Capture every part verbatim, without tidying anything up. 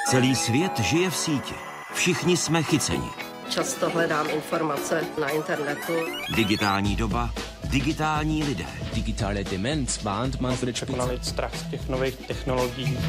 Celý svět žije v síti. Všichni jsme chyceni. Často hledám informace na internetu. Digitální doba, digitální lidé. Digitale Demenz warnt man für den Překonali strach z těch nových technologií.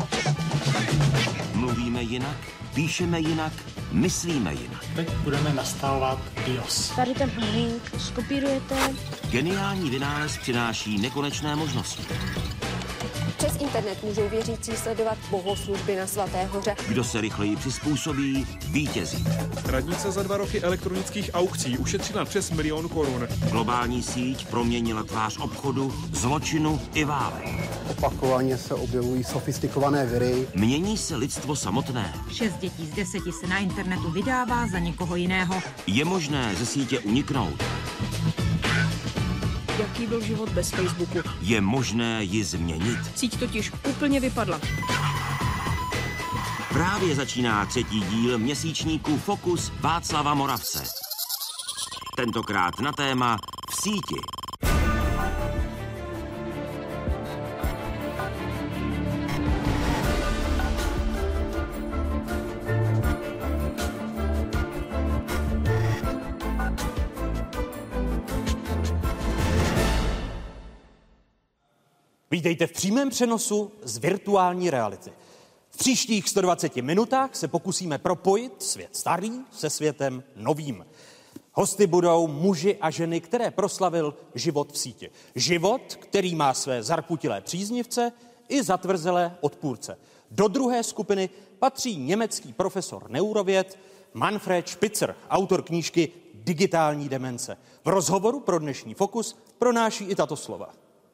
Mluvíme jinak, píšeme jinak, myslíme jinak. Teď budeme nastavovat BIOS. Tady ten link skopírujete. Geniální vynález přináší nekonečné možnosti. Přes internet můžou věřící sledovat bohoslužby na Svaté hoře. Kdo se rychleji přizpůsobí, vítězí. Radnice za dva roky elektronických aukcí ušetřila přes milion korun. Globální síť proměnila tvář obchodu, zločinu i válek. Opakovaně se objevují sofistikované viry. Mění se lidstvo samotné. Šest dětí z deseti se na internetu vydává za někoho jiného. Je možné ze sítě uniknout. Jaký byl život bez Facebooku? Je možné ji změnit. Síť totiž úplně vypadla. Právě začíná třetí díl měsíčníku Fokus Václava Moravce. Tentokrát na téma v síti. Vítejte v přímém přenosu z virtuální reality. V příštích sto dvaceti minutách se pokusíme propojit svět starý se světem novým. Hosty budou muži a ženy, které proslavil život v síti. Život, který má své zarputilé příznivce i zatvrzelé odpůrce. Do druhé skupiny patří německý profesor neurověd Manfred Spitzer, autor knížky Digitální demence. V rozhovoru pro dnešní Fokus pronáší i tato slova.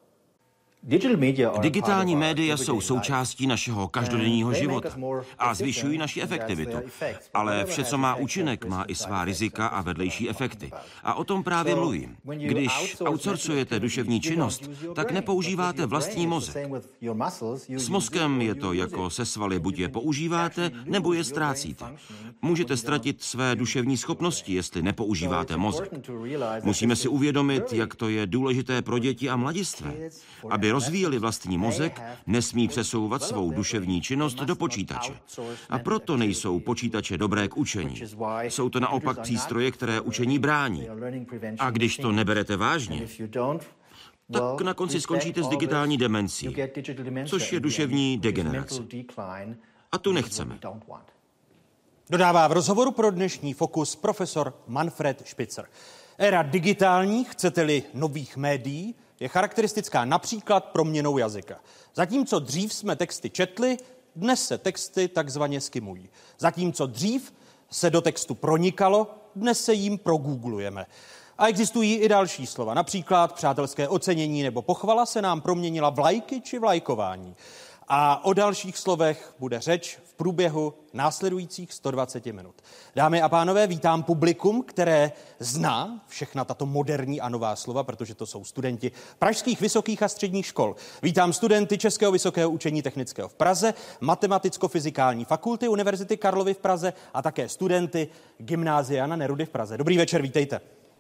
Digitální média jsou součástí našeho každodenního života a zvyšují naši efektivitu. Ale vše, co má účinek, má i svá rizika a vedlejší efekty. A o tom právě mluvím. Když outsourcujete duševní činnost, tak nepoužíváte vlastní mozek. S mozkem je to jako se svaly, buď je používáte, nebo je ztrácíte. Můžete ztratit své duševní schopnosti, jestli nepoužíváte mozek. Musíme si uvědomit, jak to je důležité pro děti a mladistvé. Aby rozvíjeli vlastní mozek, nesmí přesouvat svou duševní činnost do počítače. A proto nejsou počítače dobré k učení. Jsou to naopak přístroje, které učení brání. A když to neberete vážně, tak na konci skončíte s digitální demencí, což je duševní degenerace. A tu nechceme. Dodává v rozhovoru pro dnešní Fokus profesor Manfred Spitzer. Éra digitálních, chcete-li nových médií, je charakteristická například proměnou jazyka. Zatímco dřív jsme texty četli, dnes se texty takzvaně skimují. Zatímco dřív se do textu pronikalo, dnes se jím progooglujeme. A existují i další slova, například přátelské ocenění nebo pochvala se nám proměnila v lajky či vlajkování. A o dalších slovech bude řeč v průběhu následujících sto dvaceti minut. Dámy a pánové, vítám publikum, které zná všechna tato moderní a nová slova, protože to jsou studenti pražských vysokých a středních škol. Vítám studenty Českého vysokého učení technického v Praze, Matematicko-fyzikální fakulty Univerzity Karlovy v Praze a také studenty Gymnázia Jana Nerudy v Praze. Dobrý večer, vítejte.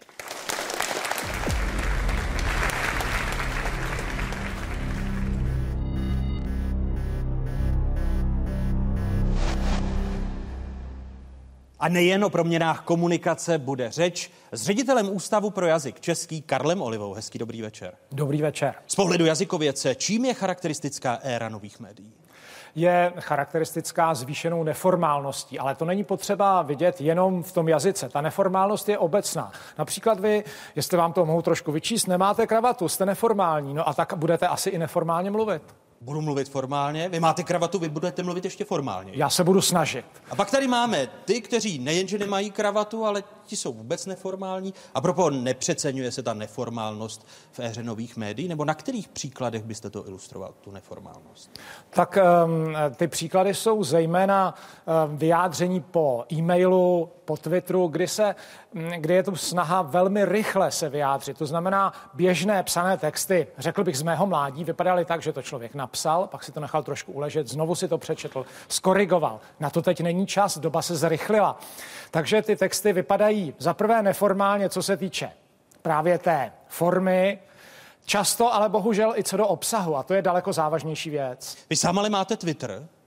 A nejen o proměnách komunikace bude řeč s ředitelem Ústavu pro jazyk český Karlem Olivou. Hezký dobrý večer. Dobrý večer. Z pohledu jazykovědce, čím je charakteristická éra nových médií? Je charakteristická zvýšenou neformálností, ale to není potřeba vidět jenom v tom jazyce. Ta neformálnost je obecná. Například vy, jestli vám to mohu trošku vyčíst, nemáte kravatu, jste neformální, no a tak budete asi i neformálně mluvit. Budu mluvit formálně, vy máte kravatu, vy budete mluvit ještě formálně. Já se budu snažit. A pak tady máme ty, kteří nejenže nemají kravatu, ale ti jsou vůbec neformální. A propos, nepřeceňuje se ta neformálnost v éře nových médií? Nebo na kterých příkladech byste to ilustroval, tu neformálnost? Tak um, ty příklady jsou zejména um, vyjádření po e-mailu, po Twitteru, kdy, se, kdy je tu snaha velmi rychle se vyjádřit. To znamená, běžné psané texty, řekl bych z mého mládí, vypadaly tak, že to člověk napsal, pak si to nechal trošku uležet, znovu si to přečetl, skorigoval. Na to teď není čas, doba se zrychlila. Takže ty texty vypadají zaprvé neformálně, co se týče právě té formy, často ale bohužel i co do obsahu, a to je daleko závažnější věc. Vy sám ale máte Twitter.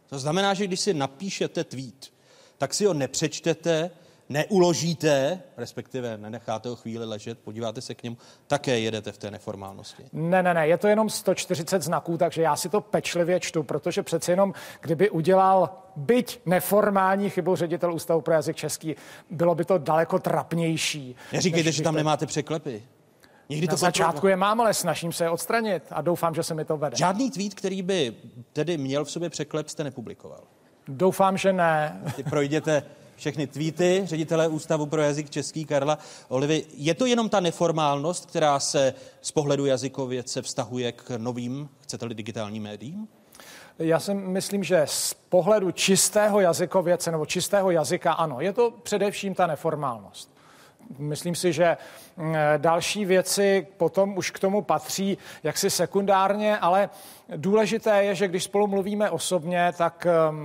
To znamená, že když si napíšete tweet, tak si ho nepřečtete, neuložíte, respektive nenecháte ho chvíli ležet, podíváte se k němu, také jedete v té neformálnosti. Ne, ne, ne, je to jenom sto čtyřicet znaků, takže já si to pečlivě čtu, protože přece jenom, kdyby udělal byť neformální chybu ředitel Ústavu pro jazyk český, bylo by to daleko trapnější. Neříkejte, že tam to... nemáte překlepy. Někdy Na to začátku je mám, ale snažím se je odstranit a doufám, že se mi to vede. Žádný tweet, který by tedy měl v sobě překlep, jste nepublikoval? Doufám, že ne. Ty projděte všechny tweety ředitele Ústavu pro jazyk český Karla Olivy. Je to jenom ta neformálnost, která se z pohledu jazykovědce vztahuje k novým, chcete-li, digitálním médiím? Já si myslím, že z pohledu čistého jazykovědce nebo čistého jazyka ano, je to především ta neformálnost. Myslím si, že další věci potom už k tomu patří jaksi sekundárně, ale důležité je, že když spolu mluvíme osobně, tak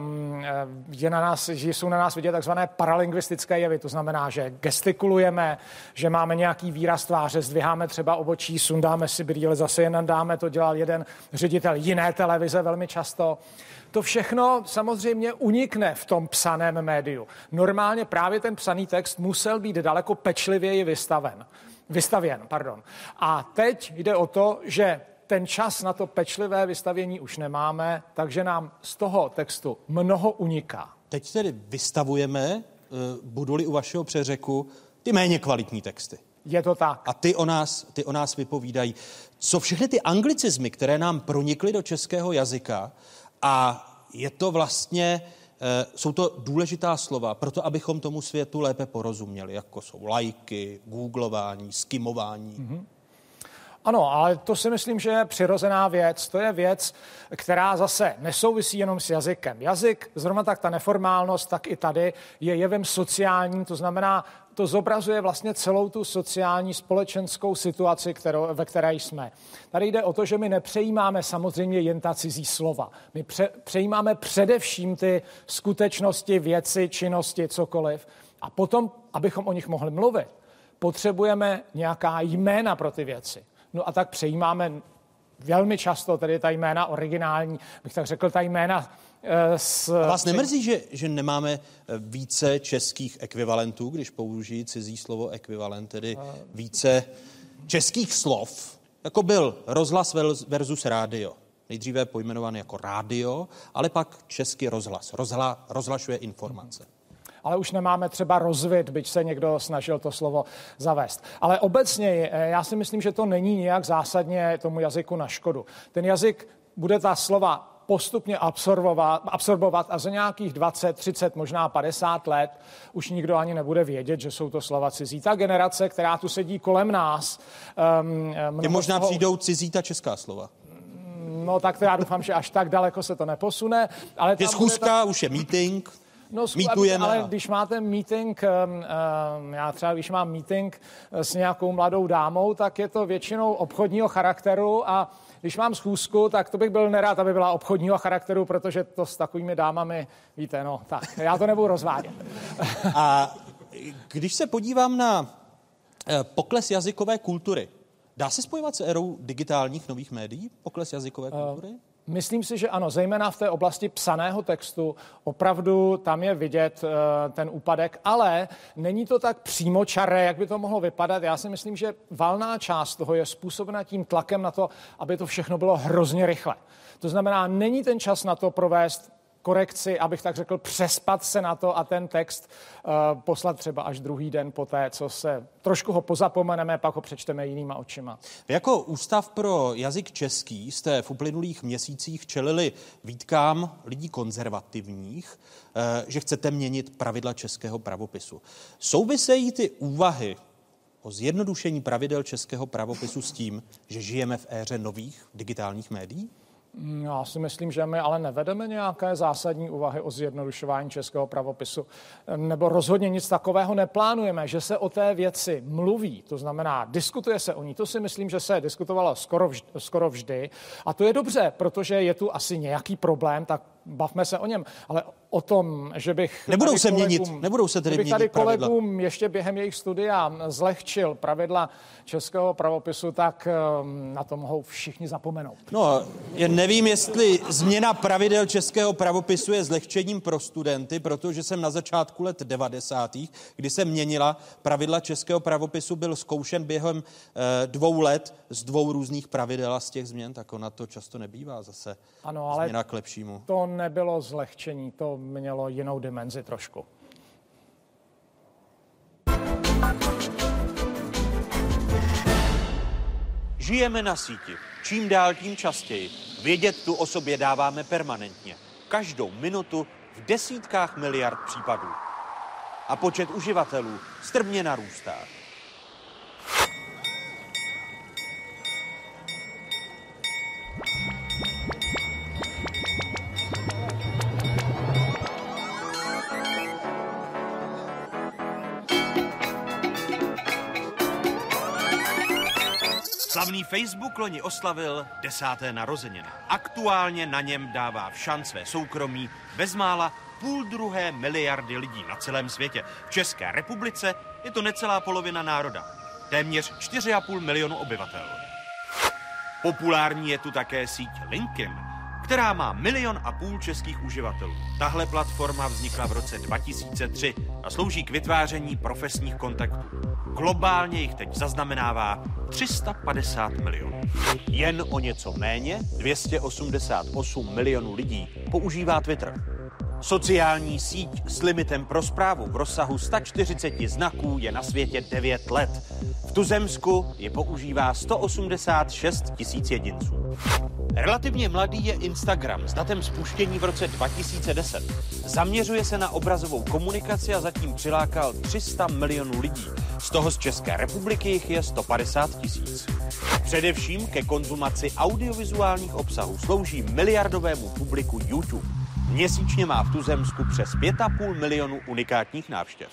je na nás, že jsou na nás vidět takzvané paralingvistické jevy. To znamená, že gestikulujeme, že máme nějaký výraz tváře, zdviháme třeba obočí, sundáme si brýle, zase je nadáme, to dělal jeden ředitel jiné televize velmi často. To všechno samozřejmě unikne v tom psaném médiu. Normálně právě ten psaný text musel být daleko pečlivěji vystaven. Vystavěn, pardon. A teď jde o to, že ten čas na to pečlivé vystavění už nemáme, takže nám z toho textu mnoho uniká. Teď tedy vystavujeme, budu-li u vašeho přeřeku, ty méně kvalitní texty. Je to tak. A ty o nás, ty o nás vypovídají. Co všechny ty anglicizmy, které nám pronikly do českého jazyka, a je to vlastně, e, jsou to důležitá slova, proto abychom tomu světu lépe porozuměli, jako jsou lajky, googlování, skimování. Mm-hmm. Ano, ale to si myslím, že je přirozená věc. To je věc, která zase nesouvisí jenom s jazykem. Jazyk, zrovna tak ta neformálnost, tak i tady je jevem sociálním, to znamená, to zobrazuje vlastně celou tu sociální společenskou situaci, kterou, ve které jsme. Tady jde o to, že my nepřejímáme samozřejmě jen ta cizí slova. My pře, přejímáme především ty skutečnosti, věci, činnosti, cokoliv. A potom, abychom o nich mohli mluvit, potřebujeme nějaká jména pro ty věci. No a tak přejímáme velmi často tedy ta jména originální, bych tak řekl, ta jména s... A vás nemrzí, že, že nemáme více českých ekvivalentů, když použijí cizí slovo ekvivalent, tedy více českých slov, jako byl rozhlas versus rádio. Nejdříve pojmenovaný jako rádio, ale pak český rozhlas. Rozhla, rozhlašuje informace. Ale už nemáme třeba rozvid, byť se někdo snažil to slovo zavést. Ale obecně já si myslím, že to není nějak zásadně tomu jazyku na škodu. Ten jazyk bude ta slova postupně absorbovat, absorbovat a za nějakých dvacet, třicet, možná padesát let už nikdo ani nebude vědět, že jsou to slova cizí. Ta generace, která tu sedí kolem nás... Um, Je možná toho... přijdou cizí ta česká slova. No tak to já doufám, že až tak daleko se to neposune. Ale je schůzka, ta... už je meeting... No, Mítujeme, ale když máte meeting, já třeba když mám meeting s nějakou mladou dámou, tak je to většinou obchodního charakteru a když mám schůzku, tak to bych byl nerád, aby byla obchodního charakteru, protože to s takovými dámami, víte, no tak, já to nebudu rozvádět. A když se podívám na pokles jazykové kultury, dá se spojovat s érou digitálních nových médií, pokles jazykové kultury? Uh. Myslím si, že ano, zejména v té oblasti psaného textu, opravdu tam je vidět uh, ten úpadek, ale není to tak přímočaré, jak by to mohlo vypadat. Já si myslím, že valná část toho je způsobena tím tlakem na to, aby to všechno bylo hrozně rychle. To znamená, není ten čas na to provést korekci, abych tak řekl, přespat se na to a ten text uh, poslat třeba až druhý den poté, co se trošku ho pozapomeneme, pak ho přečteme jinýma očima. Vy jako Ústav pro jazyk český jste v uplynulých měsících čelili výtkám lidí konzervativních, uh, že chcete měnit pravidla českého pravopisu. Souvisejí ty úvahy o zjednodušení pravidel českého pravopisu s tím, že žijeme v éře nových digitálních médií? Já si myslím, že my ale nevedeme nějaké zásadní úvahy o zjednodušování českého pravopisu. Nebo rozhodně nic takového neplánujeme, že se o té věci mluví, to znamená, diskutuje se o ní. To si myslím, že se diskutovalo skoro vždy, skoro vždy. A to je dobře, protože je tu asi nějaký problém, tak bavme se o něm. Ale o tom, že bych... Nebudou se kolegům, měnit, nebudou se tedy měnit tady pravidla. kolegům ještě během jejich studia zlehčil pravidla českého pravopisu, tak na to mohou všichni zapomenout. No, jen nevím, jestli změna pravidel českého pravopisu je zlehčením pro studenty, protože jsem na začátku let devadesátých, kdy se měnila pravidla českého pravopisu, byl zkoušen během eh, dvou let z dvou různých pravidel a z těch změn, tak ona to často nebývá zase ano, ale změna k lepšímu. To nebylo zlehčení, to mělo jinou dimenzi trošku. Žijeme na síti. Čím dál, tím častěji. Vědět tu o sobě dáváme permanentně. Každou minutu v desítkách miliard případů. A počet uživatelů strmě narůstá. Slavný Facebook loni oslavil desáté narozeniny. Aktuálně na něm dává všanc své soukromí bezmála půl druhé miliardy lidí na celém světě. V České republice je to necelá polovina národa. Téměř čtyři a půl milionu obyvatel. Populární je tu také síť LinkedIn, která má milion a půl českých uživatelů. Tahle platforma vznikla v roce dva tisíce tři a slouží k vytváření profesních kontaktů. Globálně jich teď zaznamenává tři sta padesát milionů. Jen o něco méně, dvě stě osmdesát osm milionů lidí, používá Twitter. Sociální síť s limitem pro správu v rozsahu sto čtyřicet znaků je na světě devět let. V tuzemsku ji používá sto osmdesát šest tisíc jedinců. Relativně mladý je Instagram s datem spuštění v roce dva tisíce deset. Zaměřuje se na obrazovou komunikaci a zatím přilákal tři sta milionů lidí. Z toho z České republiky jich je sto padesát tisíc. Především ke konzumaci audiovizuálních obsahů slouží miliardovému publiku YouTube. Měsíčně má v tuzemsku přes pět a půl milionu unikátních návštěv.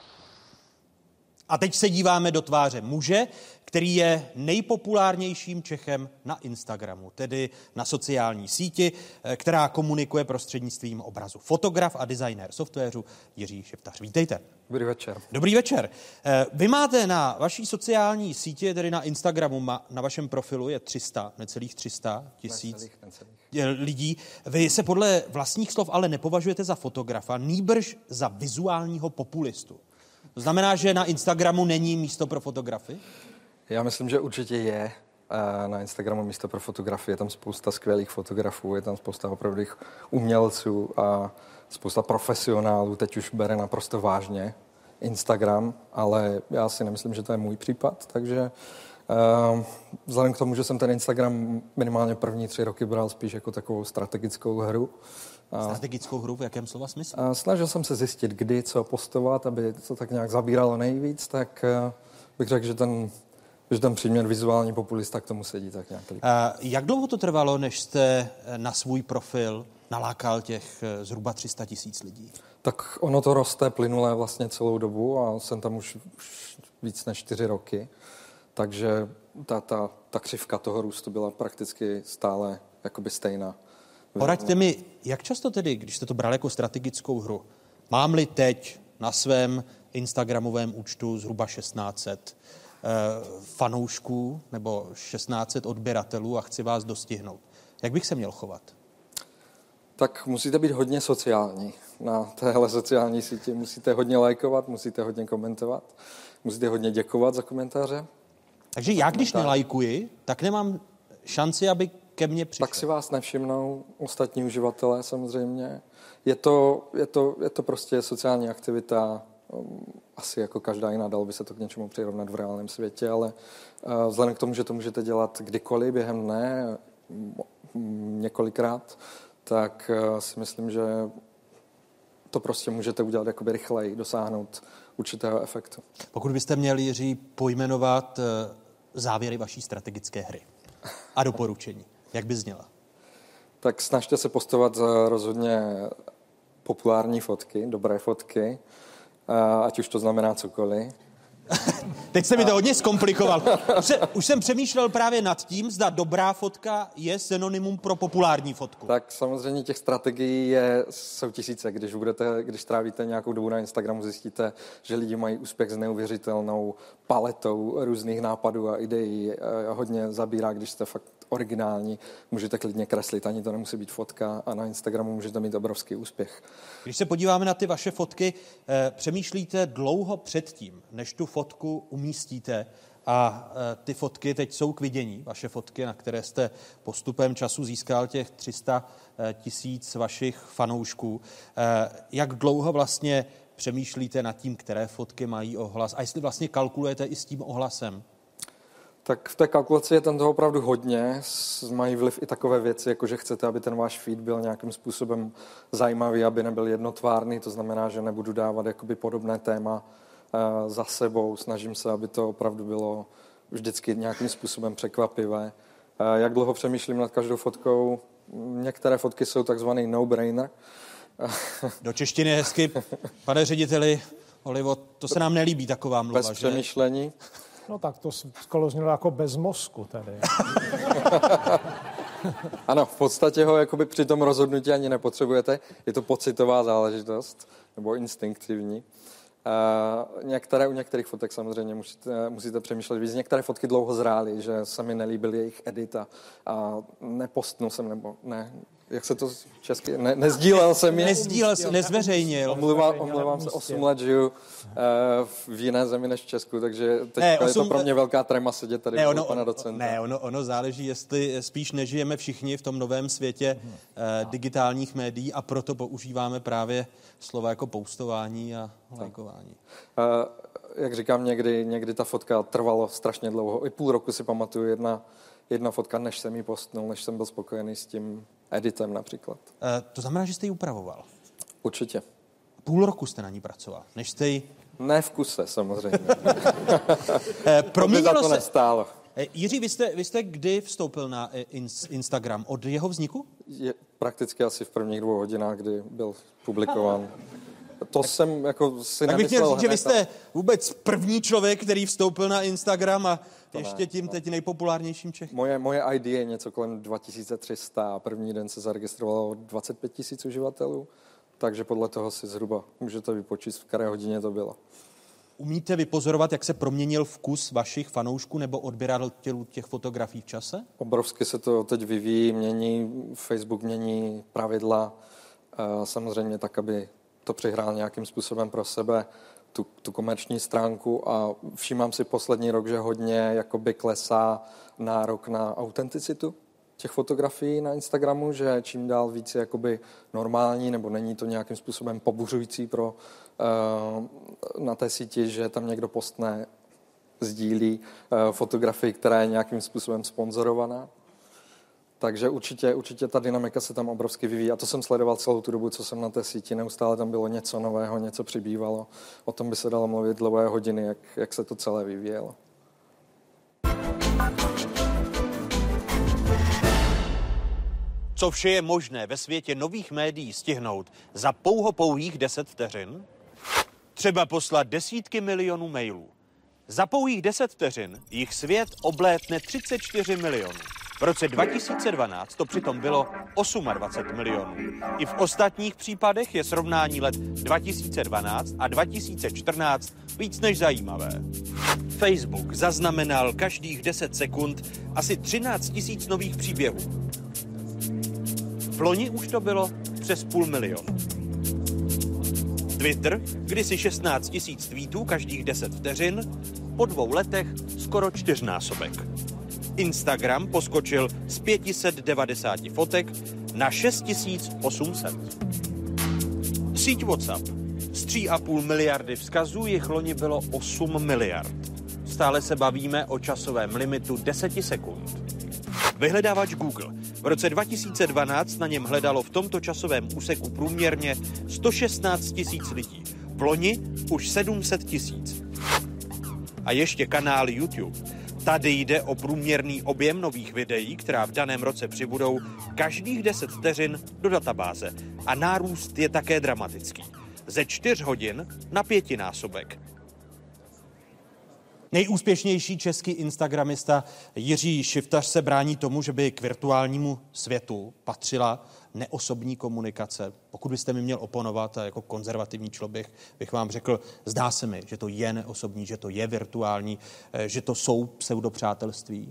A teď se díváme do tváře muže, který je nejpopulárnějším Čechem na Instagramu, tedy na sociální síti, která komunikuje prostřednictvím obrazu. Fotograf a designér softwaru Jiří Šeptař. Vítejte. Dobrý večer. Dobrý večer. Vy máte na vaší sociální síti, tedy na Instagramu, na vašem profilu je tři sta, necelých tři sta tisíc lidí. Vy se podle vlastních slov ale nepovažujete za fotografa, nýbrž za vizuálního populistu. To znamená, že na Instagramu není místo pro fotografy? Já myslím, že určitě je na Instagramu místo pro fotografii. Je tam spousta skvělých fotografů, je tam spousta opravdových umělců a spousta profesionálů. Teď už bere naprosto vážně Instagram, ale já si nemyslím, že to je můj případ, takže uh, vzhledem k tomu, že jsem ten Instagram minimálně první tři roky bral spíš jako takovou strategickou hru. Strategickou hru v jakém slova smyslu? A snažil jsem se zjistit, kdy co postovat, aby to tak nějak zabíralo nejvíc, tak uh, bych řekl, že ten, že ten příměr vizuální populista k tomu sedí tak nějak. Uh, jak dlouho to trvalo, než jste na svůj profil nalákal těch zhruba tři sta tisíc lidí? Tak ono to roste plynulé vlastně celou dobu a jsem tam už, už víc než čtyři roky, takže ta, ta, ta křivka toho růstu byla prakticky stále jakoby stejná. Poraďte mi, jak často tedy, když jste to bral jako strategickou hru, mám-li teď na svém instagramovém účtu zhruba šestnáct set eh, fanoušků nebo šestnáct set odběratelů a chci vás dostihnout, jak bych se měl chovat? Tak musíte být hodně sociální na téhle sociální síti. Musíte hodně lajkovat, musíte hodně komentovat, musíte hodně děkovat za komentáře. Takže já, když nelajkuji, tak nemám šanci, aby ke mně přišel. Tak si vás nevšimnou ostatní uživatelé samozřejmě. Je to, je to, je to prostě sociální aktivita, um, asi jako každá jiná, dalo by se to k něčemu přirovnat v reálném světě, ale uh, vzhledem k tomu, že to můžete dělat kdykoliv během dne, m- několikrát, tak uh, si myslím, že to prostě můžete udělat jakoby rychleji, dosáhnout určitého efektu. Pokud byste měli, Jiří, pojmenovat uh, závěry vaší strategické hry a doporučení, jak by zněla? Tak snažte se postovat za rozhodně populární fotky, dobré fotky, ať už to znamená cokoliv. Teď se mi to hodně zkomplikoval. Už, se, už jsem přemýšlel právě nad tím, zda dobrá fotka je synonymum pro populární fotku. Tak samozřejmě těch strategií je, jsou tisíce. Když, budete, když trávíte nějakou dobu na Instagramu, zjistíte, že lidi mají úspěch s neuvěřitelnou paletou různých nápadů a ideí. A hodně zabírá, když jste fakt originální. Můžete klidně kreslit, ani to nemusí být fotka a na Instagramu můžete mít obrovský úspěch. Když se podíváme na ty vaše fotky, eh, přemýšlíte dlouho předtím, než tu fotku umístíte a eh, ty fotky teď jsou k vidění, vaše fotky, na které jste postupem času získal těch tři sta tisíc vašich fanoušků. Eh, jak dlouho vlastně přemýšlíte nad tím, které fotky mají ohlas a jestli vlastně kalkulujete i s tím ohlasem? Tak v té kalkulaci je tam toho opravdu hodně. Mají vliv i takové věci, jako že chcete, aby ten váš feed byl nějakým způsobem zajímavý, aby nebyl jednotvárný. To znamená, že nebudu dávat jakoby podobné téma uh, za sebou. Snažím se, aby to opravdu bylo vždycky nějakým způsobem překvapivé. Uh, jak dlouho přemýšlím nad každou fotkou? Některé fotky jsou takzvaný no-brainer. Do češtiny hezky. Pane řediteli, Olivo, to se nám nelíbí taková mluva, Bez přemýšlení. Že? No tak to skoro znělo jako bez mozku tady. Ano, v podstatě ho jakoby při tom rozhodnutí ani nepotřebujete. Je to pocitová záležitost, nebo instinktivní. Uh, některé, u některých fotek samozřejmě musíte, musíte přemýšlet víc. Některé fotky dlouho zrály, že se mi nelíbil jejich edit a, a nepostnul jsem, nebo ne, jak se to česky, ne, nezdílel jsem je. Nezdílel jsem, nezveřejnil. Omluvám, omluvám se, osm let žiju uh, v jiné zemi než v Česku, takže teď ne, osm... je to pro mě velká trema sedět tady ne, ono, pana docenta. Ne, ono, ono záleží, jestli spíš nežijeme všichni v tom novém světě uh, digitálních médií a proto používáme právě slova jako postování a lajkování. Uh, jak říkám, někdy, někdy ta fotka trvalo strašně dlouho. I půl roku si pamatuju jedna, jedna fotka, než jsem ji postnul, než jsem byl spokojený s tím editem například. Uh, to znamená, že jste ji upravoval? Určitě. Půl roku jste na ní pracoval, než jste ji... Ne v kuse, samozřejmě. Proměnilo to by za to se... nestálo. Jiří, vy jste, vy jste kdy vstoupil na Instagram? Od jeho vzniku? Je prakticky asi v prvních dvou hodinách, kdy byl publikován. To tak, jsem jako si tak bych nemyslel chtěl říct, že vy jste a... vůbec první člověk, který vstoupil na Instagram a to ještě ne, tím to. teď nejpopulárnějším Čech. Moje, moje I D je něco kolem dva tisíce tři sta a první den se zaregistrovalo dvacet pět tisíc uživatelů, takže podle toho si zhruba můžete vypočíst, v které hodině to bylo. Umíte vypozorovat, jak se proměnil vkus vašich fanoušků nebo odběratelů těch fotografií v čase? Obrovsky se to teď vyvíjí, mění, Facebook mění pravidla, samozřejmě tak, aby to přihrál nějakým způsobem pro sebe, tu, tu komerční stránku a všímám si poslední rok, že hodně jakoby klesá nárok na autenticitu těch fotografií na Instagramu, že čím dál víc je jakoby normální, nebo není to nějakým způsobem pobuřující pro uh, na té síti, že tam někdo postne, sdílí uh, fotografii, která je nějakým způsobem sponzorovaná. Takže určitě, určitě ta dynamika se tam obrovsky vyvíjí a to jsem sledoval celou tu dobu, co jsem na té síti. Neustále tam bylo něco nového, něco přibývalo. O tom by se dalo mluvit dlouhé hodiny, jak, jak se to celé vyvíjelo. Co vše je možné ve světě nových médií stihnout za pouho pouhých deset vteřin? Třeba poslat desítky milionů mailů. Za pouhých deset vteřin jich svět oblétne třicet čtyři milionů. V roce dva tisíce dvanáct to přitom bylo dvacet osm milionů. I v ostatních případech je srovnání let dva tisíce dvanáct a dva tisíce čtrnáct víc než zajímavé. Facebook zaznamenal každých deset sekund asi třináct tisíc nových příběhů. V loni už to bylo přes půl milionu. Twitter, kdysi šestnáct tisíc tweetů každých deset vteřin, po dvou letech skoro čtyřnásobek. Instagram poskočil z pět set devadesát fotek na šest tisíc osm set. Síť WhatsApp z tři a půl miliardy vzkazů jich loni bylo osm miliard. Stále se bavíme o časovém limitu deset sekund. Vyhledávač Google. V roce dva tisíce dvanáct na něm hledalo v tomto časovém úseku průměrně sto šestnáct tisíc lidí. V loni už sedm set tisíc. A ještě kanál YouTube. Tady jde o průměrný objem nových videí, která v daném roce přibudou každých deset vteřin do databáze. A nárůst je také dramatický. Ze čtyř hodin na pětinásobek. Nejúspěšnější český instagramista Jiří Šiftař se brání tomu, že by k virtuálnímu světu patřila neosobní komunikace. Pokud byste mi měl oponovat a jako konzervativní člověk bych vám řekl, zdá se mi, že to je neosobní, že to je virtuální, že to jsou pseudopřátelství.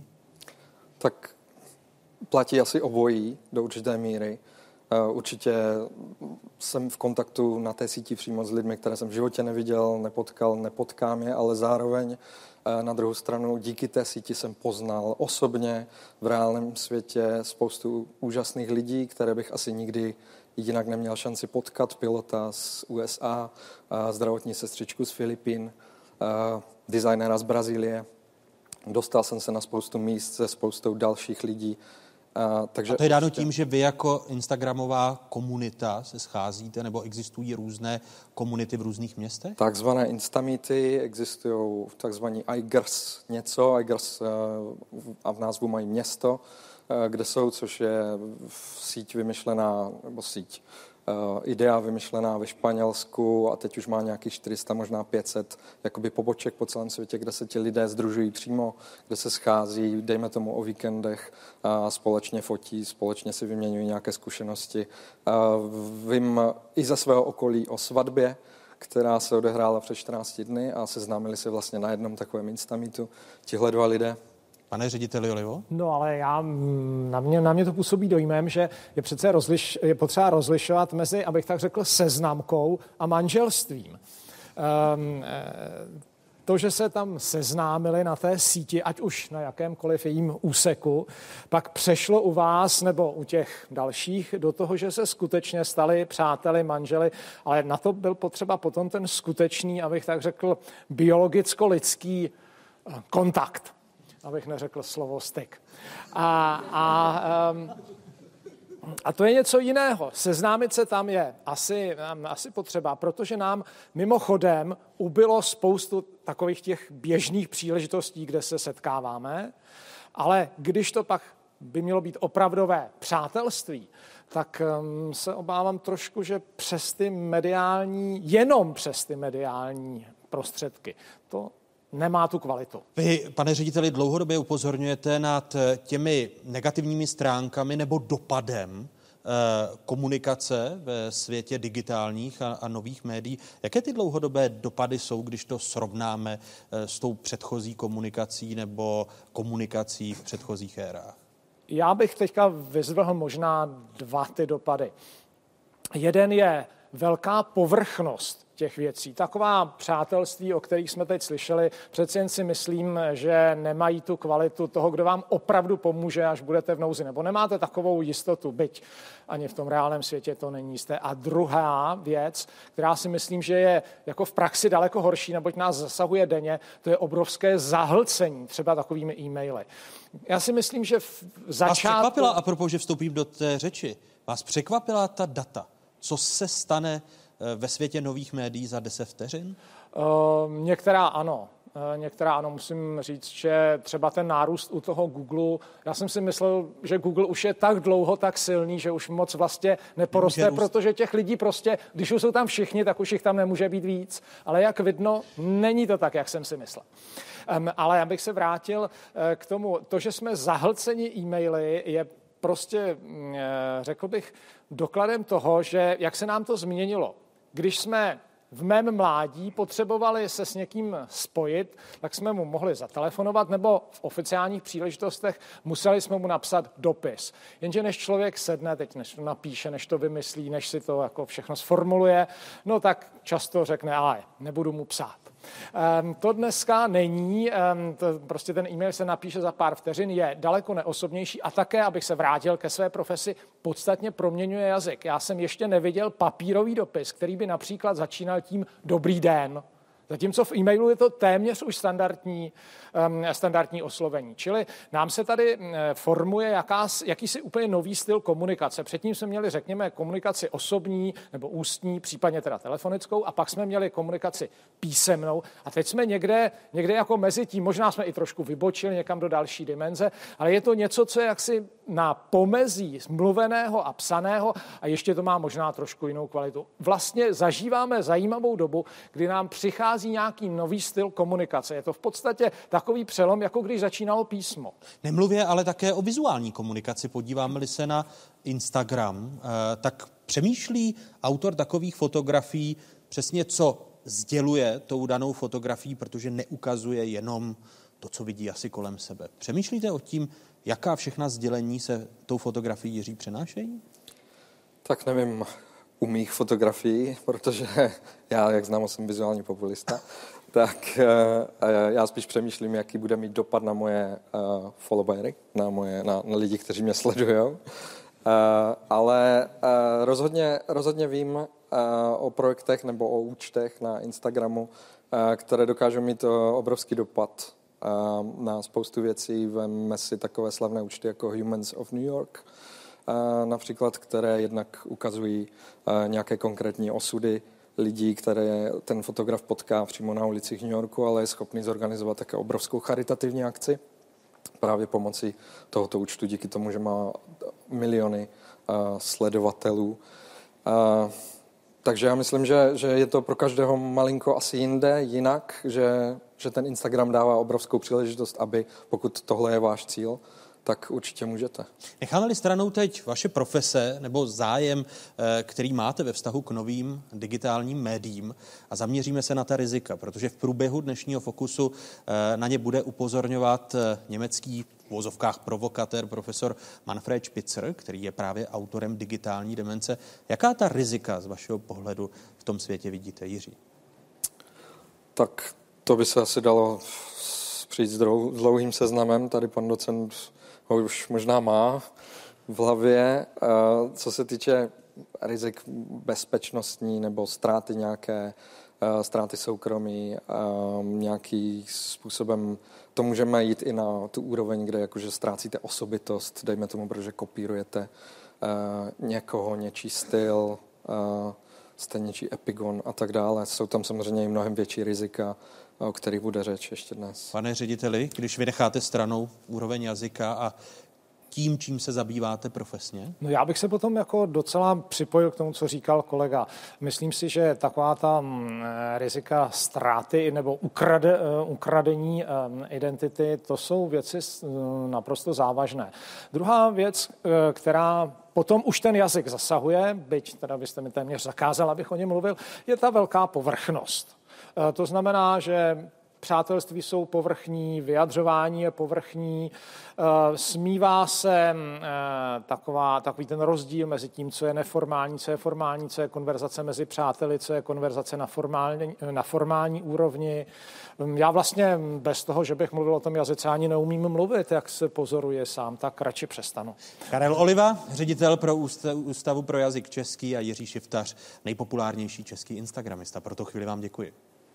Tak platí asi obojí do určité míry. Určitě jsem v kontaktu na té síti přímo s lidmi, které jsem v životě neviděl, nepotkal, nepotkám je, ale zároveň na druhou stranu díky té síti jsem poznal osobně v reálném světě spoustu úžasných lidí, které bych asi nikdy jinak neměl šanci potkat. Pilota z U S A, zdravotní sestřičku z Filipín, designéra z Brazílie. Dostal jsem se na spoustu míst se spoustou dalších lidí. A, takže a to je dáno tím, že vy jako instagramová komunita se scházíte, nebo existují různé komunity v různých městech? Takzvané instameety, existují takzvaní iGers něco, iGers a v názvu mají město, kde jsou, což je síť vymyšlená, nebo síť, idea vymyšlená ve Španělsku a teď už má nějakých čtyři sta, možná pět set jakoby poboček po celém světě, kde se ti lidé sdružují přímo, kde se schází, dejme tomu o víkendech, a společně fotí, společně si vyměňují nějaké zkušenosti. A vím i ze svého okolí o svatbě, která se odehrála před čtrnácti dny a seznámili se vlastně na jednom takovém instameetu tihle dva lidé. Pane řediteli Olivo? No ale já, na mě, na mě to působí dojmem, že je přece rozliš, je potřeba rozlišovat mezi, abych tak řekl, seznamkou a manželstvím. Um, to, že se tam seznámili na té síti, ať už na jakémkoliv jejím úseku, pak přešlo u vás nebo u těch dalších do toho, že se skutečně stali přáteli, manželi, ale na to byl potřeba potom ten skutečný, abych tak řekl, biologicko-lidský kontakt. Abych neřekl slovo styk. A, a, um, a to je něco jiného. Seznámit se tam je asi, um, asi potřeba, protože nám mimochodem ubylo spoustu takových těch běžných příležitostí, kde se setkáváme, ale když to pak by mělo být opravdové přátelství, tak um, se obávám trošku, že přes ty mediální, jenom přes ty mediální prostředky, to nemá tu kvalitu. Vy, pane řediteli, dlouhodobě upozorňujete nad těmi negativními stránkami nebo dopadem eh, komunikace ve světě digitálních a, a nových médií. Jaké ty dlouhodobé dopady jsou, když to srovnáme eh, s tou předchozí komunikací nebo komunikací v předchozích érách? Já bych teďka vyzvrhl možná dva ty dopady. Jeden je velká povrchnost těch věcí. Taková přátelství, o kterých jsme teď slyšeli, přeci jen si myslím, že nemají tu kvalitu toho, kdo vám opravdu pomůže, až budete v nouzi. Nebo nemáte takovou jistotu, byť ani v tom reálném světě to není jisté. A druhá věc, která si myslím, že je jako v praxi daleko horší, neboť nás zasahuje denně, to je obrovské zahlcení třeba takovými e-maily. Já si myslím, že v začátku... Vás překvapila, a propos, že vstoupím do té řeči, vás překvapila ta data? Co se stane ve světě nových médií za deset vteřin? Uh, některá ano. Uh, některá ano. Musím říct, že třeba ten nárůst u toho Google, já jsem si myslel, že Google už je tak dlouho tak silný, že už moc vlastně neporoste, protože těch lidí prostě, když už jsou tam všichni, tak už jich tam nemůže být víc. Ale jak vidno, není to tak, jak jsem si myslel. Um, ale já bych se vrátil uh, k tomu, to, že jsme zahlceni e-maily, je prostě, uh, řekl bych, dokladem toho, že jak se nám to změnilo. Když jsme v mém mládí potřebovali se s někým spojit, tak jsme mu mohli zatelefonovat, nebo v oficiálních příležitostech museli jsme mu napsat dopis. Jenže než člověk sedne, teď než to napíše, než to vymyslí, než si to jako všechno sformuluje, no tak často řekne, ale nebudu mu psát. Um, to dneska není, um, to prostě ten e-mail se napíše za pár vteřin, je daleko neosobnější a také, abych se vrátil ke své profesi, podstatně proměňuje jazyk. Já jsem ještě neviděl papírový dopis, který by například začínal tím dobrý den. Zatímco v e-mailu je to téměř už standardní, um, standardní oslovení. Čili nám se tady um, formuje jakás, jakýsi úplně nový styl komunikace. Předtím jsme měli, řekněme, komunikaci osobní nebo ústní, případně teda telefonickou, a pak jsme měli komunikaci písemnou. A teď jsme někde, někde jako mezi tím, možná jsme i trošku vybočili někam do další dimenze, ale je to něco, co je jaksi na pomezí mluveného a psaného a ještě to má možná trošku jinou kvalitu. Vlastně zažíváme zajímavou dobu, kdy nám přichází nějaký nový styl komunikace. Je to v podstatě takový přelom, jako když začínalo písmo. Nemluvě ale také o vizuální komunikaci. Podíváme-li se na Instagram, tak přemýšlí autor takových fotografií přesně, co sděluje tou danou fotografií, protože neukazuje jenom to, co vidí asi kolem sebe. Přemýšlíte o tím, jaká všechna sdělení se tou fotografií Jiří přenášejí? Tak nevím u mých fotografií, protože já, jak znám, jsem vizuální populista, tak uh, já spíš přemýšlím, jaký bude mít dopad na moje uh, followery, na, moje, na, na lidi, kteří mě sledují. Uh, ale uh, rozhodně, rozhodně vím uh, o projektech nebo o účtech na Instagramu, uh, které dokážou mít uh, obrovský dopad uh, na spoustu věcí. Vemme si takové slavné účty jako Humans of New York, uh, například, které jednak ukazují uh, nějaké konkrétní osudy lidí, které ten fotograf potká přímo na ulicích New Yorku, ale je schopný zorganizovat také obrovskou charitativní akci právě pomocí tohoto účtu, díky tomu, že má miliony uh, sledovatelů. Uh, takže já myslím, že, že je to pro každého malinko asi jinde, jinak, že, že ten Instagram dává obrovskou příležitost, aby pokud tohle je váš cíl, tak určitě můžete. Necháme-li stranou teď vaše profese nebo zájem, který máte ve vztahu k novým digitálním médiím a zaměříme se na ta rizika, protože v průběhu dnešního Fokusu na ně bude upozorňovat německý v uvozovkách provokatér profesor Manfred Spitzer, který je právě autorem digitální demence. Jaká ta rizika z vašeho pohledu v tom světě vidíte, Jiří? Tak to by se asi dalo přijít s dlouhým seznamem. Tady pan docent ho už možná má v hlavě. Co se týče rizik bezpečnostní nebo ztráty nějaké, ztráty soukromí, nějakým způsobem, to můžeme jít i na tu úroveň, kde jakože ztrácíte osobitost, dejme tomu, protože kopírujete někoho, něčí styl, jste něčí epigon a tak dále. Jsou tam samozřejmě i mnohem větší rizika, o kterých bude řeč ještě dnes. Pane řediteli, když vynecháte stranou úroveň jazyka a tím, čím se zabýváte profesně? No já bych se potom jako docela připojil k tomu, co říkal kolega. Myslím si, že taková ta m, rizika ztráty nebo ukrade, ukradení um, identity, to jsou věci um, naprosto závažné. Druhá věc, která potom už ten jazyk zasahuje, byť teda byste mi téměř zakázal, abych o něm mluvil, je ta velká povrchnost. To znamená, že přátelství jsou povrchní, vyjadřování je povrchní, smívá se taková, takový ten rozdíl mezi tím, co je neformální, co je formální, co je konverzace mezi přáteli, co je konverzace na formální, na formální úrovni. Já vlastně bez toho, že bych mluvil o tom jazyce, ani neumím mluvit, jak se pozoruje sám, tak radši přestanu. Karel Oliva, ředitel pro Ústavu pro jazyk český, a Jiří Šiftař, nejpopulárnější český instagramista. Pro tu chvíli vám děkuji.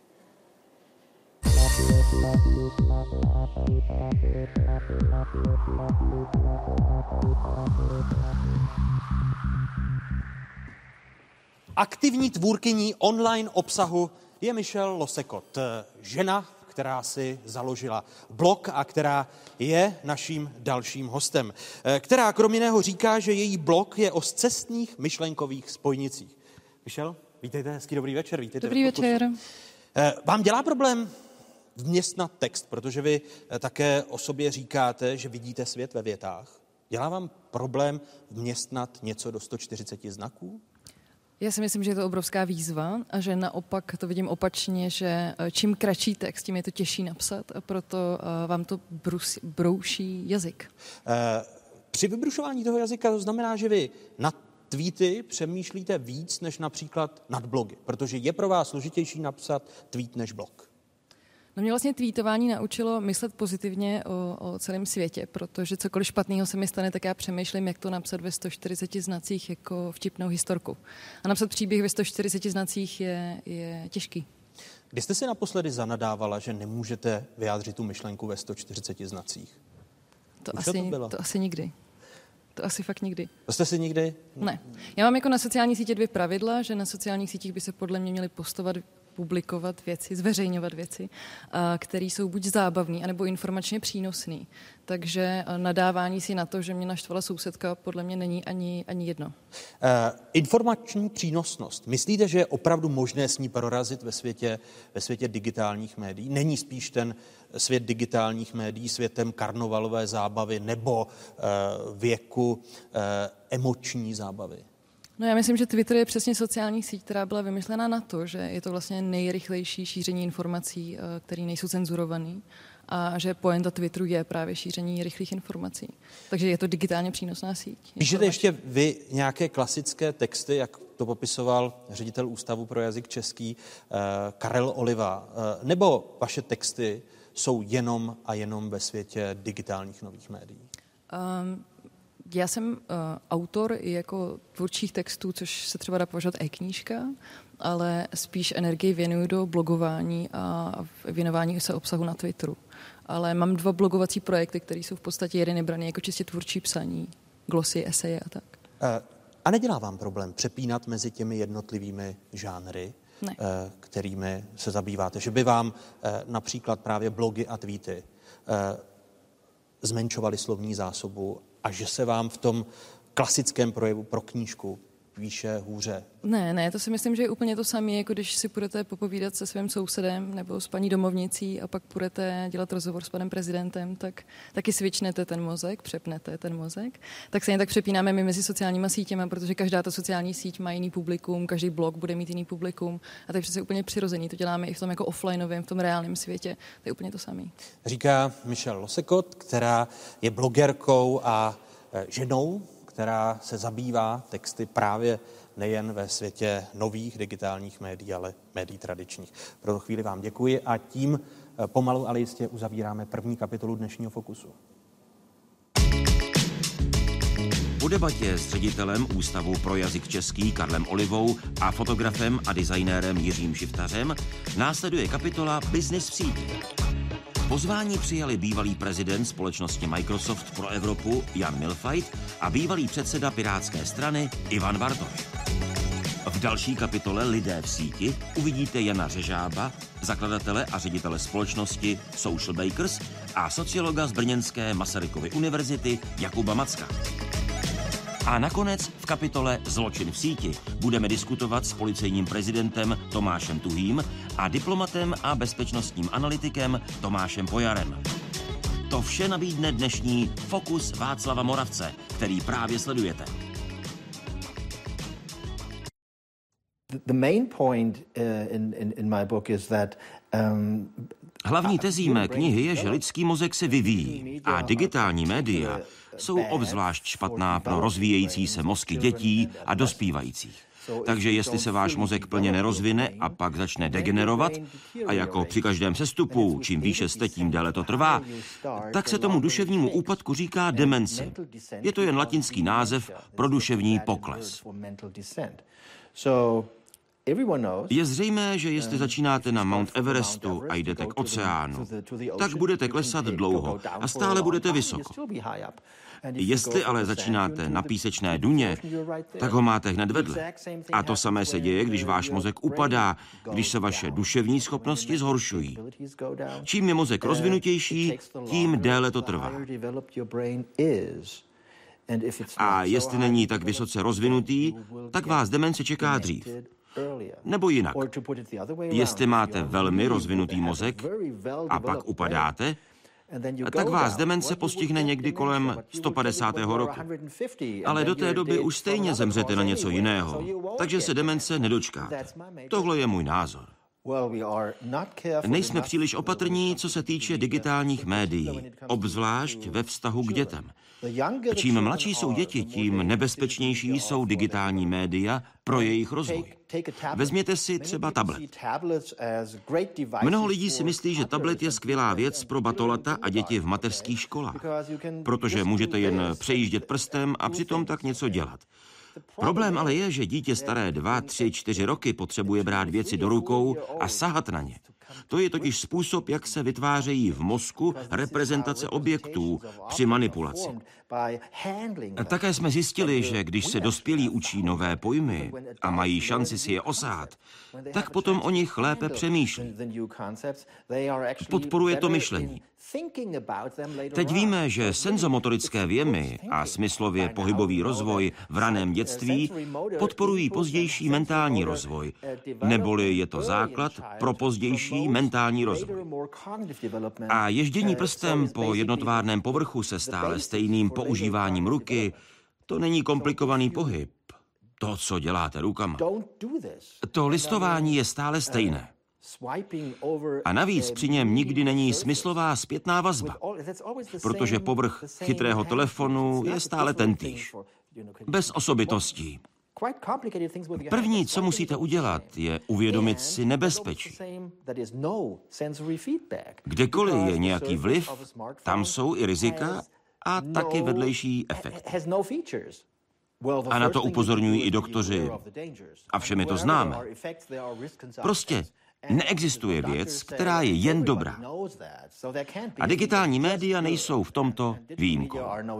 Aktivní tvůrkyní online obsahu je Michelle Losekot, žena, která si založila blog a která je naším dalším hostem, která krom jiného říká, že její blog je o scestných myšlenkových spojnicích. Michelle, vítejte, hezký dobrý večer. Vítejte. Dobrý večer. Vám dělá problém vměstnat text, protože vy také o sobě říkáte, že vidíte svět ve větách. Dělá vám problém vměstnat něco do sto čtyřicet znaků? Já si myslím, že je to obrovská výzva a že naopak to vidím opačně, že čím kratší text, tím je to těžší napsat a proto vám to brus, brouší jazyk. Při vybrušování toho jazyka to znamená, že vy na tweety přemýšlíte víc než například nad blogy, protože je pro vás složitější napsat tweet než blog. No mě vlastně tweetování naučilo myslet pozitivně o, o celém světě, protože cokoliv špatného se mi stane, tak já přemýšlím, jak to napsat ve sto čtyřicet znacích jako vtipnou historku. A napsat příběh ve sto čtyřicet znacích je, je těžký. Kdy jste si naposledy zanadávala, že nemůžete vyjádřit tu myšlenku ve sto čtyřicet znacích? To, asi, to, to asi nikdy. To asi fakt nikdy. To jste si nikdy? Ne. Já mám jako na sociální sítě dvě pravidla, že na sociálních sítích by se podle mě měly postovat publikovat věci, zveřejňovat věci, které jsou buď zábavné, anebo informačně přínosné. Takže nadávání si na to, že mě naštvala sousedka, podle mě není ani, ani jedno. Uh, informační přínosnost. Myslíte, že je opravdu možné s ní prorazit ve světě, ve světě digitálních médií? Není spíš ten svět digitálních médií světem karnevalové zábavy nebo uh, věku uh, emoční zábavy? No já myslím, že Twitter je přesně sociální síť, která byla vymyšlena na to, že je to vlastně nejrychlejší šíření informací, které nejsou cenzurované, a že pointa Twitteru je právě šíření rychlých informací. Takže je to digitálně přínosná síť. Píšete ještě vy nějaké klasické texty, jak to popisoval ředitel Ústavu pro jazyk český uh, Karel Oliva, uh, nebo vaše texty jsou jenom a jenom ve světě digitálních nových médií? Um, Já jsem uh, autor i jako tvůrčích textů, což se třeba dá považovat e-knížka, ale spíš energii věnuju do blogování a věnování se obsahu na Twitteru. Ale mám dva blogovací projekty, které jsou v podstatě jeden je braný jako čistě tvůrčí psaní, glosy, eseje a tak. Uh, a nedělá vám problém přepínat mezi těmi jednotlivými žánry, ne. uh, kterými se zabýváte? Že by vám uh, například právě blogy a tweety uh, zmenšovaly slovní zásobu a že se vám v tom klasickém projevu pro knížku píše hůře? Ne, ne, to si myslím, že je úplně to samé, jako když si půjdete popovídat se svým sousedem nebo s paní domovnicí a pak půjdete dělat rozhovor s panem prezidentem, tak taky svičnete ten mozek, přepnete ten mozek. Tak se jen tak přepínáme my mezi sociálníma sítěma, protože každá ta sociální síť má jiný publikum, každý blog bude mít jiný publikum a to je přece úplně přirozený. To děláme i v tom jako offlineovém, v tom reálném světě. To je úplně to samé. Říká Michelle Lossekot, která je blogerkou a ženou, která se zabývá texty právě nejen ve světě nových digitálních médií, ale médií tradičních. Pro chvíli vám děkuji a tím pomalu, ale jistě uzavíráme první kapitolu dnešního Fokusu. Po debatě s ředitelem Ústavu pro jazyk český Karlem Olivou a fotografem a designérem Jiřím Šiftařem následuje kapitola Business v síti. Pozvání přijali bývalý prezident společnosti Microsoft pro Evropu Jan Mühlfeit a bývalý předseda Pirátské strany Ivan Bartoš. V další kapitole Lidé v síti uvidíte Jana Řežába, zakladatele a ředitele společnosti Social Bakers a sociologa z brněnské Masarykovy univerzity Jakuba Macka. A nakonec v kapitole Zločin v síti budeme diskutovat s policejním prezidentem Tomášem Tuhým a diplomatem a bezpečnostním analytikem Tomášem Pojarem. To vše nabídne dnešní Fokus Václava Moravce, který právě sledujete. The main point uh, in, in, in my book is that um, Hlavní tezí mé knihy je, že lidský mozek se vyvíjí a digitální média jsou obzvlášť špatná pro rozvíjející se mozky dětí a dospívajících. Takže jestli se váš mozek plně nerozvine a pak začne degenerovat, a jako při každém sestupu, čím výše jste, tím déle to trvá, tak se tomu duševnímu úpadku říká demence. Je to jen latinský název pro duševní pokles. Je zřejmé, že jestli začínáte na Mount Everestu a jdete k oceánu, tak budete klesat dlouho a stále budete vysoko. Jestli ale začínáte na písečné duně, tak ho máte hned vedle. A to samé se děje, když váš mozek upadá, když se vaše duševní schopnosti zhoršují. Čím je mozek rozvinutější, tím déle to trvá. A jestli není tak vysoce rozvinutý, tak vás demence čeká dřív. Nebo jinak, jestli máte velmi rozvinutý mozek a pak upadáte, tak vás demence postihne někdy kolem sto padesátého roku. Ale do té doby už stejně zemřete na něco jiného, takže se demence nedočkáte. Tohle je můj názor. Nejsme příliš opatrní, co se týče digitálních médií, obzvlášť ve vztahu k dětem. Čím mladší jsou děti, tím nebezpečnější jsou digitální média pro jejich rozvoj. Vezměte si třeba tablet. Mnoho lidí si myslí, že tablet je skvělá věc pro batolata a děti v mateřských školách, protože můžete jen přejíždět prstem a přitom tak něco dělat. Problém ale je, že dítě staré dva, tři, čtyři roky potřebuje brát věci do rukou a sahat na ně. To je totiž způsob, jak se vytvářejí v mozku reprezentace objektů při manipulaci. Také jsme zjistili, že když se dospělí učí nové pojmy a mají šanci si je osát, tak potom o nich lépe přemýšlí. Podporuje to myšlení. Teď víme, že senzomotorické věmy a smyslově pohybový rozvoj v raném dětství podporují pozdější mentální rozvoj, neboli je to základ pro pozdější mentální rozvoj. A ježdění prstem po jednotvárném povrchu se stále stejným používáním ruky, to není komplikovaný pohyb. To, co děláte rukama. To listování je stále stejné. A navíc při něm nikdy není smyslová zpětná vazba, protože povrch chytrého telefonu je stále tentýž. Bez osobitostí. První, co musíte udělat, je uvědomit si nebezpečí. Kdekoliv je nějaký vliv, tam jsou i rizika a taky vedlejší efekty. A na to upozorňují i doktoři. A všemi to známe. Prostě neexistuje věc, která je jen dobrá. A digitální média nejsou v tomto výjimkou.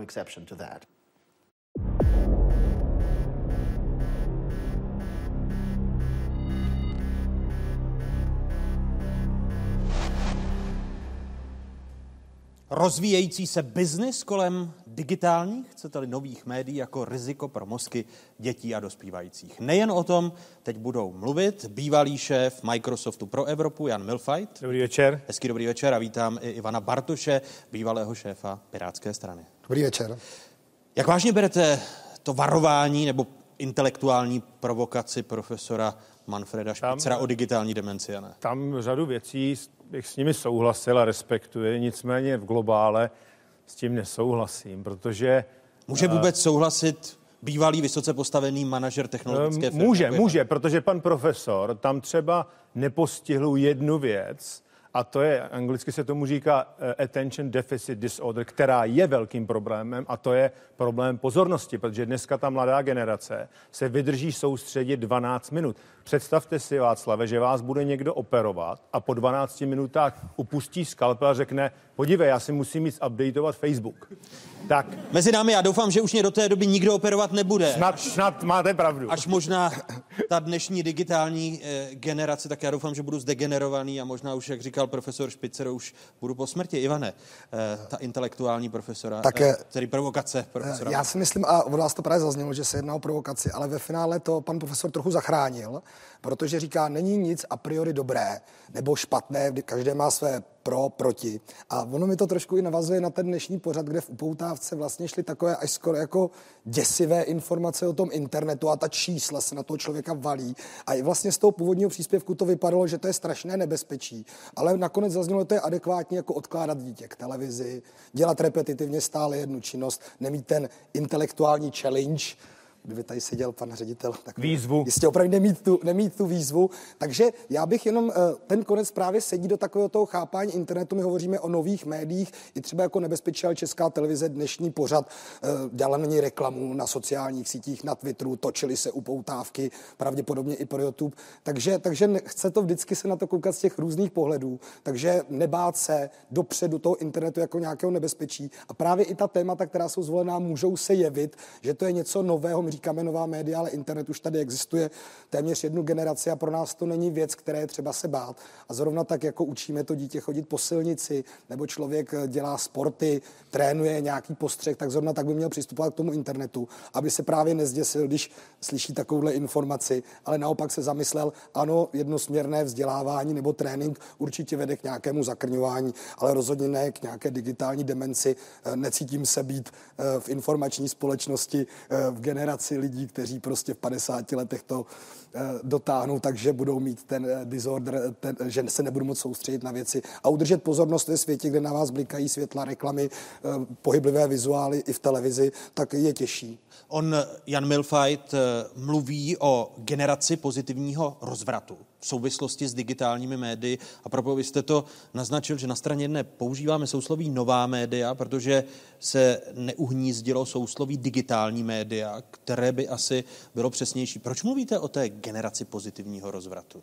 Rozvíjející se biznis kolem digitálních, chcete-li nových médií jako riziko pro mozky dětí a dospívajících. Nejen o tom teď budou mluvit bývalý šéf Microsoftu pro Evropu Jan Mühlfeit. Dobrý večer. Hezký dobrý večer a vítám i Ivana Bartoše, bývalého šéfa Pirátské strany. Dobrý večer. Jak vážně berete to varování nebo intelektuální provokaci profesora Manfreda Spitzera o digitální demenci, Jane? Tam řadu věcí bych s nimi souhlasil a respektuji, nicméně v globále s tím nesouhlasím, protože... Může vůbec souhlasit bývalý vysoce postavený manažer technologické firmy? Může, může, protože pan profesor tam třeba nepostihl jednu věc, a to je, anglicky se tomu říká attention deficit disorder, která je velkým problémem, a to je problém pozornosti, protože dneska ta mladá generace se vydrží soustředit dvanáct minut. Představte si, Václave, že vás bude někdo operovat a po dvanácti minutách upustí skalpel a řekne, podívej, já si musím jít updateovat Facebook. Tak. Mezi námi, já doufám, že už mě do té doby nikdo operovat nebude. Snad, snad máte pravdu. Až možná ta dnešní digitální eh, generace, tak já doufám, že budu zdegenerovaný a možná už, jak říkal profesor Spitzer, už budu po smrti. Ivane, eh, ta intelektuální profesora, tak, eh, tedy provokace profesora. Já si myslím, a od vás to právě zaznělo, že se jedná o provokaci, ale ve finále to pan profesor trochu zachránil, protože říká, není nic a priori dobré nebo špatné, každé má své pro, proti. A ono mi to trošku i navazuje na ten dnešní pořad, kde v upoutávce vlastně šly takové až skoro jako děsivé informace o tom internetu a ta čísla se na toho člověka valí. A i vlastně z toho původního příspěvku to vypadalo, že to je strašné nebezpečí. Ale nakonec zaznělo, že to je adekvátní jako odkládat dítě k televizi, dělat repetitivně stále jednu činnost, nemít ten intelektuální challenge, kdyby tady seděl pan ředitel, tak výzvu. Jistě opravdu nemít tu, nemít tu výzvu. Takže já bych jenom, ten konec právě sedí do takového toho chápání internetu. My hovoříme o nových médiích, i třeba jako nebezpečí, ale Česká televize dnešní pořad dělala na něj reklamu na sociálních sítích, na Twitteru, točily se upoutávky, pravděpodobně i pro YouTube. Takže, takže chce to vždycky se na to koukat z těch různých pohledů. Takže nebát se dopředu toho internetu jako nějakého nebezpečí. A právě i ta témata, která jsou zvolená, můžou se jevit, že to je něco nového. Říkáme nová média, ale internet už tady existuje téměř jednu generaci a pro nás to není věc, které je třeba se bát. A zrovna tak, jako učíme to dítě chodit po silnici, nebo člověk dělá sporty, trénuje nějaký postřeh, tak zrovna tak by měl přistupovat k tomu internetu, aby se právě nezděsil, když slyší takovouhle informaci, ale naopak se zamyslel, ano, jednosměrné vzdělávání nebo trénink určitě vede k nějakému zakrňování, ale rozhodně ne k nějaké digitální demenci. Necítím se být v informační společnosti v generaci lidí, kteří prostě v padesáti letech to eh, dotáhnou, takže budou mít ten eh, disorder, ten, že se nebudou moc soustředit na věci a udržet pozornost ve světě, kde na vás blikají světla, reklamy, eh, pohyblivé vizuály i v televizi, tak je těžší. On, Jan Mühlfeit, mluví o generaci pozitivního rozvratu v souvislosti s digitálními médii. A proto vy jste to naznačil, že na straně jedné používáme sousloví nová média, protože se neuhnízdilo sousloví digitální média, které by asi bylo přesnější. Proč mluvíte o té generaci pozitivního rozvratu?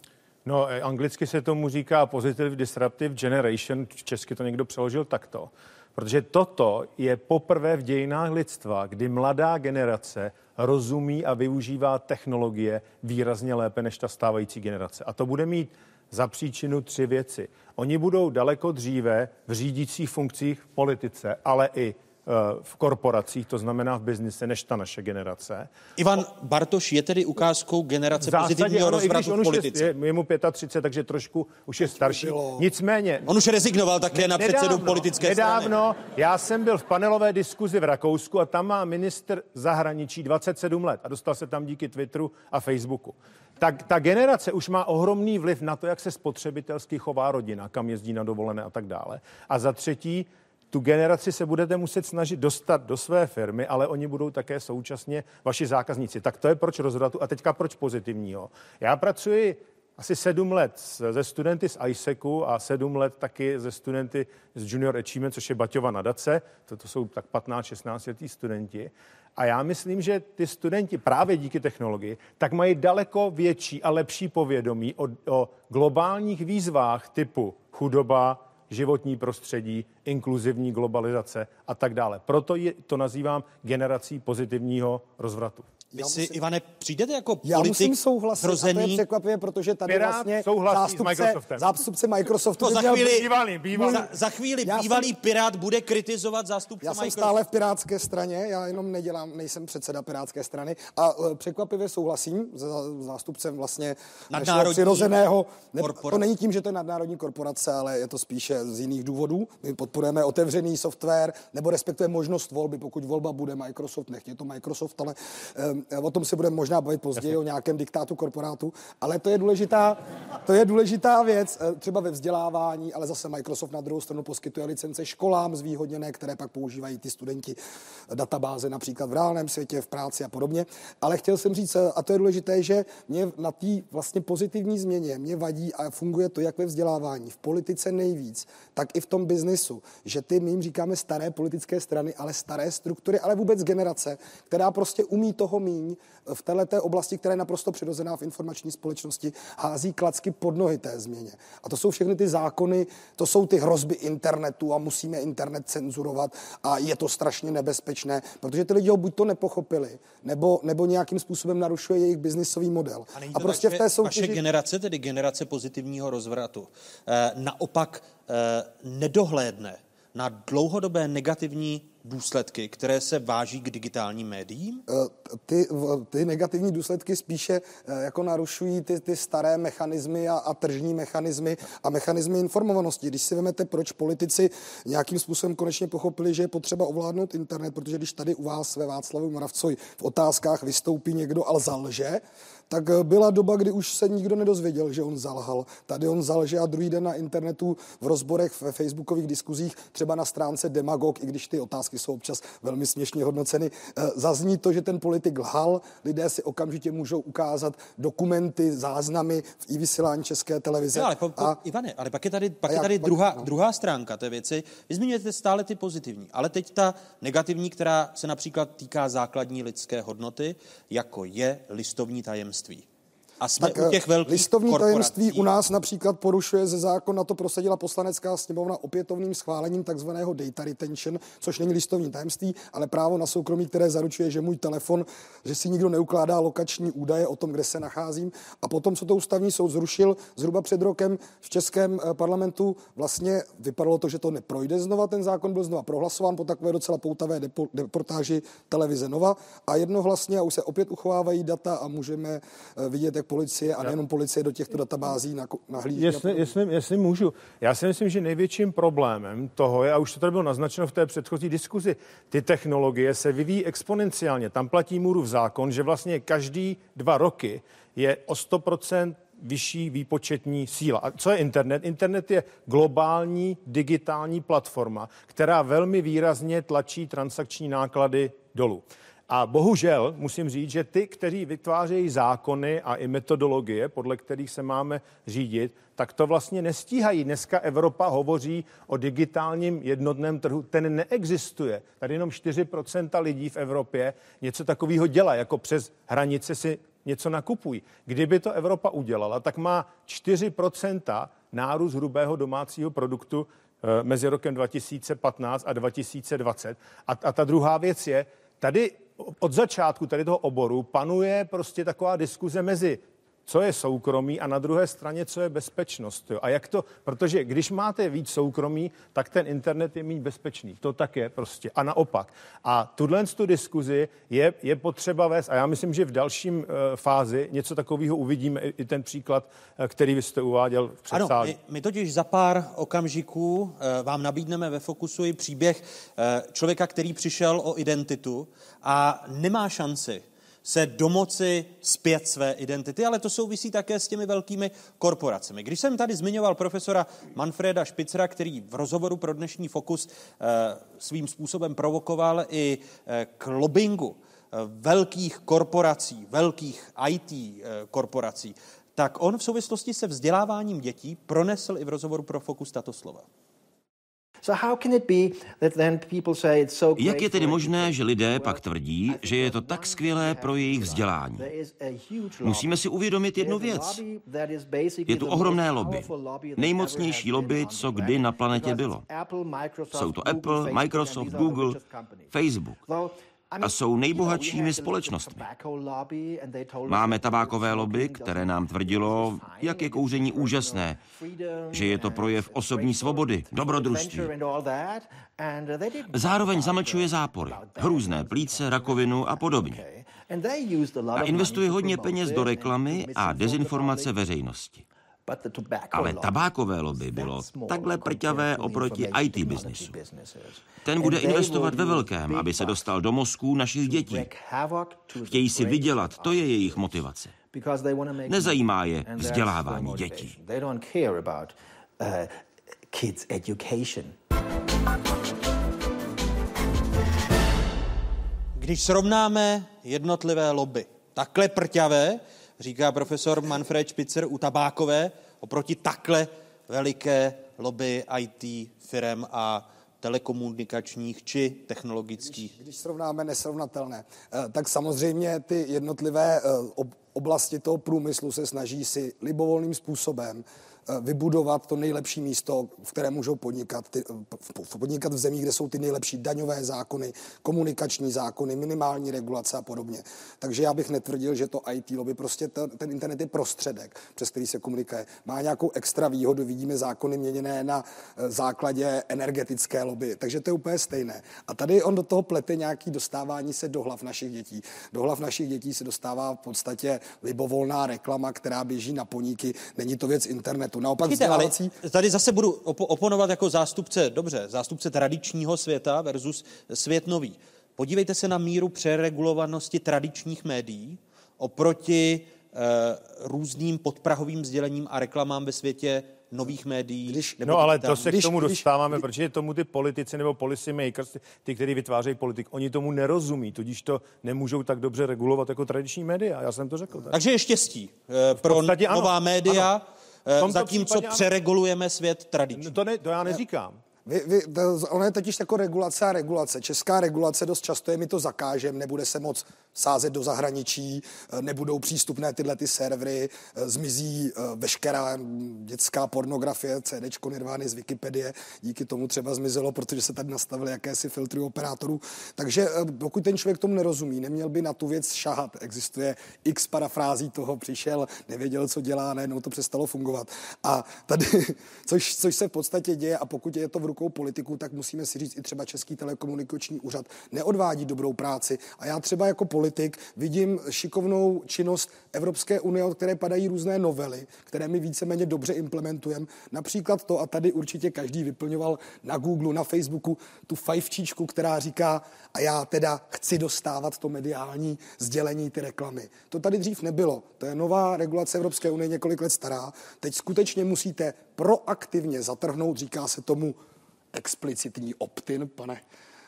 No, anglicky se tomu říká Positive Disruptive Generation, česky to někdo přeložil takto. Protože toto je poprvé v dějinách lidstva, kdy mladá generace rozumí a využívá technologie výrazně lépe než ta stávající generace. A to bude mít za příčinu tři věci. Oni budou daleko dříve v řídících funkcích v politice, ale i v korporacích, to znamená v biznise, než ta naše generace. Ivan Bartoš je tedy ukázkou generace pozitivního rozvratu v politice. Je, je mu třicet pět, takže trošku už je starší. Nicméně... On už rezignoval také na předsedu nedávno, politické nedávno, strany. Nedávno, já jsem byl v panelové diskuzi v Rakousku a tam má ministr zahraničí dvacet sedm let a dostal se tam díky Twitteru a Facebooku. Tak ta generace už má ohromný vliv na to, jak se spotřebitelsky chová rodina, kam jezdí na dovolené a tak dále. A za třetí, tu generaci se budete muset snažit dostat do své firmy, ale oni budou také současně vaši zákazníci. Tak to je proč rozvratu a teďka proč pozitivního. Já pracuji asi sedm let ze studenty z ISECu a sedm let taky ze studenty z Junior Achievement, což je Baťova nadace. To, to jsou tak patnáct šestnáct letí studenti. A já myslím, že ty studenti právě díky technologii tak mají daleko větší a lepší povědomí o, o globálních výzvách typu chudoba, životní prostředí, inkluzivní globalizace a tak dále. Proto je, to nazývám generací pozitivního rozvratu. Vy si, musím, Ivane, přijdete jako politik Já musím souhlasit, zrozený... a to je překvapivé, protože tady Pirát vlastně zástupce, zástupce Microsoftu... To za chvíli, bývalý, bývalý. Za, za chvíli bývalý jsem, Pirát bude kritizovat zástupce já Microsoftu. Já jsem stále v pirátské straně, já jenom nedělám, nejsem předseda pirátské strany a uh, překvapivě souhlasím s zástupcem vlastně našeho přirozeného... Ne, to není tím, že to je nadnárodní korporace, ale je to spíše z jiných důvodů. My podporujeme otevřený software, nebo respektive možnost volby, pokud volba bude Microsoft, nechť je to Microsoft, ale um, o tom se budeme možná bavit později, Jasně. o nějakém diktátu korporátu, ale to je důležitá, to je důležitá věc, třeba ve vzdělávání, ale zase Microsoft na druhou stranu poskytuje licence školám zvýhodněné, které pak používají ty studenti, databáze například v reálném světě, v práci a podobně. Ale chtěl jsem říct, a to je důležité, že mě na té vlastně pozitivní změně mě vadí a funguje to jak ve vzdělávání, v politice nejvíc, tak i v tom biznisu, že ty, my jim říkáme staré politické strany, ale staré struktury, ale vůbec generace, která prostě umí toho míň v této oblasti, která je naprosto přirozená v informační společnosti, hází klacky pod nohy té změně. A to jsou všechny ty zákony, to jsou ty hrozby internetu a musíme internet cenzurovat a je to strašně nebezpečné, protože ty lidi ho buď to nepochopili, nebo, nebo nějakým způsobem narušuje jejich biznisový model. A, a prostě vaše, v té soutěži... Vaše generace, tedy generace pozitivního rozvratu, eh, naopak eh, nedohlédne na dlouhodobé negativní důsledky, které se váží k digitálním médiím? Ty, ty negativní důsledky spíše jako narušují ty, ty staré mechanismy a, a tržní mechanismy a mechanismy informovanosti. Když si vezmete, proč politici nějakým způsobem konečně pochopili, že je potřeba ovládnout internet, protože když tady u vás ve Václavu Moravcovi v otázkách vystoupí někdo a zalže, tak byla doba, kdy už se nikdo nedozvěděl, že on zalhal. Tady on zalže a druhý den na internetu v rozborech ve facebookových diskuzích, třeba na stránce Demagog, i když ty otázky jsou občas velmi směšně hodnoceny, zazní to, že ten politik lhal, lidé si okamžitě můžou ukázat dokumenty, záznamy v i vysílání České televize. No, ale, po, po, a, Ivane, ale pak je tady, pak je tady jak, druhá, no. druhá stránka té věci. Vy zmiňujete stále ty pozitivní, ale teď ta negativní, která se například týká základní lidské hodnoty, jako je listovní tajemství. A jsme tak u těch velkých listovní korporací. tajemství u nás například porušuje ze zákona, to prosadila poslanecká sněmovna opětovným schválením takzvaného data retention, což není listovní tajemství, ale právo na soukromí, které zaručuje, že můj telefon, že si nikdo neukládá lokační údaje o tom, kde se nacházím. A potom, co to ústavní soud zrušil zhruba před rokem v českém parlamentu, vlastně vypadalo to, že to neprojde znova, ten zákon byl znova prohlasován po takové docela poutavé depo, deportáži televize Nova a jednohlasně a už se opět uchovávají data a můžeme vidět, jak policie a nejenom policie do těchto databází nahlíží. Jestli, jestli, jestli můžu. Já si myslím, že největším problémem toho je, a už to tady bylo naznačeno v té předchozí diskuzi, ty technologie se vyvíjí exponenciálně. Tam platí Moorův zákon, že vlastně každý dva roky je o sto procent vyšší výpočetní síla. A co je internet? Internet je globální digitální platforma, která velmi výrazně tlačí transakční náklady dolů. A bohužel musím říct, že ty, kteří vytvářejí zákony a i metodologie, podle kterých se máme řídit, tak to vlastně nestíhají. Dneska Evropa hovoří o digitálním jednotném trhu. Ten neexistuje. Tady jenom čtyři procenta lidí v Evropě něco takového dělá, jako přes hranice si něco nakupují. Kdyby to Evropa udělala, tak má čtyři procenta nárůst hrubého domácího produktu mezi rokem dva tisíce patnáct a dva tisíce dvacet. A, a ta druhá věc je, tady od začátku tady toho oboru panuje prostě taková diskuze mezi co je soukromí a na druhé straně, co je bezpečnost. Jo. A jak to, protože když máte víc soukromí, tak ten internet je méně bezpečný. To tak je prostě. A naopak. A tuhle tu diskuzi je, je potřeba vést. A já myslím, že v dalším uh, fázi něco takového uvidíme. I, i ten příklad, uh, který vy jste uváděl v předsálí. Ano, my, my totiž za pár okamžiků uh, vám nabídneme ve Fokusu i příběh uh, člověka, který přišel o identitu a nemá šanci se domoci zpět své identity, ale to souvisí také s těmi velkými korporacemi. Když jsem tady zmiňoval profesora Manfreda Spitzera, který v rozhovoru pro dnešní Fokus eh, svým způsobem provokoval i eh, k lobbingu eh, velkých korporací, velkých í té eh, korporací, tak on v souvislosti se vzděláváním dětí pronesl i v rozhovoru pro Fokus tato slova. Jak je tedy možné, že lidé pak tvrdí, že je to tak skvělé pro jejich vzdělání? Musíme si uvědomit jednu věc. Je tu ohromné lobby. Nejmocnější lobby, co kdy na planetě bylo. Jsou to Apple, Microsoft, Google, Facebook. A jsou nejbohatšími společnostmi. Máme tabákové lobby, které nám tvrdilo, jak je kouření úžasné, že je to projev osobní svobody, dobrodružství. Zároveň zamlčuje zápory, hrůzné plíce, rakovinu a podobně. A investuje hodně peněz do reklamy a dezinformace veřejnosti. Ale tabákové lobby bylo takhle prťavé oproti í té biznisu. Ten bude investovat ve velkém, aby se dostal do mozků našich dětí. Chtějí si vydělat, to je jejich motivace. Nezajímá je vzdělávání dětí. Když srovnáme jednotlivé lobby, takhle prťavé, říká profesor Manfred Spitzer u tabákové, oproti takhle veliké lobby í té firem a telekomunikačních či technologických. Když, když srovnáme nesrovnatelné, tak samozřejmě ty jednotlivé oblasti toho průmyslu se snaží si libovolným způsobem vybudovat to nejlepší místo, v kterém můžou podnikat, ty, podnikat v zemích, kde jsou ty nejlepší daňové zákony, komunikační zákony, minimální regulace a podobně. Takže já bych netvrdil, že to í té lobby, prostě to, ten internet je prostředek, přes který se komunikuje. Má nějakou extra výhodu, vidíme zákony měněné na základě energetické lobby, takže to je úplně stejné. A tady on do toho plete nějaký dostávání se do hlav našich dětí. Do hlav našich dětí se dostává v podstatě libovolná reklama, která běží na poníky, není to věc internetu. Naopak vzdělávací... Tady zase budu op- oponovat jako zástupce, dobře, zástupce tradičního světa versus svět nový. Podívejte se na míru přeregulovanosti tradičních médií oproti eh, různým podprahovým sdělením a reklamám ve světě nových médií. Když, no ale to se když, k tomu když, dostáváme, když, protože tomu ty politici nebo policy makers, ty, ty, kteří vytvářejí politik, oni tomu nerozumí, tudíž to nemůžou tak dobře regulovat jako tradiční média. Já jsem to řekl. Tak. Takže je štěstí eh, pro podstatě, nová ano, média, ano. Zatímco případě, přeregulujeme svět tradiční. To, ne, to já neříkám. Vy, vy, to, ono je totiž jako regulace a regulace. Česká regulace dost často je, my to zakážem, nebude se moc sázet do zahraničí, nebudou přístupné tyhle ty servery, zmizí veškerá dětská pornografie, CDčko Nirvány z Wikipedie, díky tomu třeba zmizelo, protože se tady nastavily jakési filtry operátorů. Takže pokud ten člověk tomu nerozumí, neměl by na tu věc šahat. Existuje x parafrází toho, přišel, nevěděl, co dělá, najednou to přestalo fungovat. A tady, což, což se v podstatě děje, a pokud je to v rukou politiků, tak musíme si říct, i třeba Český telekomunikační úřad neodvádí dobrou práci. A já třeba jako politik vidím šikovnou činnost Evropské unie, od které padají různé novely, které my víceméně dobře implementujeme. Například to, a tady určitě každý vyplňoval na Google, na Facebooku tu fajfčičku, která říká, a já teda chci dostávat to mediální sdělení, ty reklamy. To tady dřív nebylo. To je nová regulace Evropské unie, několik let stará. Teď skutečně musíte proaktivně zatrhnout, říká se tomu explicitní opt-in, pane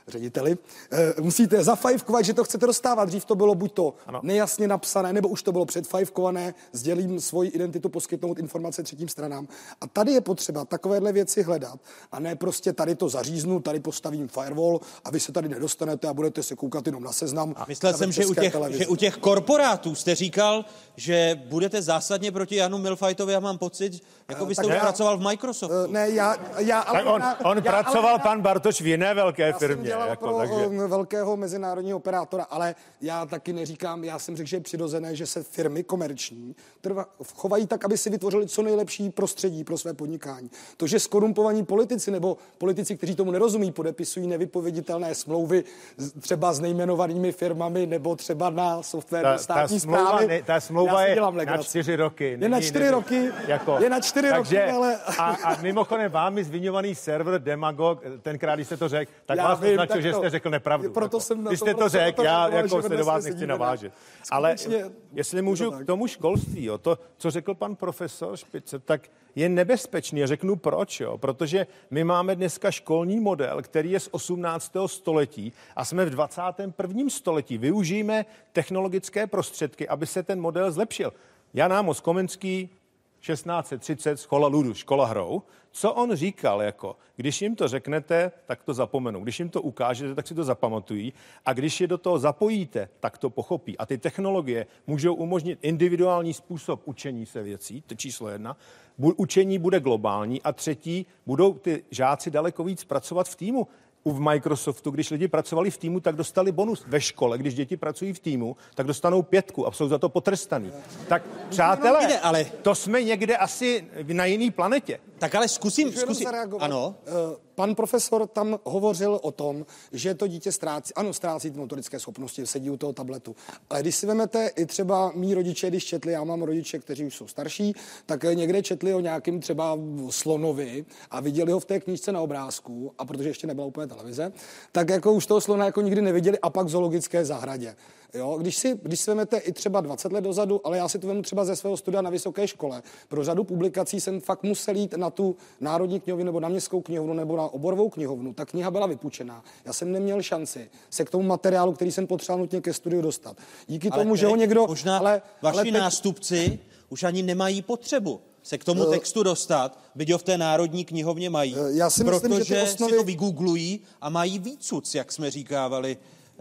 řediteli, e, musíte zafajfkovat, že to chcete dostávat. Dřív to bylo buď to ano. nejasně napsané, nebo už to bylo předfajfkované, sdělím svoji identitu, poskytnout informace třetím stranám. A tady je potřeba takovéhle věci hledat a ne prostě tady to zaříznu, tady postavím firewall a vy se tady nedostanete a budete se koukat jenom na Seznam. A myslel jsem, že u, těch, že u těch korporátů jste říkal, že budete zásadně proti Janu Milfajtovi, já mám pocit, jako byste už pracoval v Microsoftu. Uh, ne, já, já, tak on, on já, pracoval, ale, pan Bartoš, v jiné velké já firmě. Já jsem jako, pro takže... velkého mezinárodního operátora, ale já taky neříkám, já jsem řekl, že je přirozené, že se firmy komerční trva, chovají tak, aby si vytvořili co nejlepší prostředí pro své podnikání. To, že skorumpovaní politici nebo politici, kteří tomu nerozumí, podepisují nevypověditelné smlouvy třeba s nejmenovanými firmami nebo třeba na software státní správy. Ne, ta smlouva je na čtyři roky. Je na čtyři roky, jako, je na čtyři takže, roky, ale... A, a mimochodem vámi zmiňovaný server Demagog, tenkrát, když jste to řekl, tak já vás vím, označil, tak že to, jste řekl nepravdu. Proto jako. jsem na když to, jste to řekl, já jako se do vás nechci navážet. Ale jestli můžu k tomu školství, jo, to, co řekl pan profesor Špicer, tak je nebezpečný. Řeknu proč, jo? Protože my máme dneska školní model, který je z osmnáctého století a jsme v dvacátém prvním století. Využijeme technologické prostředky, aby se ten model zlepšil. Jan Amos Komenský, šestnáct set třicet, škola ludu, škola hrou. Co on říkal, jako, když jim to řeknete, tak to zapomenou. Když jim to ukážete, tak si to zapamatují. A když je do toho zapojíte, tak to pochopí. A ty technologie můžou umožnit individuální způsob učení se věcí, to číslo jedna. Učení bude globální a třetí, budou ty žáci daleko víc pracovat v týmu. V Microsoftu, když lidi pracovali v týmu, tak dostali bonus. Ve škole, když děti pracují v týmu, tak dostanou pětku a jsou za to potrestaný. Tak přátelé, jde, ale... to jsme někde asi na jiný planetě. Tak ale zkusím, zkusím. Ano. Pan profesor tam hovořil o tom, že to dítě ztrácí, ano, ztrácí ty motorické schopnosti, sedí u toho tabletu. Ale když si vezmete i třeba mý rodiče, když četli, já mám rodiče, kteří už jsou starší, tak někde četli o nějakým třeba slonovi a viděli ho v té knížce na obrázku, a protože ještě nebyla úplně televize, tak jako už toho slona jako nikdy neviděli, a pak v zoologické zahradě. Jo, když si, když si vezmete i třeba dvacet let dozadu, ale já si to vemu třeba ze svého studia na vysoké škole. Pro řadu publikací jsem fakt musel jít na tu Národní knihovnu nebo na Městskou knihovnu nebo na oborovou knihovnu. Ta kniha byla vypůjčená. Já jsem neměl šanci se k tomu materiálu, který jsem potřeboval nutně ke studiu dostat. Díky ale tomu, že ho někdo... Možná ale, vaši ale teď... nástupci už ani nemají potřebu se k tomu textu dostat, byť ho v té Národní knihovně mají. Já si myslím, protože že ty osnovy... si to vygooglují a mají výcuc, jak jsme říkávali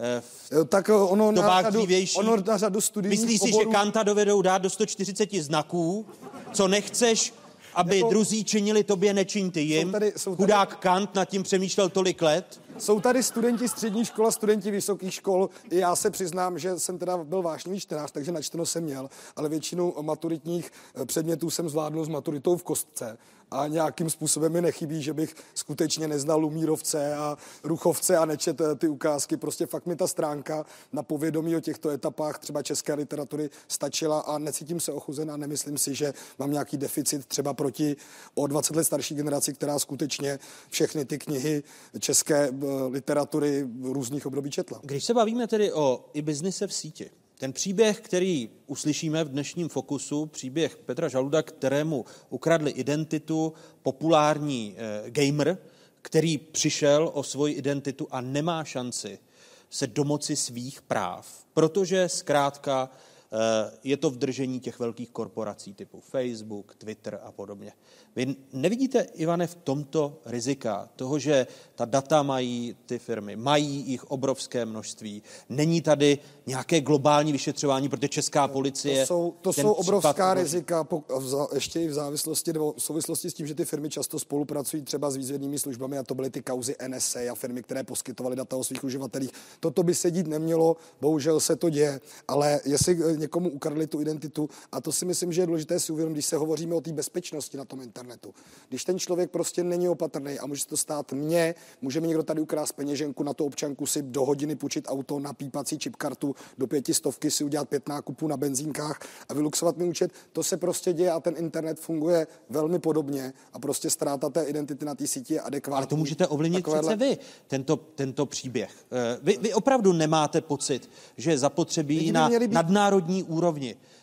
v tak ono dobách na řadu, dřívějších. Ono na řadu studijních Myslíš si, oborů... že Kanta dovedou dát do sto čtyřicet znaků, co nechceš, aby jako... druzí činili tobě, nečiň ty jim. Jsou tady, jsou tady... Chudák Kant nad tím přemýšlel tolik let. Jsou tady studenti středních škol a studenti vysokých škol. I já se přiznám, že jsem teda byl vášnivý čtenář, takže načteno jsem měl, ale většinu maturitních předmětů jsem zvládnul s maturitou v kostce. A nějakým způsobem mi nechybí, že bych skutečně neznal Lumírovce a Ruchovce a nečet ty ukázky. Prostě fakt mi ta stránka na povědomí o těchto etapách třeba české literatury stačila a necítím se ochuzen a nemyslím si, že mám nějaký deficit třeba proti o dvacet let starší generaci, která skutečně všechny ty knihy české literatury různých období četla. Když se bavíme tedy o i biznise v síti, ten příběh, který uslyšíme v dnešním Fokusu, příběh Petra Žaluda, kterému ukradli identitu, populární eh, gamer, který přišel o svoji identitu a nemá šanci se domoci svých práv, protože zkrátka eh, je to v držení těch velkých korporací typu Facebook, Twitter a podobně. Vy nevidíte, Ivane, v tomto rizika toho, že ta data mají ty firmy, mají jich obrovské množství, není tady nějaké globální vyšetřování, protože česká policie... To jsou, to jsou obrovská rizika, ještě i v závislosti, nebo v souvislosti s tím, že ty firmy často spolupracují třeba s výzvědnými službami, a to byly ty kauzy N S A a firmy, které poskytovaly data o svých uživatelích. Toto by se dít nemělo, bohužel se to děje, ale jestli někomu ukradli tu identitu, a to si myslím, že je důležité si uvědomit, když se hovoříme o té bezpečnosti na tom internetu. Když ten člověk prostě není opatrný a může se to stát mně, může mi někdo tady ukrást peněženku, na to občanku si do hodiny půjčit auto, na pípací čipkartu, do pětistovky si udělat pět nákupů na benzínkách a vyluxovat mi účet. To se prostě děje a ten internet funguje velmi podobně a prostě ztráta té identity na té síti je adekvátní. Ale to můžete ovlivnit Takovéhle... přece vy, tento, tento příběh. Vy, vy opravdu nemáte pocit, že je zapotřebí na být... nadnárodní úrovni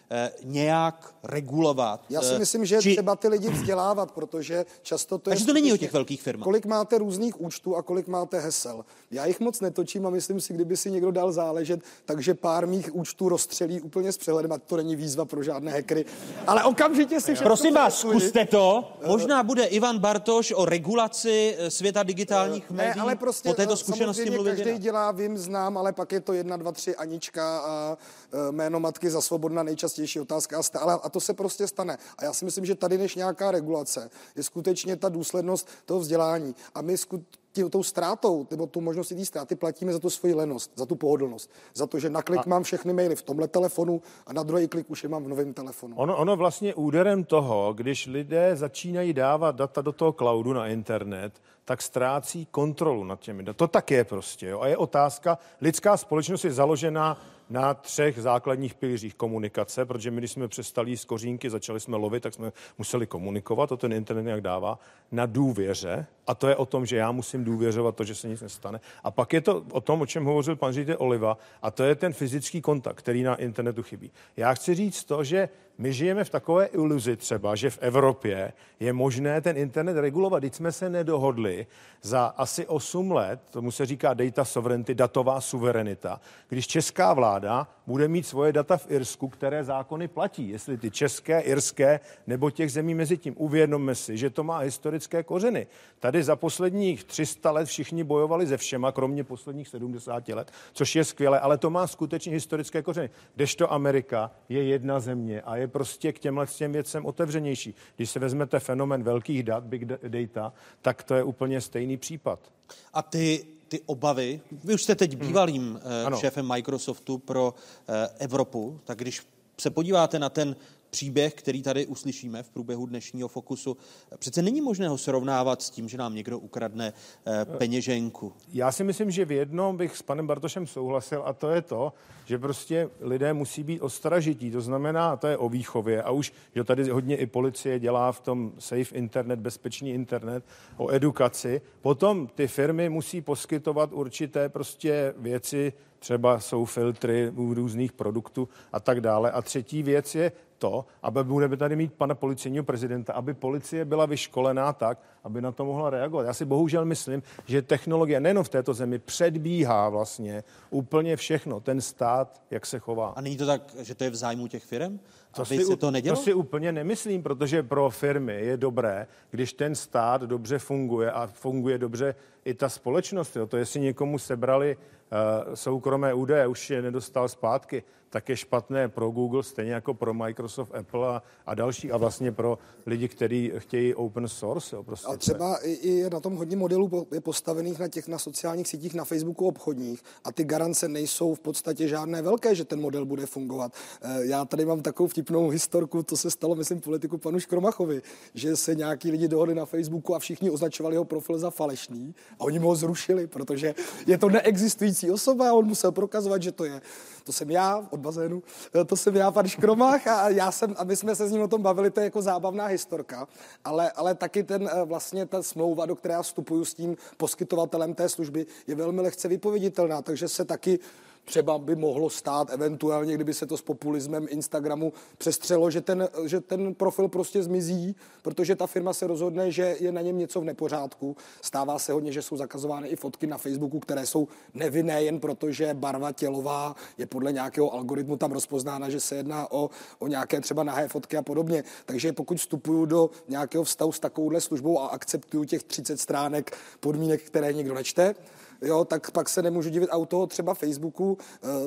eh, nějak regulovat. Já si myslím, že či... třeba ty lidi vzdělávat, protože často to Takže je... to není o těch velkých firmách. Kolik máte různých účtů a kolik máte hesel. Já jich moc netočím a myslím si, kdyby si někdo dal záležet, takže pár mých účtů rozstřelí úplně s přehledem, a to není výzva pro žádné hackery. Ale okamžitě si všechno... Prosím vás, zkuste to. Možná bude Ivan Bartoš o regulaci světa digitálních ne, médií ale prostě, po této zkušenosti mluvit. Každý jinak. Dělá, vím, znám, ale pak je to jedna, dva, tři, Anička a jméno matky za svobodná, nejčastější otázka a stále. A to se prostě stane. A já si myslím, že tady než nějaká regulace je skutečně ta důslednost toho vzdělání. A my skutečně tou ztrátou, nebo tu možností té ztráty platíme za tu svoji lenost, za tu pohodlnost. Za to, že na klik a... mám všechny maily v tomhle telefonu a na druhý klik už je mám v novém telefonu. Ono, ono vlastně úderem toho, když lidé začínají dávat data do toho cloudu na internet, tak ztrácí kontrolu nad těmi daty. To tak je prostě. Jo? A je otázka, lidská společnost je založená na třech základních pilířích komunikace, protože my, když jsme přestali jíst kořínky, začali jsme lovit, tak jsme museli komunikovat, to ten internet nějak dává, na důvěře, a to je o tom, že já musím důvěřovat to, že se nic nestane. A pak je to o tom, o čem hovořil pan ředitel Oliva, a to je ten fyzický kontakt, který na internetu chybí. Já chci říct to, že my žijeme v takové iluzi třeba, že v Evropě je možné ten internet regulovat. Teď jsme se nedohodli za asi osm let, tomu se říká data sovereignty, datová suverenita, když česká vláda bude mít svoje data v Irsku, které zákony platí. Jestli ty české, irské nebo těch zemí mezi tím. Uvědomme si, že to má historické kořeny. Tady za posledních tři sta let všichni bojovali se všema, kromě posledních sedmdesáti let, což je skvělé, ale to má skutečně historické kořeny. Kdežto Amerika je jedna země a je prostě k těmhle těm věcem otevřenější. Když se vezmete fenomén velkých dat, big data, tak to je úplně stejný případ. A ty, ty obavy, vy už jste teď bývalým hmm. uh, šéfem Microsoftu pro uh, Evropu, tak když se podíváte na ten příběh, který tady uslyšíme v průběhu dnešního Fokusu, přece není možné ho srovnávat s tím, že nám někdo ukradne eh, peněženku. Já si myslím, že v jednom bych s panem Bartošem souhlasil, a to je to, že prostě lidé musí být ostražití. To znamená, to je o výchově, a už, že tady hodně i policie dělá v tom safe internet, bezpečný internet, o edukaci. Potom ty firmy musí poskytovat určité prostě věci, třeba jsou filtry u různých produktů a tak dále. A třetí věc je to, aby budeme tady mít pana policejního prezidenta, aby policie byla vyškolená tak, aby na to mohla reagovat. Já si bohužel myslím, že technologie nejen v této zemi předbíhá vlastně úplně všechno. Ten stát, jak se chová. A není to tak, že to je v zájmu těch firm? To aby si, se to nedělo? To si úplně nemyslím, protože pro firmy je dobré, když ten stát dobře funguje a funguje dobře i ta společnost. Jo. To jestli někomu sebrali uh, soukromé údaje, už je nedostal zpátky, tak je špatné pro Google, stejně jako pro Microsoft, Apple a, a další, a vlastně pro lidi, kteří chtějí open source. Jo, prostě a třeba i, i na tom hodně modelů je postavených na těch na sociálních sítích, na Facebooku obchodních, a ty garance nejsou v podstatě žádné velké, že ten model bude fungovat. Já tady mám takovou vtipnou historku, to se stalo, myslím, politiku panu Škromachovi, že se nějaký lidi dohodli na Facebooku a všichni označovali jeho profil za falešný a oni mu ho zrušili, protože je to neexistující osoba a on musel prokazovat, že to je. To jsem já od bazénu, to jsem já, pan Škromach, a já jsem, a my jsme se s ním o tom bavili, to je jako zábavná historka, ale, ale taky ten vlastně ta smlouva, do které já vstupuju s tím poskytovatelem té služby, je velmi lehce vypověditelná, takže se taky třeba by mohlo stát eventuálně, kdyby se to s populismem Instagramu přestřelo, že ten, že ten profil prostě zmizí, protože ta firma se rozhodne, že je na něm něco v nepořádku. Stává se hodně, že jsou zakazovány i fotky na Facebooku, které jsou nevinné jen proto, že barva tělová je podle nějakého algoritmu tam rozpoznána, že se jedná o, o nějaké třeba nahé fotky a podobně. Takže pokud vstupuju do nějakého vztahu s takovouhle službou a akceptuju těch třicet stránek podmínek, které nikdo nečte, jo, tak pak se nemůžu divit, a u toho třeba Facebooku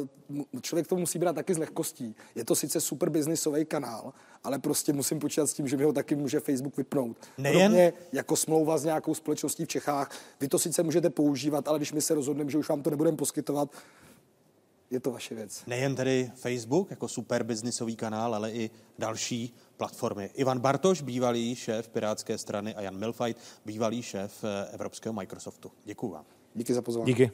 člověk to musí brát taky s lehkostí. Je to sice super biznisový kanál, ale prostě musím počítat s tím, že mi ho taky může Facebook vypnout. Nejen Podobně jako smlouva s nějakou společností v Čechách. Vy to sice můžete používat, ale když my se rozhodneme, že už vám to nebudeme poskytovat, je to vaše věc. Nejen tedy Facebook jako super biznisový kanál, ale i další platformy. Ivan Bartoš, bývalý šéf Pirátské strany, a Jan Mühlfeit, bývalý šéf Evropského Microsoftu. Děkuju vám. Díky za pozvání. Díky.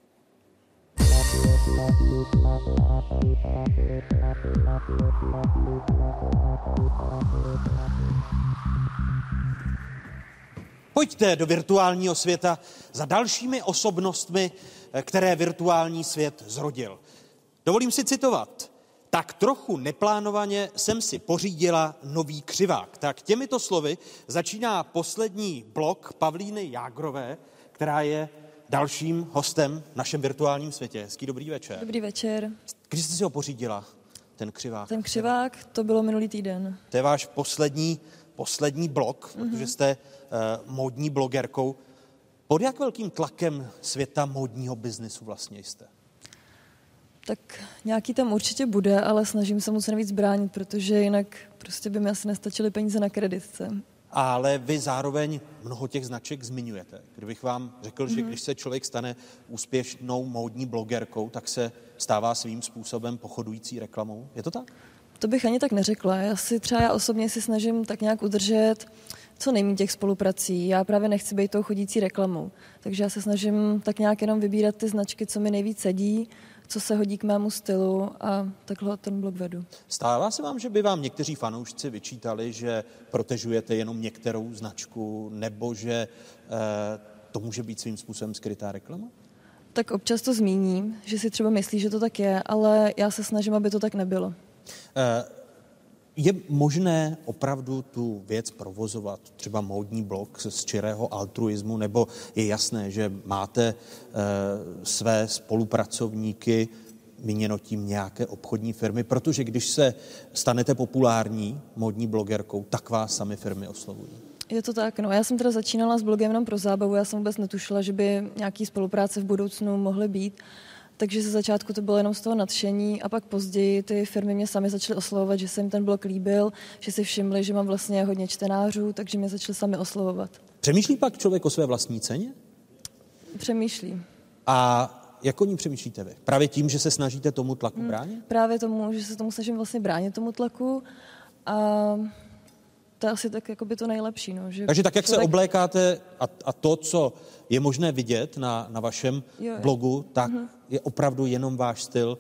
Pojďte do virtuálního světa za dalšími osobnostmi, které virtuální svět zrodil. Dovolím si citovat. Tak trochu neplánovaně jsem si pořídila nový křivák. Tak těmito slovy začíná poslední blok Pavlíny Jágrové, která je dalším hostem v našem virtuálním světě. Hezký dobrý večer. Dobrý večer. Kdy jste si ho pořídila, ten křivák? Ten křivák, to bylo minulý týden. To je váš poslední, poslední blok, mm-hmm. protože jste uh, módní blogerkou. Pod jak velkým tlakem světa módního biznesu vlastně jste? Tak nějaký tam určitě bude, ale snažím se mu co nejvíc bránit, protože jinak prostě by mi asi nestačily peníze na kreditce. Ale vy zároveň mnoho těch značek zmiňujete. Kdybych vám řekl, mm-hmm. že když se člověk stane úspěšnou módní blogerkou, tak se stává svým způsobem pochodující reklamou. Je to tak? To bych ani tak neřekla. Já si třeba já osobně si snažím tak nějak udržet co nejméně těch spoluprací. Já právě nechci být tou chodící reklamou. Takže já se snažím tak nějak jenom vybírat ty značky, co mi nejvíc sedí, co se hodí k mému stylu a takhle ten blog vedu. Stává se vám, že by vám někteří fanoušci vyčítali, že protežujete jenom některou značku, nebo že eh, to může být svým způsobem skrytá reklama? Tak občas to zmíním, že si třeba myslí, že to tak je, ale já se snažím, aby to tak nebylo. Eh, je možné opravdu tu věc provozovat, třeba módní blog z čirého altruismu, nebo je jasné, že máte e, své spolupracovníky, míněno tím nějaké obchodní firmy, protože když se stanete populární módní blogerkou, tak vás sami firmy oslovují. Je to tak, no. Já jsem teda začínala s blogem jenom pro zábavu, já jsem vůbec netušila, že by nějaký spolupráce v budoucnu mohly být. Takže ze začátku to bylo jenom z toho nadšení a pak později ty firmy mě sami začaly oslovovat, že se jim ten blog líbil, že si všimli, že mám vlastně hodně čtenářů, takže mě začaly sami oslovovat. Přemýšlí pak člověk o své vlastní ceně? Přemýšlí. A jak o ní přemýšlíte vy? Právě tím, že se snažíte tomu tlaku hmm, bránit? Právě tomu, že se tomu snažím vlastně bránit tomu tlaku a to je asi tak jakoby to nejlepší. No, že Takže tak, jak člověk... se oblékáte a, a to, co je možné vidět na, na vašem jo, blogu, tak mm-hmm. je opravdu jenom váš styl,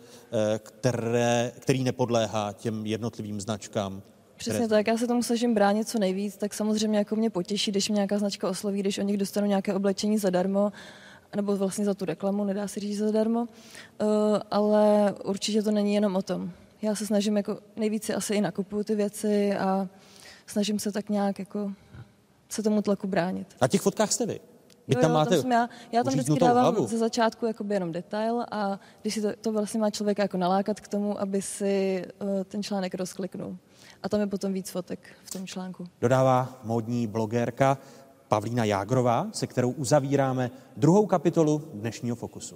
které, který nepodléhá těm jednotlivým značkám. Přesně které... tak, já se tomu snažím bránit co nejvíc, tak samozřejmě jako mě potěší, když mě nějaká značka osloví, když od nich dostanu nějaké oblečení zadarmo, nebo vlastně za tu reklamu, nedá se říct zadarmo, uh, ale určitě to není jenom o tom. Já se snažím jako nejvíce asi i nakupuju ty věci a snažím se tak nějak jako se tomu tlaku bránit. Na těch fotkách jste vy? Vy jo, tam jo, máte tam jsem já, já tam vždycky dávám hlavu. ze začátku jakoby jenom detail a když si to, to vlastně má člověka jako nalákat k tomu, aby si uh, ten článek rozkliknul. A tam je potom víc fotek v tom článku. Dodává módní blogérka Pavlína Jágrová, se kterou uzavíráme druhou kapitolu dnešního Fokusu.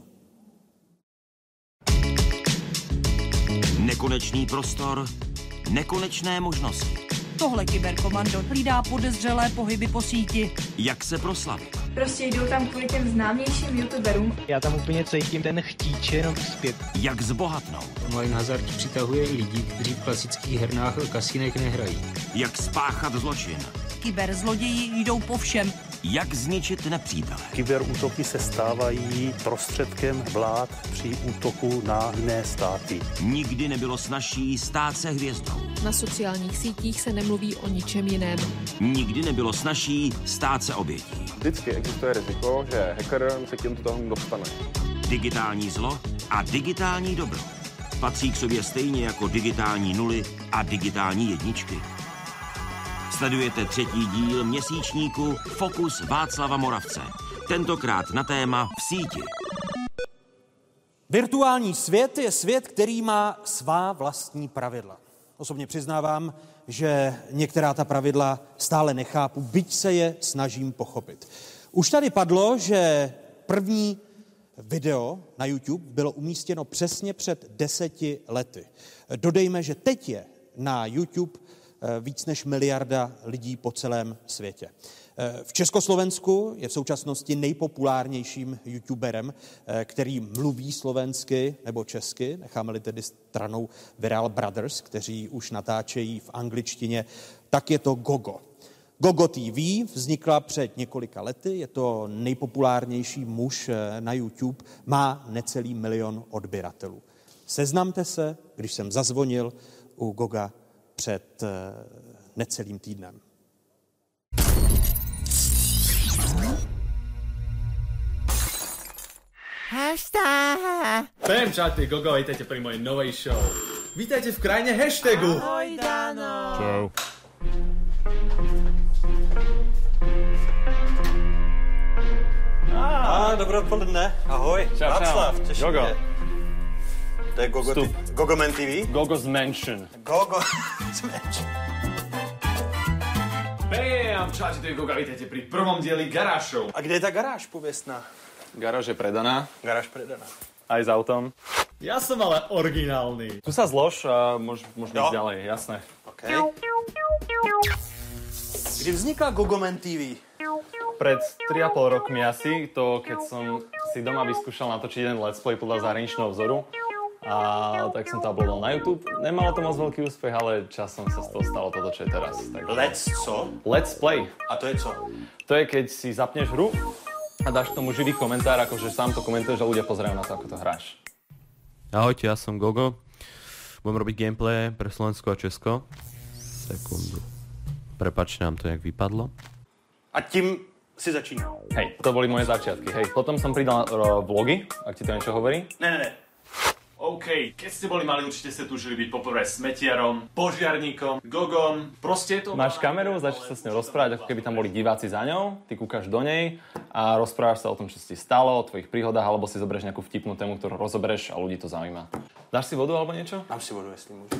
Nekonečný prostor, nekonečné možnosti. Tohle kyberkomando hlídá podezřelé pohyby po síti. Jak se proslavit? Prostě jdou tam kvůli těm známějším youtuberům. Já tam úplně cítím ten chtíč jenom zpět. Jak zbohatnout? Online hazard přitahuje i lidi, kteří v klasických hernách a kasínech nehrají. Jak spáchat zločin? Kyberzloději jdou po všem. Jak zničit nepřítele? Kyberútoky se stávají prostředkem vlád při útoku na jiné státy. Nikdy nebylo snazší stát se hvězdou. Na sociálních sítích se nemluví o ničem jiném. Nikdy nebylo snazší stát se obětí. Vždycky existuje riziko, že hacker se k těmto tahům dostane. Digitální zlo a digitální dobro patří k sobě stejně jako digitální nuly a digitální jedničky. Sledujete třetí díl měsíčníku Fokus Václava Moravce. Tentokrát na téma v síti. Virtuální svět je svět, který má svá vlastní pravidla. Osobně přiznávám, že některá ta pravidla stále nechápu, byť se je snažím pochopit. Už tady padlo, že první video na YouTube bylo umístěno přesně před deseti lety. Dodejme, že teď je na YouTube víc než miliarda lidí po celém světě. V Československu je v současnosti nejpopulárnějším youtuberem, který mluví slovensky nebo česky. Necháme-li tedy stranou Viral Brothers, kteří už natáčejí v angličtině, tak je to Gogo. Gogo T V vznikla před několika lety, je to nejpopulárnější muž na YouTube, má necelý milion odběratelů. Seznamte se, když jsem zazvonil u Goga před necelým týdnem. Vem, čaute, Gogo, vítajte pri mojej novej show. Vítajte v krajine hashtagu. Ahoj, Dano. Čau. A, dobré odpoledne. Ahoj. Čau, Václav, čau. těším Gogo. tě. To je Gogo, ty, Gogoman T V? Gogo's Mansion. Gogo's Mansion. Bam, čaute, to je Goga, vítajte pri prvom dieli Garáž Show. A kde je ta garáž pověstná? Garáž je predaná. Garáž predaná. Aj s autom. Ja som ale originálny. Tu sa zlož a môž, môžeme ísť ďalej, jasné. Okay. Kdy vznikla Gogoman T V? Pred tri a pol rokmi asi, to keď som si doma vyskúšal natočiť jeden let's play podľa zahraničného vzoru. A tak som to uploadol na YouTube. Nemalo to moc veľký úspech, ale časom sa z toho stalo toto, čo je teraz. Takže... Let's co? Let's play. A to je co? To je, keď si zapneš hru a dáš tomu živý komentár, akože sám to komentuješ a ľudia pozerajú na to, ako to hráš. Ahojte, ja som Gogo. Budem robiť gameplay pre Slovensko a Česko. Sekundu. Prepačte, nám to jak vypadlo. A tím si začínal? Hej, to boli moje začiatky. Hej, potom som pridal uh, vlogy, ak ti to niečo hovorí. Ne, ne, ne. OK, keď ste boli mali, určite ste túžili byť poprvé smetiarom, požiarníkom, Gogom, proste je to... Máš kameru, začneš sa s ňou rozprávať, ako keby tam boli diváci za ňou, ty kúkaš do nej a rozprávaš sa o tom, čo si stalo, o tvojich príhodách, alebo si zoberieš nejakú vtipnú tému, ktorú rozobereš a ľudí to zaujíma. Dáš si vodu alebo niečo? Dám si vodu, jestli môžem.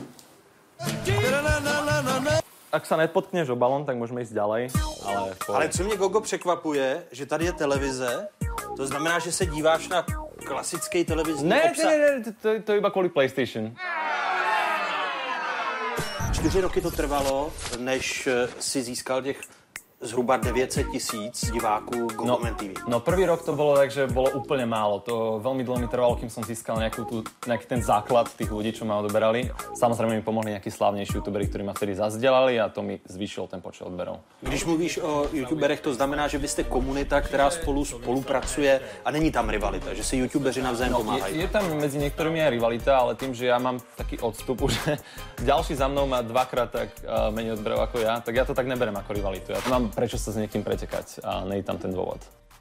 Ak sa nepotkneš o balón, tak môžeme ísť ďalej, ale... Ale co mě, Gogo, překvapuje, že tady je televize, to znamená, že se díváš na klasický televizní ne, obsah. Ne, ne, ne, to, to je iba kvôli PlayStation. Čtyři roky to trvalo, než si získal těch zhruba devět set tisíc diváků Gogoman T V. No prvý rok to bolo tak, že bolo úplne málo. To veľmi dlho mi trvalo, kým som získal nejakú tú, nejaký ten základ tých ľudí, čo ma odoberali. Samozrejme mi pomohli nejakí slávnejší youtuberi, ktorí ma vtedy zazdelali a to mi zvýšilo ten počet odberov. Když mluvíš o youtuberech, to znamená, že vy jste komunita, která spolu spolupracuje a není tam rivalita, že si youtubeři navzájem no, pomáhají. Je, je tam medzi niektorými aj rivalita, ale tým, že ja mám taký odstup, že ďalší za mnou má dvakrát tak uh, menej odberov ako ja, tak ja to tak neberem ako rivalitu. Ja to mám prečo sa s niekým pretekať a nie je tam ten dôvod.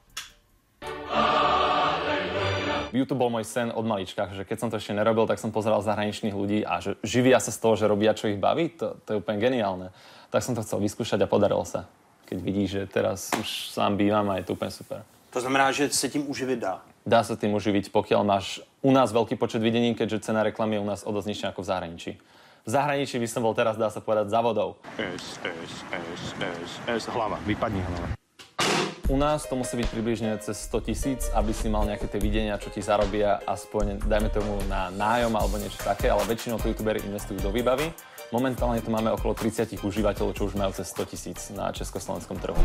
YouTube bol môj sen od malička, že keď som to ešte nerobil, tak som pozeral zahraničných ľudí a že živia sa z toho, že robia, čo ich baví, to, to je úplne geniálne. Tak som to chcel vyskúšať a podarilo sa. Keď vidíš, že teraz už sám bývam a je to úplne super. To znamená, že se tím uživit dá? Dá sa tým uživiť, pokiaľ máš u nás veľký počet videní, keďže cena reklamy je u nás o dosť nižšia ako v zahraničí. V zahraničí by som bol teraz, dá sa povedať, za vodou. S, S, S, S, S, hlava, vypadni hlava. U nás to musí byť približne cez sto tisíc, aby si mal nejaké tie videnia, čo ti zarobia aspoň, dajme tomu, na nájom alebo niečo také, ale väčšinou to youtuberi investujú do výbavy. Momentálne tu máme okolo tridsať užívateľov, čo už majú cez sto tisíc na československom trhu.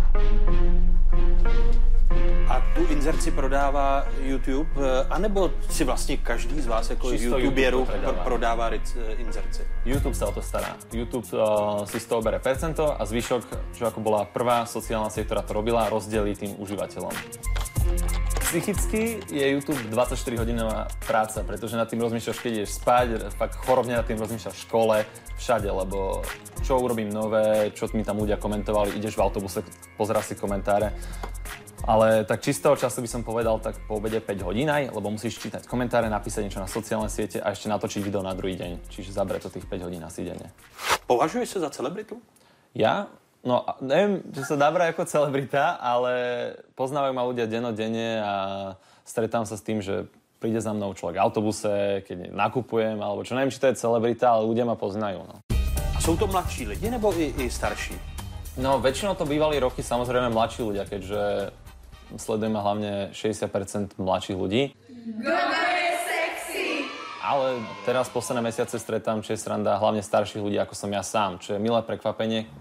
A tu inzerci prodává YouTube, anebo si vlastně každý z vás jako Čisto youtuberů YouTube prodává, prodává inzerci? YouTube sa o to stará. YouTube uh, si z toho bere percento a zvyšok, čo ako bola prvá sociálna sieť, ktorá to robila, rozdelí tým užívateľom. Psychicky je YouTube dvadsaťštyrihodinová práca, pretože nad tým rozmýšľaš, keď ideš spať, fakt chorobne nad tým rozmýšľaš v škole, všade, lebo čo urobím nové, čo mi tam ľudia komentovali, ideš v autobuse, pozeráš si komentáre. Ale tak čistého času by som povedal tak po obede päť hodín aj, lebo musíš čítať komentáre, napísať niečo na sociálne siete a ešte natočiť video na druhý deň. Čiže zabere to tých päť hodín asi denne. Považuješ sa za celebritu? Ja? No neviem, že sa dá brať ako celebrita, ale poznávajú ma ľudia dennodenne a stretám sa s tým, že príde za mnou človek v autobuse, keď nakupujem, alebo čo, neviem, či to je celebrita, ale ľudia ma poznajú. No. A sú to mladší lidi nebo i, i starší? No väčšinou to bývali roky samozrejme mladší ľudia, keďže sledujeme hlavne šesťdesiat percent mladších ľudí. Gogo je sexy! Ale teraz posledné mesiace stretám, čo je sranda, hlavne starších ľudí, ako som ja sám, čo je milé prekvapenie.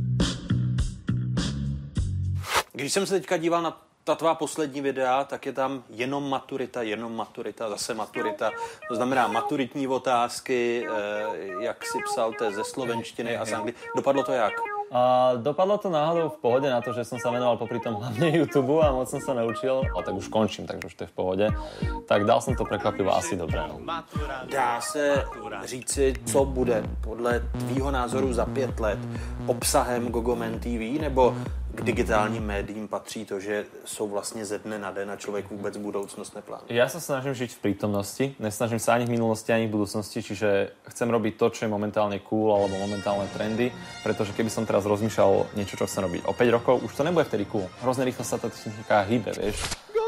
Když jsem se teďka díval na ta tvá poslední videa, tak je tam jenom maturita, jenom maturita, zase maturita. To znamená maturitní otázky, jak si psal to ze slovenštiny a z angličtiny. Dopadlo to jak? A dopadlo to náhodou v pohode na to, že som sa venoval popri tom hlavne YouTube a moc som sa naučil. Ale tak už končím, takže už to je v pohode. Tak dal som to prekvapivo asi dobre. No. Dá se říci, co bude podle tvýho názoru za pět let obsahem Gogoman T V, nebo k digitálním médiím patří to, že jsou vlastně ze dne na den a člověk vůbec budoucnost neplánuje? Ja sa snažím žiť v prítomnosti, nesnažím sa ani v minulosti, ani v budúcnosti, čiže chcem robiť to, čo je momentálne cool alebo momentálne trendy, pretože keby som teraz rozmýšľal niečo, čo chcem robiť o päť rokov, už to nebude vtedy cool. Hrozne rýchlo sa tá technika hýbe, vieš.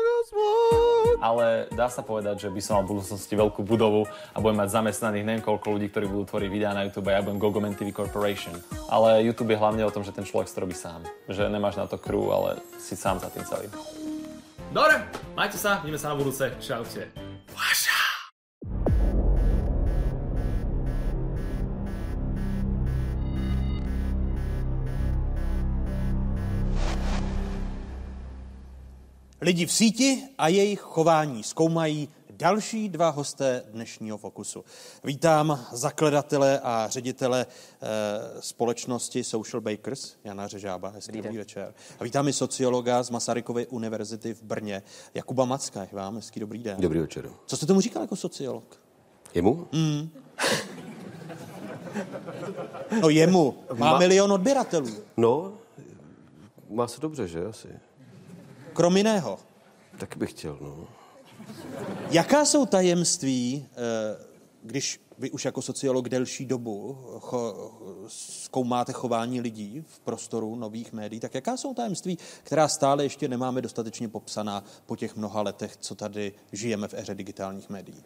Ale dá sa povedať, že by som mal v budúcnosti veľkú budovu a budem mať zamestnaných neviem koľko ľudí, ktorí budú tvoriť videá na YouTube a ja budem Gogoman té vé Corporation. Ale YouTube je hlavne o tom, že ten človek si to robí sám. Že nemáš na to crew, ale si sám za tým celým. Dobre, majte sa, vidíme sa na budúce. Čaute. Vaša. Lidi v síti a jejich chování zkoumají další dva hosté dnešního Fokusu. Vítám zakladatele a ředitele eh, společnosti Social Bakers, Jana Řežába. Hezký dobrý večer. A vítám i sociologa z Masarykovy univerzity v Brně, Jakuba Macka. Vám hezký dobrý den. Dobrý večer. Co jste tomu říkal jako sociolog? Jemu? Mm. No jemu. Má Ma... milion odběratelů. No, má se dobře, že asi. Krom jiného. Tak bych chtěl, no. Jaká jsou tajemství, když vy už jako sociolog delší dobu cho, zkoumáte chování lidí v prostoru nových médií, tak jaká jsou tajemství, která stále ještě nemáme dostatečně popsaná po těch mnoha letech, co tady žijeme v éře digitálních médií?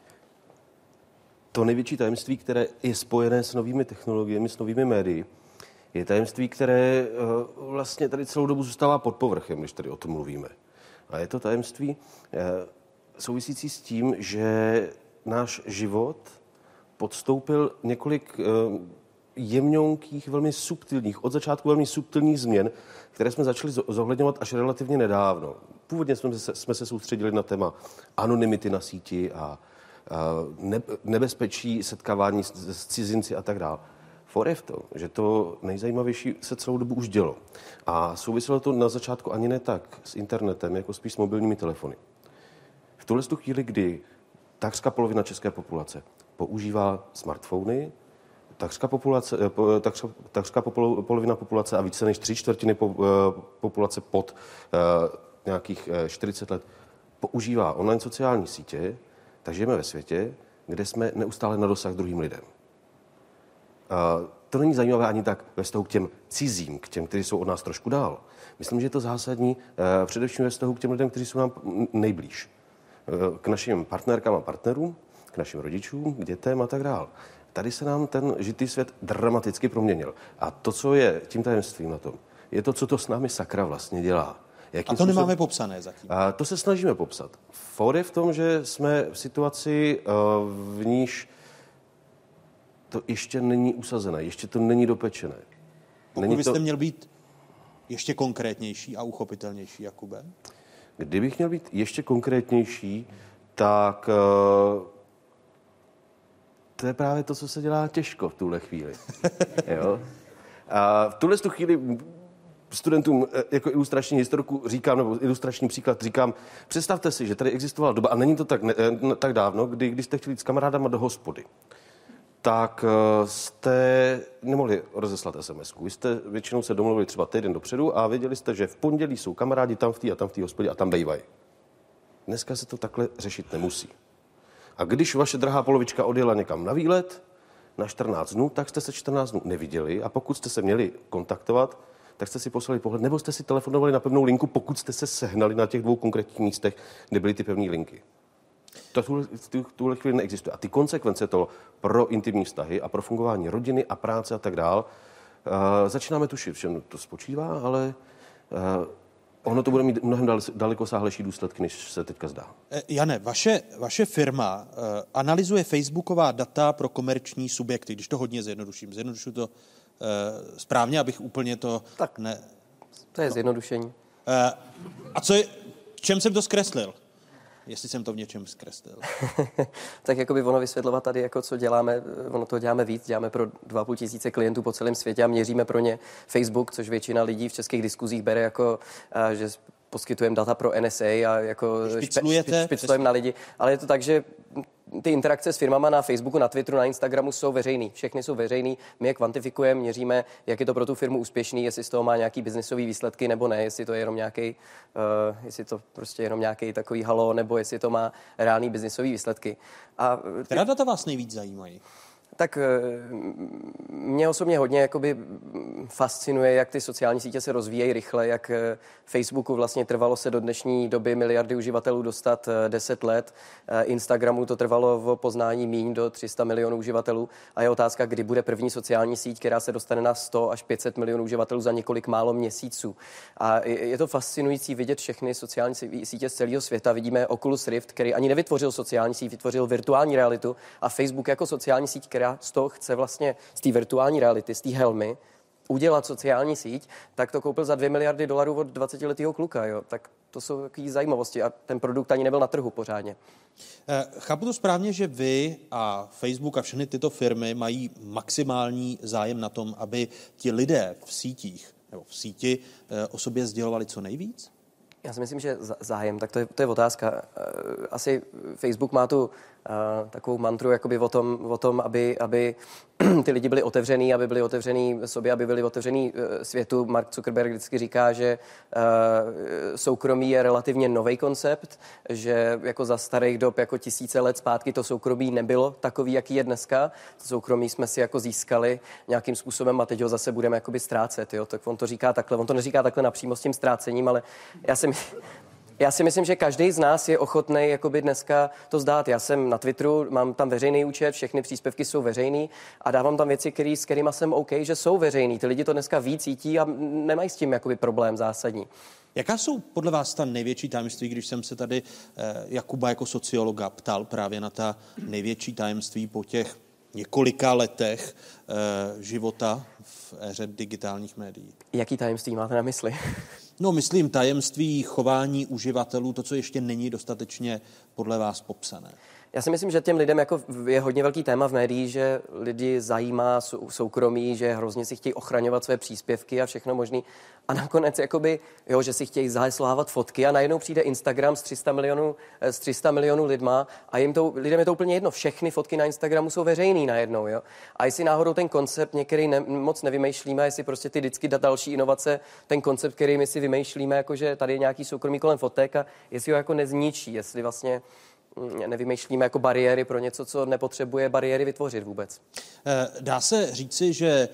To největší tajemství, které je spojené s novými technologiemi, s novými médií, je tajemství, které uh, vlastně tady celou dobu zůstává pod povrchem, když tady o tom mluvíme. A je to tajemství uh, souvisící s tím, že náš život podstoupil několik uh, jemňonkých, velmi subtilních, od začátku velmi subtilních změn, které jsme začali zohledňovat až relativně nedávno. Původně jsme se, jsme se soustředili na téma anonymity na síti a uh, ne, nebezpečí setkávání s, s cizinci a tak dále. For je v tom, že to nejzajímavější se celou dobu už dělo. A souviselo to na začátku ani ne tak s internetem, jako spíš s mobilními telefony. V tuhle chvíli, kdy takřka polovina české populace používá smartfony, takřka, populace, takřka, takřka polovina populace a více než tři čtvrtiny populace pod uh, nějakých čtyřicet let používá online sociální sítě, tak žijeme ve světě, kde jsme neustále na dosah druhým lidem. Uh, to není zajímavé ani tak ve vztahu k těm cizím, k těm, kteří jsou od nás trošku dál. Myslím, že je to zásadní uh, především ve vztahu k těm lidem, kteří jsou nám nejblíž. Uh, k našim partnerkám a partnerům, k našim rodičům, k dětem a tak dál. Tady se nám ten žitý svět dramaticky proměnil. A to, co je tím tajemstvím na tom, je to, co to s námi sakra vlastně dělá. Jakým a to způsobem... nemáme popsané zatím. A to se snažíme popsat. For je v tom, že jsme v situaci, uh, v níž to ještě není usazené, ještě to není dopečené. Pokud byste to... měl být ještě konkrétnější a uchopitelnější, Jakube? Kdybych měl být ještě konkrétnější, tak uh, to je právě to, co se dělá těžko v tuhle chvíli. Jo? A v tuhle chvíli studentům jako ilustrační historiku říkám, nebo ilustrační příklad říkám, představte si, že tady existovala doba, a není to tak, ne, tak dávno, kdy když jste chtěli jít s kamarádama do hospody, tak jste nemohli rozeslat es em esku. Vy jste většinou se domluvili třeba týden dopředu a věděli jste, že v pondělí jsou kamarádi tam v té a tam v té hospodě a tam bejvají. Dneska se to takhle řešit nemusí. A když vaše drahá polovička odjela někam na výlet na čtrnáct dnů, tak jste se čtrnáct dnů neviděli a pokud jste se měli kontaktovat, tak jste si poslali pohled, nebo jste si telefonovali na pevnou linku, pokud jste se sehnali na těch dvou konkrétních místech, kde byly ty pevné linky. To v tuhle chvíli neexistuje. A ty konsekvence toho pro intimní vztahy a pro fungování rodiny a práce a tak dál, uh, začínáme tušit, že to spočívá, ale uh, ono to bude mít mnohem dalekosáhlejší důsledky, než se teďka zdá. Jane, vaše, vaše firma uh, analyzuje facebooková data pro komerční subjekty, když to hodně zjednoduším. Zjednodušu to uh, správně, abych úplně to... Tak, ne... to je zjednodušení. Uh, a co je, v čem jsem to zkreslil? Jestli jsem to v něčem zkreslil. Tak jako by ono vysvětlovat tady, jako co děláme, ono to děláme víc, děláme pro dva a půl tisíce klientů po celém světě a měříme pro ně Facebook, což většina lidí v českých diskuzích bere jako, že poskytujeme data pro N S A a jako špiclujeme na lidi. Ale je to tak, že ty interakce s firmama na Facebooku, na Twitteru, na Instagramu jsou veřejný. Všechny jsou veřejný. My je kvantifikujeme, měříme, jak je to pro tu firmu úspěšný, jestli z toho má nějaký biznisový výsledky nebo ne, jestli to je jenom nějaký, uh, jestli to prostě jenom nějaký takový halo, nebo jestli to má reálný biznisový výsledky. A ty... Která data vás nejvíc zajímají? Tak mě osobně hodně jakoby fascinuje, jak ty sociální sítě se rozvíjejí rychle, jak Facebooku vlastně trvalo se do dnešní doby miliardy uživatelů dostat deset let, Instagramu to trvalo v poznání míň do tři sta milionů uživatelů a je otázka, kdy bude první sociální síť, která se dostane na sto až pět set milionů uživatelů za několik málo měsíců. A je to fascinující vidět všechny sociální sítě z celého světa. Vidíme Oculus Rift, který ani nevytvořil sociální síť, vytvořil virtuální realitu a Facebook jako sociální síť, která z toho chce vlastně z té virtuální reality, z té helmy, udělat sociální síť, tak to koupil za dvě miliardy dolarů od dvacetiletého kluka. Jo. Tak to jsou takové zajímavosti a ten produkt ani nebyl na trhu pořádně. Chápu to správně, že vy a Facebook a všechny tyto firmy mají maximální zájem na tom, aby ti lidé v sítích nebo v síti o sobě sdělovali co nejvíc? Já si myslím, že zájem, tak to je, to je otázka. Asi Facebook má tu uh, takovou mantru jakoby o tom, o tom aby, aby ty lidi byli otevřený, aby byli otevřený sobě, aby byli otevřený uh, světu. Mark Zuckerberg vždycky říká, že uh, soukromí je relativně nový koncept, že jako za starých dob, jako tisíce let zpátky to soukromí nebylo takový, jaký je dneska. To soukromí jsme si jako získali nějakým způsobem a teď ho zase budeme jakoby ztrácet. Jo? Tak on to říká takhle, on to neříká takhle napřímo s tím ztrácením, ale já si Já si myslím, že každý z nás je ochotný jakoby dneska to zdát. Já jsem na Twitteru, mám tam veřejný účet, všechny příspěvky jsou veřejný a dávám tam věci, který, s kterými jsem OK, že jsou veřejný. Ty lidi to dneska víc cítí a nemají s tím jakoby problém zásadní. Jaká jsou podle vás ta největší tajemství, když jsem se tady eh, Jakuba jako sociologa ptal právě na ta největší tajemství po těch několika letech eh, života v éře digitálních médií? Jaký tajemství máte na mysli? No, myslím tajemství chování uživatelů, to, co ještě není dostatečně podle vás popsané. Já si myslím, že těm lidem jako je hodně velký téma v médiích, že lidi zajímá soukromí, že hrozně si chtějí ochraňovat své příspěvky a všechno možný. A nakonec jakoby, jo, že si chtějí zaheslávat fotky a najednou přijde Instagram s tři sta milionů, s tři sta milionů lidma a jim to, lidem je to úplně jedno. Všechny fotky na Instagramu jsou veřejný najednou. Jo? A jestli náhodou ten koncept některý ne, moc nevymýšlíme, jestli prostě ty vždycky další inovace, ten koncept, který my si vymýšlíme, jakože tady je nějaký soukromí kolem fotek a jestli ho jako nezničí, jestli vlastně nevymýšlíme jako bariéry pro něco, co nepotřebuje bariéry vytvořit vůbec. Dá se říci, že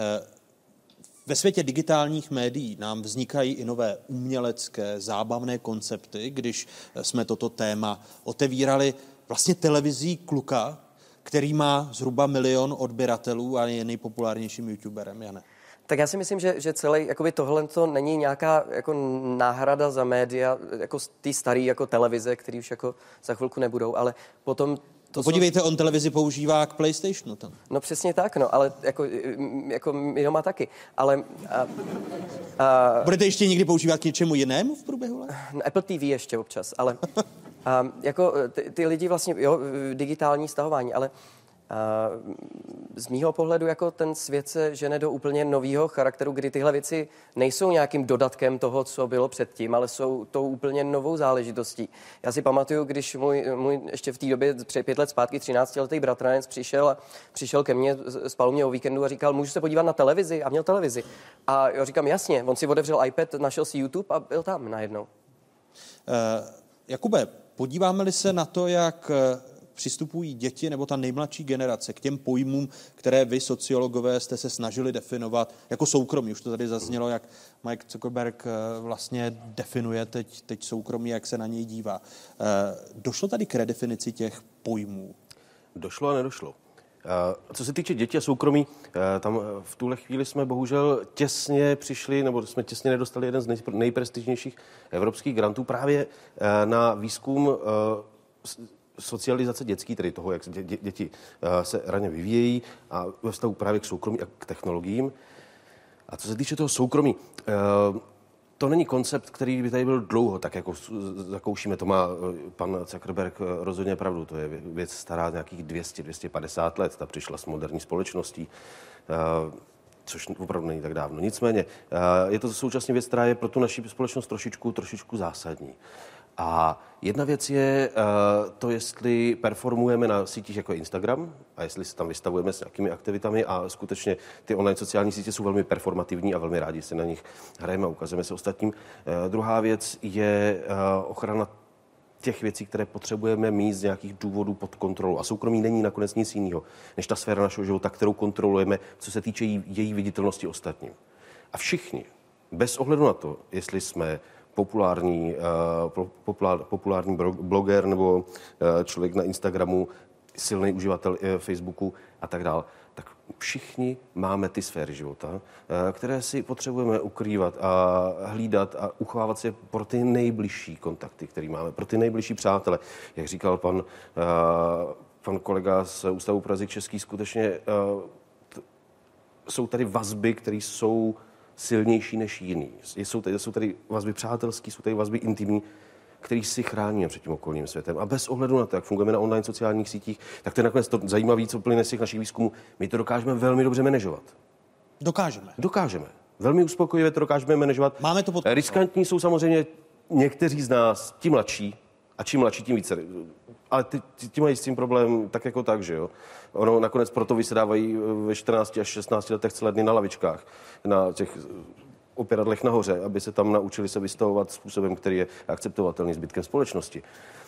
ve světě digitálních médií nám vznikají i nové umělecké, zábavné koncepty, když jsme toto téma otevírali vlastně televizí kluka, který má zhruba milion odběratelů a je nejpopulárnějším youtuberem, Jane. Tak já si myslím, že, že celé jakoby tohle to není nějaká jako náhrada za média, jako ty starý jako televize, které už jako za chvilku nebudou, ale potom to podívejte, jsou... on televizi používá k PlayStationu tam. No přesně tak, no, ale jako, jako my doma taky, ale... A, a... Budete ještě někdy používat k něčemu jinému v průběhu let? Apple T V ještě občas, ale a, jako ty, ty lidi vlastně, jo, digitální stahování, ale Uh, z mýho pohledu jako ten svět se žene do úplně nového charakteru, kdy tyhle věci nejsou nějakým dodatkem toho, co bylo předtím, ale jsou tou úplně novou záležitostí. Já si pamatuju, když můj, můj ještě v té době před pět let zpátky třináctiletý bratranec přišel a přišel ke mně, spal mě o víkendu a říkal, můžu se podívat na televizi? A měl televizi. A já říkám, jasně, on si otevřel iPad, našel si YouTube a byl tam najednou. Uh, Jakube, podíváme-li se na to, jak přistupují děti nebo ta nejmladší generace k těm pojmům, které vy, sociologové, jste se snažili definovat jako soukromí. Už to tady zaznělo, jak Mike Zuckerberg vlastně definuje teď, teď soukromí, jak se na něj dívá. Došlo tady k redefinici těch pojmů? Došlo a nedošlo. Co se týče dětí a soukromí, tam v tuhle chvíli jsme bohužel těsně přišli, nebo jsme těsně nedostali jeden z nejprestižnějších evropských grantů právě na výzkum socializace dětský, tedy toho, jak dě, děti se raně vyvíjejí a ve vztahu právě k soukromí a k technologiím. A co se týče toho soukromí, to není koncept, který by tady byl dlouho, tak jako zakoušíme, to má pan Zuckerberg rozhodně pravdu, to je věc stará nějakých dvě stě až dvě stě padesát let, ta přišla s moderní společností, což opravdu není tak dávno. Nicméně, je to současně věc, která je pro tu naši společnost trošičku, trošičku zásadní. A jedna věc je uh, to, jestli performujeme na sítích jako Instagram a jestli se tam vystavujeme s nějakými aktivitami a skutečně ty online sociální sítě jsou velmi performativní a velmi rádi se na nich hrajeme a ukazujeme se ostatním. Uh, druhá věc je uh, ochrana těch věcí, které potřebujeme mít z nějakých důvodů pod kontrolou. A soukromí není nakonec nic jiného, než ta sféra našeho života, kterou kontrolujeme, co se týče její, její viditelnosti ostatním. A všichni, bez ohledu na to, jestli jsme populární, uh, populár, populární bloger nebo uh, člověk na Instagramu, silný uživatel uh, Facebooku a tak dále, tak všichni máme ty sféry života, uh, které si potřebujeme ukrývat a hlídat a uchovávat si pro ty nejbližší kontakty, které máme, pro ty nejbližší přátele. Jak říkal pan, uh, pan kolega z Ústavu pro jazyk český, skutečně uh, t- jsou tady vazby, které jsou silnější než jiný. Jsou tady, jsou tady vazby přátelské, jsou tady vazby intimní, který si chráníme před tím okolním světem. A bez ohledu na to, jak fungujeme na online sociálních sítích, tak to je nakonec to zajímavé, co plyne z těch našich výzkumů. My to dokážeme velmi dobře manažovat. Dokážeme. Dokážeme. Velmi uspokojivě to dokážeme manažovat. Máme to pod... Riskantní jsou samozřejmě někteří z nás, ti mladší, a čím mladší, tím více. Ale ty, ty, ty mají s tím problém tak jako tak, že jo. Ono nakonec proto vysedávají ve čtrnácti až šestnácti letech celé dny na lavičkách, na těch opěradlech nahoře, aby se tam naučili se vystavovat způsobem, který je akceptovatelný zbytkem společnosti.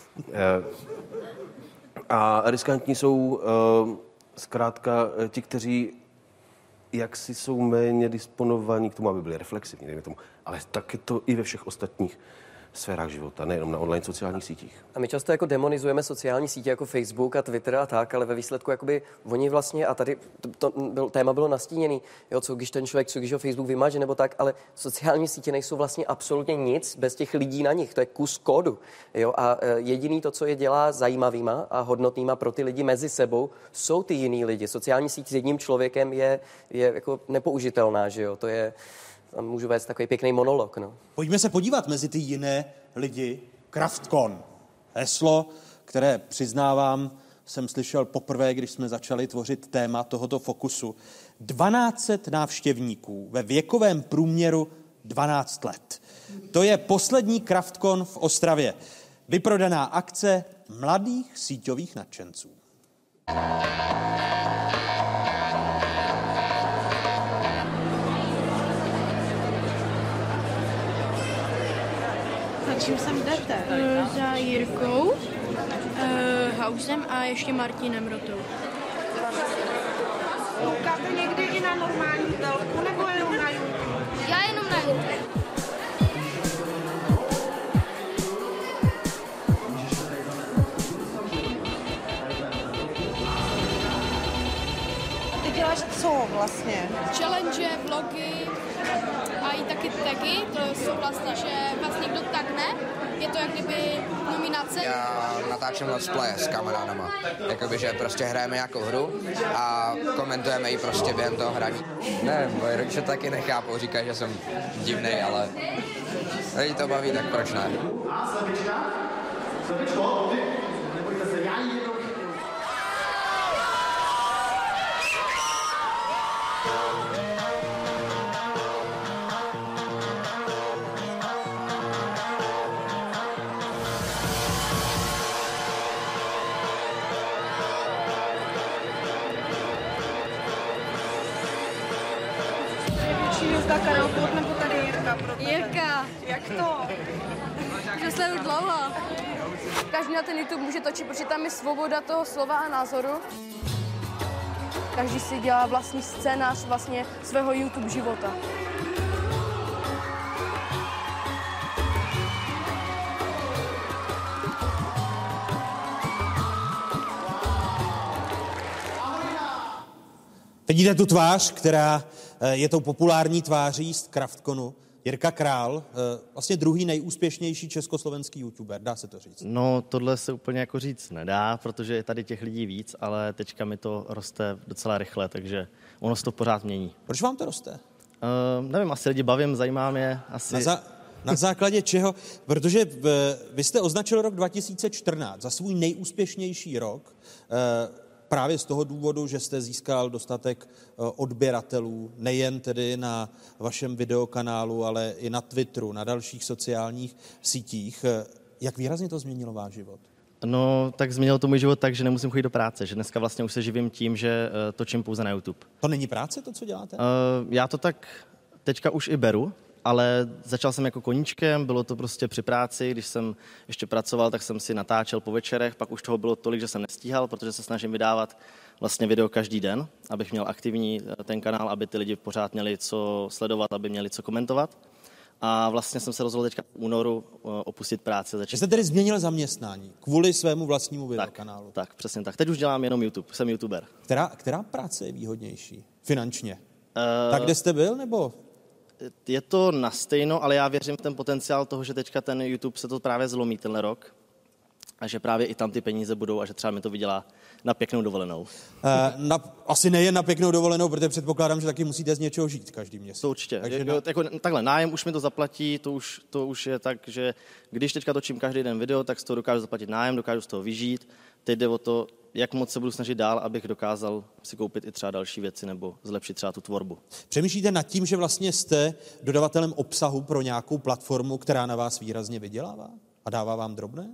A riskantní jsou zkrátka ti, kteří jaksi jsou méně disponovaní k tomu, aby byli reflexivní, dejme tomu. Ale tak je to i ve všech ostatních sférách života, nejenom na online sociálních sítích. A my často jako demonizujeme sociální sítě jako Facebook a Twitter a tak, ale ve výsledku jakoby oni vlastně, a tady to, to byl, téma bylo nastíněný, jo, co když ten člověk, co když ho Facebook vymaže nebo tak, ale sociální sítě nejsou vlastně absolutně nic bez těch lidí na nich, to je kus kódu, jo, a jediný to, co je dělá zajímavýma a hodnotnýma pro ty lidi mezi sebou, jsou ty jiný lidi. Sociální síť s jedním člověkem je, je jako nepoužitelná, že jo, to je... Tam můžu vést takový pěkný monolog. No. Pojďme se podívat mezi ty jiné lidi. Kraftkon. Heslo, které přiznávám, jsem slyšel poprvé, když jsme začali tvořit téma tohoto fokusu. dvanáct set návštěvníků ve věkovém průměru dvanáct let. To je poslední Kraftkon v Ostravě. Vyprodaná akce mladých síťových nadšenců. Za čím sem jdete? Uh, za Jirkou, uh, Hausem a ještě Martinem Rotou. Koukáte někdy i na normální telku nebo jenom na YouTube? Já jenom na YouTube. Ty děláš co vlastně? Challenge, vlogy a i taky tagy, to jsou vlastně, že vás někdo tagne, je to jak kdyby nominace. Já natáčím let's play s kamarádama, jakoby, že prostě hrajeme nějakou hru a komentujeme ji prostě během toho hraní. Ne, moje rodiče taky nechápou, říkají, že jsem divnej, ale když to baví, tak proč ne? Jirka Karolkot nebo tady Jirka? Jirka. Jak to? Že sleduju dlouho. Každý na ten YouTube může točit, protože tam je svoboda toho slova a názoru. Každý si dělá vlastní scénář vlastně svého YouTube života. Vidíte tu tvář, která je tou populární tváří z Kraftkonu. Jirka Král, vlastně druhý nejúspěšnější československý youtuber, dá se to říct? No, tohle se úplně jako říct nedá, protože je tady těch lidí víc, ale teďka mi to roste docela rychle, takže ono se to pořád mění. Proč vám to roste? Uh, nevím, asi lidi bavím, zajímá mě. Asi... Na, za, na základě čeho? Protože v, vy jste označil rok dva tisíce čtrnáct za svůj nejúspěšnější rok, uh, právě z toho důvodu, že jste získal dostatek odběratelů, nejen tedy na vašem videokanálu, ale i na Twitteru, na dalších sociálních sítích. Jak výrazně to změnilo váš život? No, tak změnilo to můj život tak, že nemusím chodit do práce, že dneska vlastně už se živím tím, že uh, točím pouze na YouTube. To není práce, to, co děláte? Uh, já to tak teďka už i beru, ale začal jsem jako koníčkem, bylo to prostě při práci, když jsem ještě pracoval, tak jsem si natáčel po večerech, pak už toho bylo tolik, že jsem nestíhal, protože se snažím vydávat vlastně video každý den, abych měl aktivní ten kanál, aby ty lidi pořád měli co sledovat, aby měli co komentovat. A vlastně jsem se rozhodl teďka v únoru opustit práci. Vy jste tedy změnil zaměstnání kvůli svému vlastnímu videokanálu. Tak, tak, přesně tak. Teď už dělám jenom YouTube, jsem YouTuber. Která, která práce je výhodnější finančně? Uh, tak kde jste byl, nebo? Je to na stejno, ale já věřím v ten potenciál toho, že teďka ten YouTube se to právě zlomí tenhle rok a že právě i tam ty peníze budou a že třeba mi to vydělá na pěknou dovolenou. Uh, na, asi nejen na pěknou dovolenou, protože předpokládám, že taky musíte z něčeho žít každý měsíc. To určitě. Takže na... jako, takhle, nájem už mi to zaplatí, to už, to už je tak, že když teďka točím každý den video, tak z toho dokážu zaplatit nájem, dokážu z toho vyžít. Teď jde o to, jak moc se budu snažit dál, abych dokázal si koupit i třeba další věci nebo zlepšit třeba tu tvorbu. Přemýšlíte nad tím, že vlastně jste dodavatelem obsahu pro nějakou platformu, která na vás výrazně vydělává a dává vám drobné?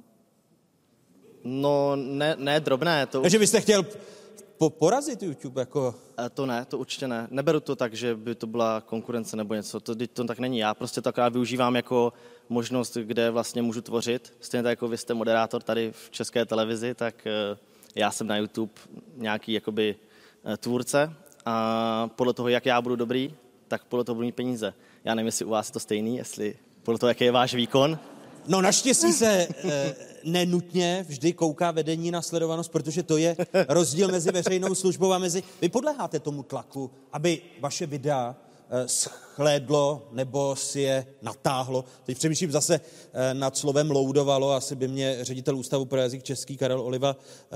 No, ne, ne drobné. To... Takže byste chtěl po- porazit YouTube? Jako... To ne, to určitě ne. Neberu to tak, že by to byla konkurence nebo něco. To, to tak není. Já prostě to akorát využívám jako možnost, kde vlastně můžu tvořit. Stejně tak, jako vy jste moderátor tady v České televizi, tak já jsem na YouTube nějaký jakoby tvůrce a podle toho, jak já budu dobrý, tak podle toho budu mít peníze. Já nevím, jestli u vás je to stejný, jestli podle toho, jaký je váš výkon. No naštěstí se e, nenutně vždy kouká vedení na sledovanost, protože to je rozdíl mezi veřejnou službou a mezi... Vy podléháte tomu tlaku, aby vaše videa e, schlédlo nebo si je natáhlo. Teď přemýšlím zase e, nad slovem loudovalo, asi by mě ředitel Ústavu pro jazyk český Karel Oliva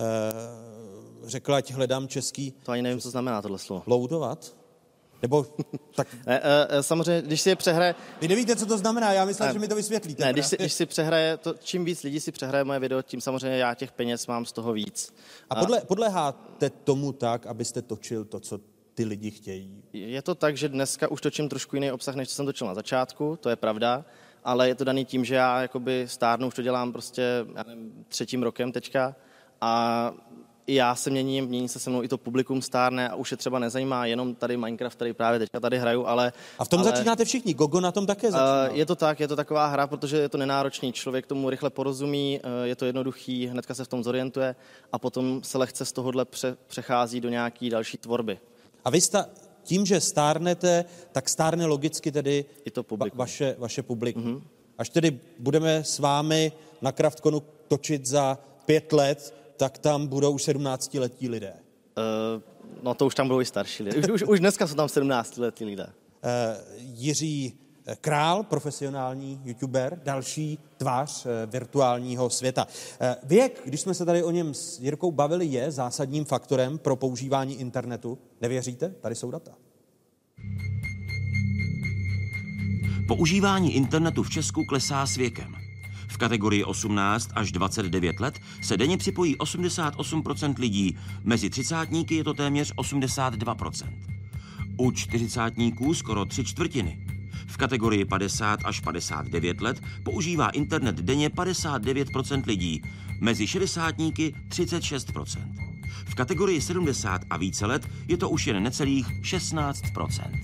e, řekl, ať hledám český... To ani nevím, co znamená tohle slovo. Loudovat? Nebo tak... Ne, e, samozřejmě, když si je přehraje... Vy nevíte, co to znamená, já myslím, ne, že mi to vysvětlíte. Ne, když si, když si přehraje, to, čím víc lidí si přehraje moje video, tím samozřejmě já těch peněz mám z toho víc. A podle, podléháte tomu tak, abyste točil to, co ty lidi chtějí? Je to tak, že dneska už točím trošku jiný obsah, než co jsem točil na začátku, to je pravda, ale je to daný tím, že já jakoby stárnu, už to dělám prostě já nevím, třetím rokem teďka a i já se měním, mění se se mnou i to publikum stárne a už je třeba nezajímá jenom tady Minecraft, který právě teďka tady hraju, ale... A v tom ale, začínáte všichni, Gogo na tom také začíná. Uh, je to tak, je to taková hra, protože je to nenáročný, člověk tomu rychle porozumí, uh, je to jednoduchý, hnedka se v tom zorientuje a potom se lehce z tohohle pře- přechází do nějaký další tvorby. A vy sta- tím, že stárnete, tak stárne logicky tedy I to publikum. Va- vaše, vaše publikum. Mm-hmm. Až tedy budeme s vámi na Craftconu točit za pět let, tak tam budou už sedmnáctiletí lidé. Uh, no to už tam budou i starší lidé. Už, už, už dneska jsou tam sedmnáctiletí lidé. Uh, Jiří Král, profesionální youtuber, další tvář uh, virtuálního světa. Uh, věk, když jsme se tady o něm s Jirkou bavili, je zásadním faktorem pro používání internetu. Nevěříte? Tady jsou data. Používání internetu v Česku klesá s věkem. V kategorii osmnáct až dvacet devět let se denně připojí osmdesát osm procent lidí, mezi třicátníky je to téměř osmdesát dva procent. U čtyřicátníků skoro tři čtvrtiny. V kategorii padesát až padesát devět let používá internet denně padesát devět procent lidí, mezi šedesátníky třicet šest procent. V kategorii sedmdesát a více let je to už jen necelých šestnáct procent.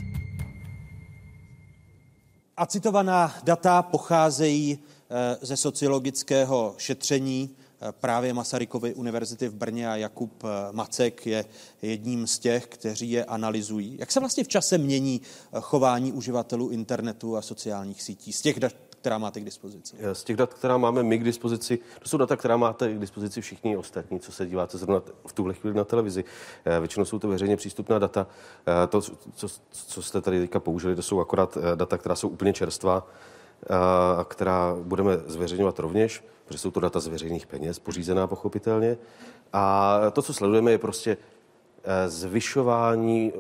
A citovaná data pocházejí ze sociologického šetření právě Masarykovy univerzity v Brně a Jakub Macek je jedním z těch, kteří je analyzují. Jak se vlastně v čase mění chování uživatelů internetu a sociálních sítí z těch dat, která máte k dispozici? Z těch dat, která máme my k dispozici, to jsou data, která máte k dispozici všichni ostatní, co se díváte zrovna v tuhle chvíli na televizi. Většinou jsou to veřejně přístupná data. To, co, co jste tady teďka použili, to jsou akorát data, která jsou úplně čerstvá, a která budeme zveřejňovat rovněž, protože jsou to data z veřejných peněz, pořízená pochopitelně. A to, co sledujeme, je prostě zvyšování,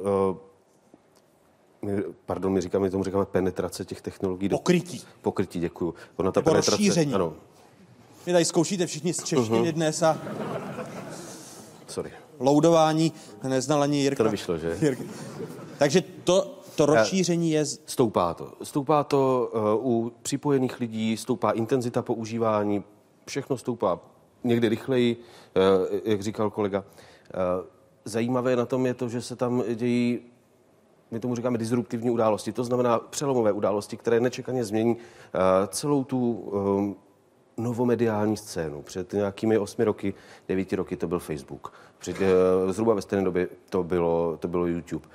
pardon, my říkáme, my tomu říkáme penetrace těch technologií. Pokrytí. Pokrytí, děkuju. Ona ta Nebo penetrace, rozšíření. Ano. Vy tady zkoušíte všichni z češtiny uh-huh. dnes a... Sorry. Loudování neznal ani Jirka. To nevyšlo, že? Jirka. Takže to... To rozšíření je... Stoupá to. Stoupá to uh, u připojených lidí, stoupá intenzita používání, všechno stoupá někdy rychleji, jak říkal kolega. Zajímavé na tom je to, že se tam dějí, my tomu říkáme disruptivní události, to znamená přelomové události, které nečekaně změní celou tu novomediální scénu. Před nějakými osmi roky, devíti roky to byl Facebook. Před, zhruba ve stejné době to bylo, to bylo YouTube.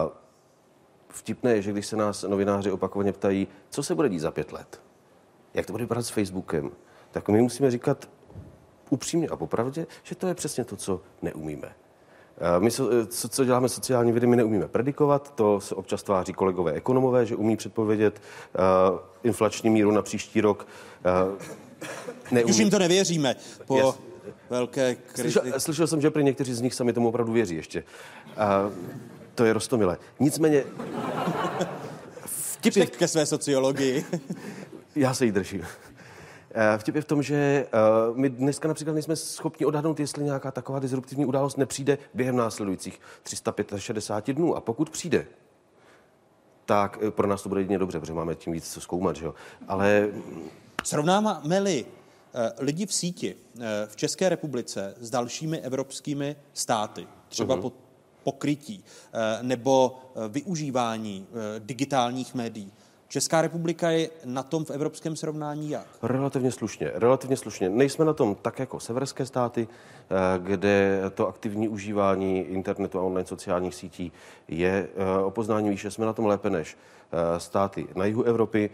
Vtipné je, že když se nás novináři opakovaně ptají, co se bude dít za pět let, jak to bude vypadat s Facebookem, tak my musíme říkat upřímně a popravdě, že to je přesně to, co neumíme. My, co, co děláme sociální vědy, my neumíme predikovat, to se občas tváří kolegové ekonomové, že umí předpovědět uh, inflační míru na příští rok. Uh, Už jim to nevěříme po yes. velké krizi. Slyšel, slyšel jsem, že prý někteří z nich sami tomu opravdu věří ještě. Uh, to je roztomilé. Nicméně... Vtip je ke své sociologii. Já se jí držím. Vtip je v tom, že uh, my dneska například nejsme schopni odhadnout, jestli nějaká taková disruptivní událost nepřijde během následujících tři sta šedesát pět dnů. A pokud přijde, tak pro nás to bude jedině dobře, protože máme tím víc co zkoumat, že jo. Ale... Srovnáme-li uh, lidi v síti uh, v České republice s dalšími evropskými státy, třeba uh-huh. po pokrytí uh, nebo uh, využívání uh, digitálních médií, Česká republika je na tom v evropském srovnání jak? Relativně slušně, relativně slušně. Nejsme na tom tak jako severské státy, kde to aktivní užívání internetu a online sociálních sítí je o poznání výše. Jsme na tom lépe než státy na jihu Evropy.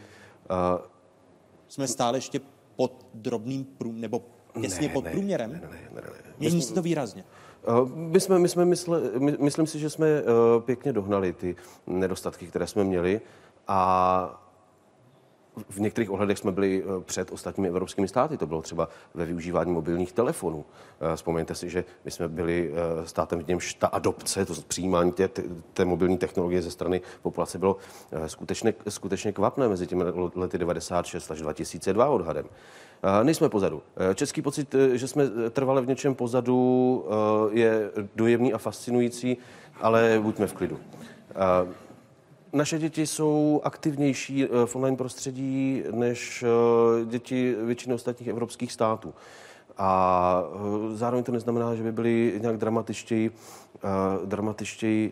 Jsme stále ještě pod drobným průměrem, nebo těsně ne, pod ne, průměrem? Ne, ne, ne, ne, ne. Mění se to výrazně. My jsme, my jsme mysle, my, myslím si, že jsme pěkně dohnali ty nedostatky, které jsme měli. A v některých ohledech jsme byli před ostatními evropskými státy. To bylo třeba ve využívání mobilních telefonů. Vzpomeňte si, že my jsme byli státem, v němž ta adopce, to přijímání té, té mobilní technologie ze strany populace bylo skutečně, skutečně kvapné mezi těmi lety devadesát šest až dva tisíce dva odhadem. Nejsme pozadu. Český pocit, že jsme trvale v něčem pozadu, je dojemný a fascinující, ale buďme v klidu. Naše děti jsou aktivnější v online prostředí než děti většiny ostatních evropských států. A zároveň to neznamená, že by byly nějak dramatičtěji, dramatičtěji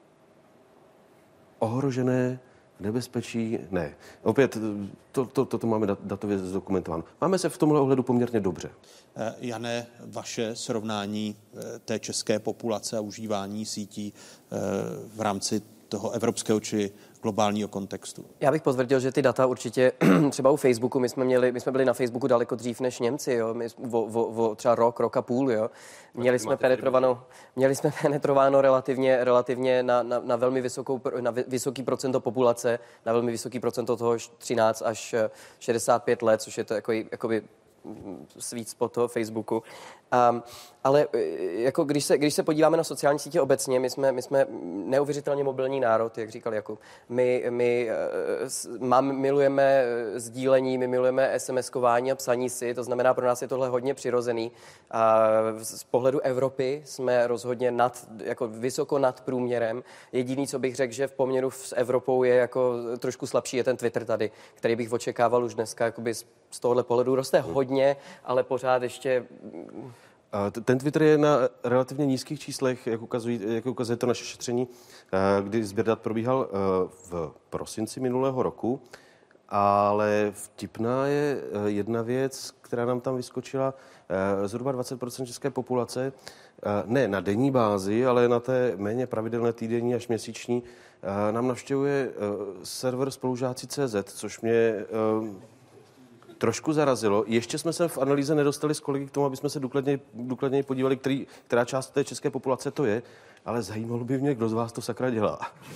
ohrožené, v nebezpečí. Ne. Opět, to, to, to, to máme datově zdokumentováno. Máme se v tomhle ohledu poměrně dobře. Jane, vaše srovnání té české populace a užívání sítí v rámci toho evropského či globálního kontextu. Já bych potvrdil, že ty data určitě třeba u Facebooku, my jsme měli, my jsme byli na Facebooku daleko dřív než Němci, jo, my o, o, o třeba rok, rok a půl, jo. Měli jsme penetrováno, měli jsme penetrováno relativně, relativně na, na, na velmi vysokou, na vysoký procento populace, na velmi vysoký procento toho třináct až šedesát pět let, což je to jako, jakoby sweet spot toho Facebooku. Um, ale jako když se, když se podíváme na sociální sítě obecně, my jsme, my jsme neuvěřitelně mobilní národ, jak říkal Jakub. My, my uh, mám, milujeme sdílení, my milujeme SMSkování a psaní si, to znamená, pro nás je tohle hodně přirozený. A z pohledu Evropy jsme rozhodně nad, jako vysoko nad průměrem. Jediný, co bych řekl, že v poměru s Evropou je jako trošku slabší, je ten Twitter tady, který bych očekával už dneska jakoby z tohohle pohledu roste hodně, ale pořád ještě... Ten Twitter je na relativně nízkých číslech, jak, ukazují, jak ukazuje to naše šetření, kdy sběr dat probíhal v prosinci minulého roku, ale vtipná je jedna věc, která nám tam vyskočila, zhruba dvacet procent české populace, ne na denní bázi, ale na té méně pravidelné týdenní až měsíční, nám navštěvuje server spolužáci tečka cé zet, což mě trošku zarazilo. Ještě jsme se v analýze nedostali s kolegy k tomu, aby jsme se důkladně, důkladně podívali, který, která část té české populace to je, ale zajímalo by mě, kdo z vás to sakra dělá.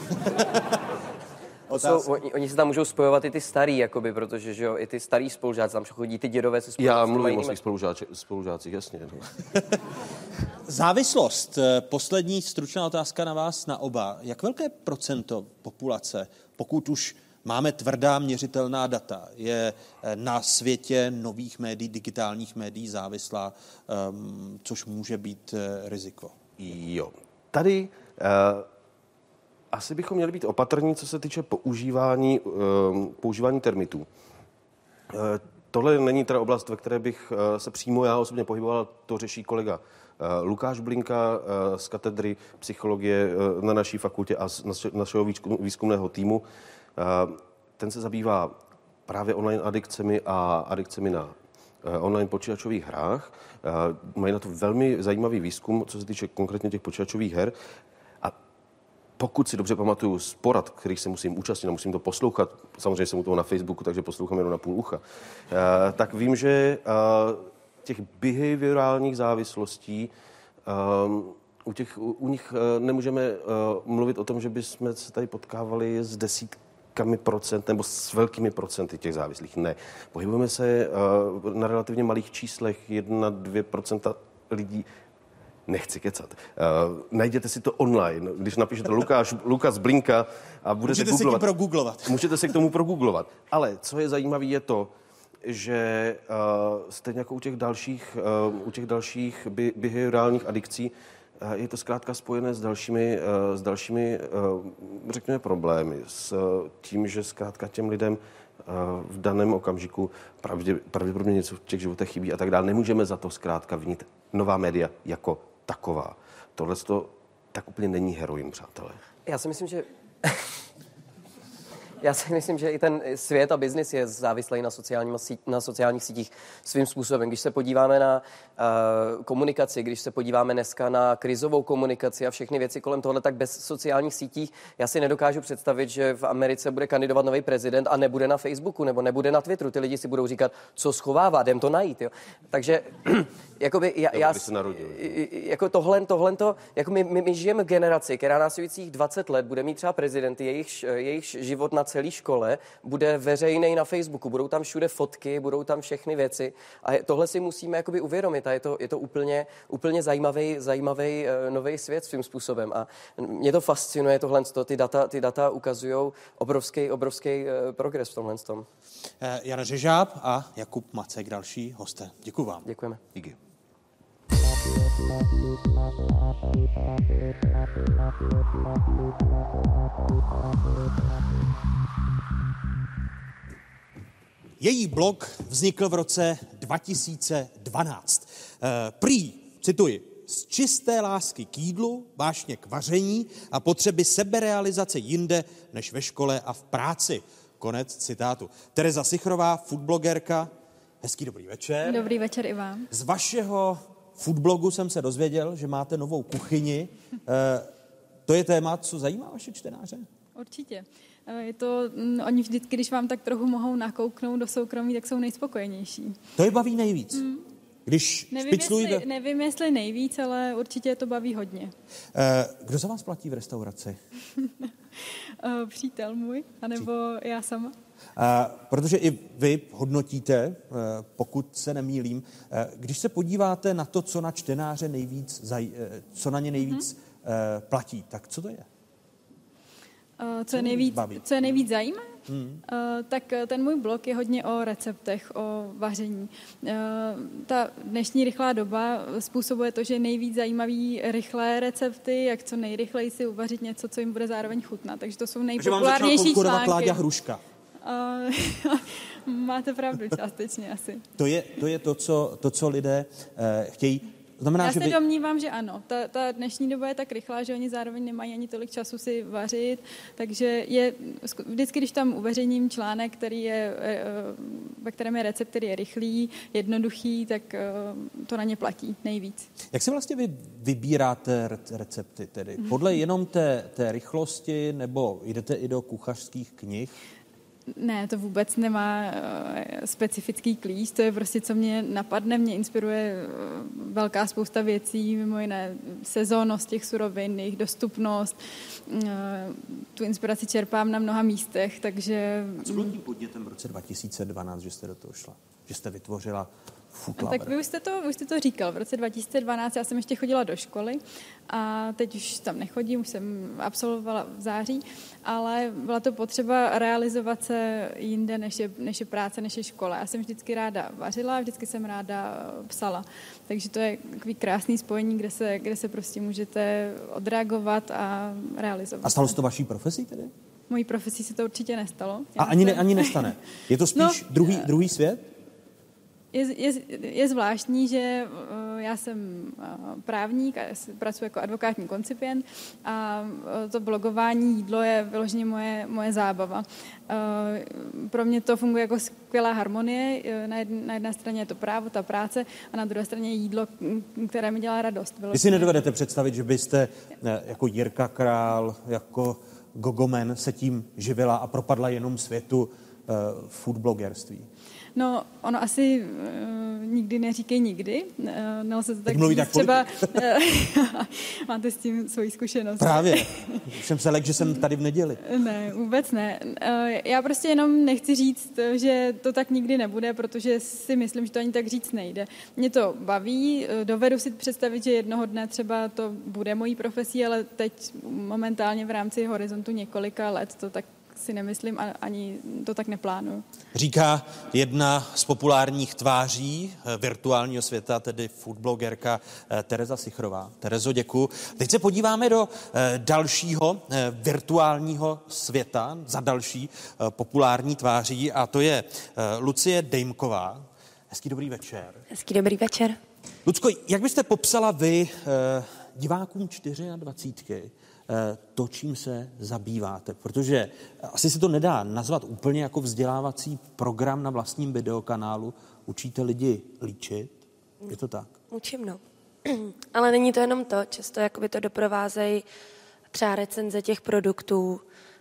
Jsou, oni, oni se tam můžou spojovat i ty starý, jakoby, protože že jo, i ty starý spolužáci, tam chodí ty dědové se spolužáci. Já mluvím o svých spolužácích, jasně. No. Závislost. Poslední stručná otázka na vás, na oba. Jak velké procento populace, pokud už máme tvrdá měřitelná data, je na světě nových médií, digitálních médií závislá, um, což může být uh, riziko? Jo. Tady uh, asi bychom měli být opatrní, co se týče používání, uh, používání termitů. Uh, tohle není teda oblast, ve které bych se přímo já osobně pohyboval, to řeší kolega Lukáš Blinka z katedry psychologie na naší fakultě a z našeho výzkumného týmu. Ten se zabývá právě online adikcemi a adikcemi na online počítačových hrách. Mají na to velmi zajímavý výzkum, co se týče konkrétně těch počítačových her. A pokud si dobře pamatuju z porad, kterých se musím účastnit a musím to poslouchat, samozřejmě jsem u toho na Facebooku, takže poslouchám jenom na půl ucha, tak vím, že těch behaviorálních závislostí u, těch, u, u nich nemůžeme mluvit o tom, že bychom se tady potkávali s desítkami procent nebo s velkými procenty těch závislých. Ne. Pohybujeme se na relativně malých číslech, jedna, dvě procenta lidí. Nechci kecat. Uh, najděte si to online. Když napíšete Lukáš, Lukas Blinka a budete Můžete googlovat. Můžete si progooglovat. Můžete se k tomu progooglovat. Ale co je zajímavé, je to, že uh, stejně jako u těch dalších, uh, u těch dalších bi- behaviorálních adikcí uh, je to zkrátka spojené s dalšími, uh, s dalšími uh, řekněme, problémy. S uh, tím, že zkrátka těm lidem uh, v daném okamžiku pravdě, pravděpodobně něco v těch životech chybí a tak dále. Nemůžeme za to zkrátka vinit nová média jako taková. Tohle to tak úplně není heroin, přátelé. Já si myslím, že Já si myslím, že i ten svět a biznis je závislý na, na sociálních sítích svým způsobem. Když se podíváme na uh, komunikaci, když se podíváme dneska na krizovou komunikaci a všechny věci kolem tohle, tak bez sociálních sítích já si nedokážu představit, že v Americe bude kandidovat nový prezident a nebude na Facebooku nebo nebude na Twitteru. Ty lidi si budou říkat, co schovává, jdem to najít. Jo. Takže jakoby já, já jako tohle, tohle to, jako my, my, my žijeme v generaci, která následujících dvacet let bude mít třeba prezidenty, jejich, jejich život na celé škole bude veřejný na Facebooku, budou tam všude fotky, budou tam všechny věci a tohle si musíme jakoby uvědomit a je to, je to úplně, úplně zajímavý, zajímavý uh, nový svět svým způsobem a mě to fascinuje tohle, ty data, ty data ukazují obrovský, obrovský uh, progres v tomhle tom. Eh, Jan Řežáb a Jakub Macek, další hosté. Děkuji vám. Děkujeme. Díky. Její blog vznikl v roce dva tisíce dvanáct. E, prý, cituji, z čisté lásky k jídlu, vášně k vaření a potřeby seberealizace jinde než ve škole a v práci. Konec citátu. Tereza Sichrová, foodblogerka. Hezký dobrý večer. Dobrý večer i vám. Z vašeho foodblogu jsem se dozvěděl, že máte novou kuchyni. E, to je téma, co zajímá vaše čtenáře? Určitě. Je to, oni vždycky, když vám tak trochu mohou nakouknout do soukromí, tak jsou nejspokojenější. To je baví nejvíc. Hmm. Když nevím, špiclují... jestli, nevím, jestli nejvíc, ale určitě to baví hodně. Kdo za vás platí v restauraci? Přítel můj, anebo já sama. Protože i vy hodnotíte, pokud se nemýlím, když se podíváte na to, co na čtenáře nejvíc, zaj... co na ně nejvíc hmm. platí, tak co to je? Uh, co, je nejvíc, co je nejvíc zajímá? Hmm. Uh, tak ten můj blog je hodně o receptech, o vaření. Uh, ta dnešní rychlá doba způsobuje to, že je nejvíc zajímavý rychlé recepty, jak co nejrychleji si uvařit něco, co jim bude zároveň chutnat. Takže to jsou nejpopulárnější články. Kláďa Hruška. Uh, máte pravdu částečně asi. To je to, je to, co, to co lidé uh, chtějí. Znamená, Já že se vy... domnívám, že ano. Ta, ta dnešní doba je tak rychlá, že oni zároveň nemají ani tolik času si vařit, takže je vždycky, když tam uveřejním článek, který je, ve kterém je recept, který je rychlý, jednoduchý, tak to na ně platí nejvíc. Jak si vlastně vy vybíráte recepty tedy? Podle jenom té, té rychlosti, nebo jdete i do kuchařských knih? Ne, to vůbec nemá uh, specifický klíč, to je prostě, co mě napadne, mě inspiruje uh, velká spousta věcí, mimo jiné sezónnost těch surovin, jejich dostupnost, uh, tu inspiraci čerpám na mnoha místech, takže... A co bylo tím podnětem v roce dva tisíce dvanáct, že jste do toho šla? Že jste vytvořila Food Lover? Tak vy už jste, to, vy už jste to říkal, v roce dva tisíce dvanáct já jsem ještě chodila do školy a teď už tam nechodím, už jsem absolvovala v září, ale byla to potřeba realizovat se jinde, než je, než je práce, než je škola. Já jsem vždycky ráda vařila, vždycky jsem ráda psala. Takže to je takový krásný spojení, kde se, kde se prostě můžete odreagovat a realizovat. A stalo se to vaší profesí tedy? Mojí profesí se to určitě nestalo. Já a ani, ne, ani nestane. Je to spíš no, druhý, druhý svět? Je, je, je zvláštní, že uh, já jsem uh, právník a pracuji jako advokátní koncipient a uh, to blogování jídlo je vyloženě moje, moje zábava. Uh, pro mě to funguje jako skvělá harmonie. Uh, na, jedn, na jedné straně je to právo, ta práce a na druhé straně jídlo, které mi dělá radost. Vy si nedovedete představit, že byste ne, jako Jirka Král, jako Gogomen se tím živila a propadla jenom světu uh, foodblogerství? No, ono asi uh, nikdy neříkej nikdy. Uh, nelze to tak mluví říct. Tak třeba máte s tím svoji zkušenost. Právě. Už jsem se lek, že jsem tady v neděli. Ne, vůbec ne. Uh, já prostě jenom nechci říct, že to tak nikdy nebude, protože si myslím, že to ani tak říct nejde. Mě to baví, dovedu si představit, že jednoho dne třeba to bude mojí profesí, ale teď momentálně v rámci horizontu několika let to tak si nemyslím a ani to tak neplánuju. Říká jedna z populárních tváří virtuálního světa, tedy foodblogerka Tereza Sichrová. Terezo, děkuju. Teď se podíváme do dalšího virtuálního světa, za další populární tváří, a to je Lucie Dejmková. Hezký dobrý večer. Hezký dobrý večer. Lucko, jak byste popsala vy divákům dvacítky to, čím se zabýváte? Protože asi se to nedá nazvat úplně jako vzdělávací program na vlastním videokanálu. Učíte lidi líčit? Je to tak? Učím, no. Ale není to jenom to. Často jakoby to doprovázejí třeba recenze těch produktů,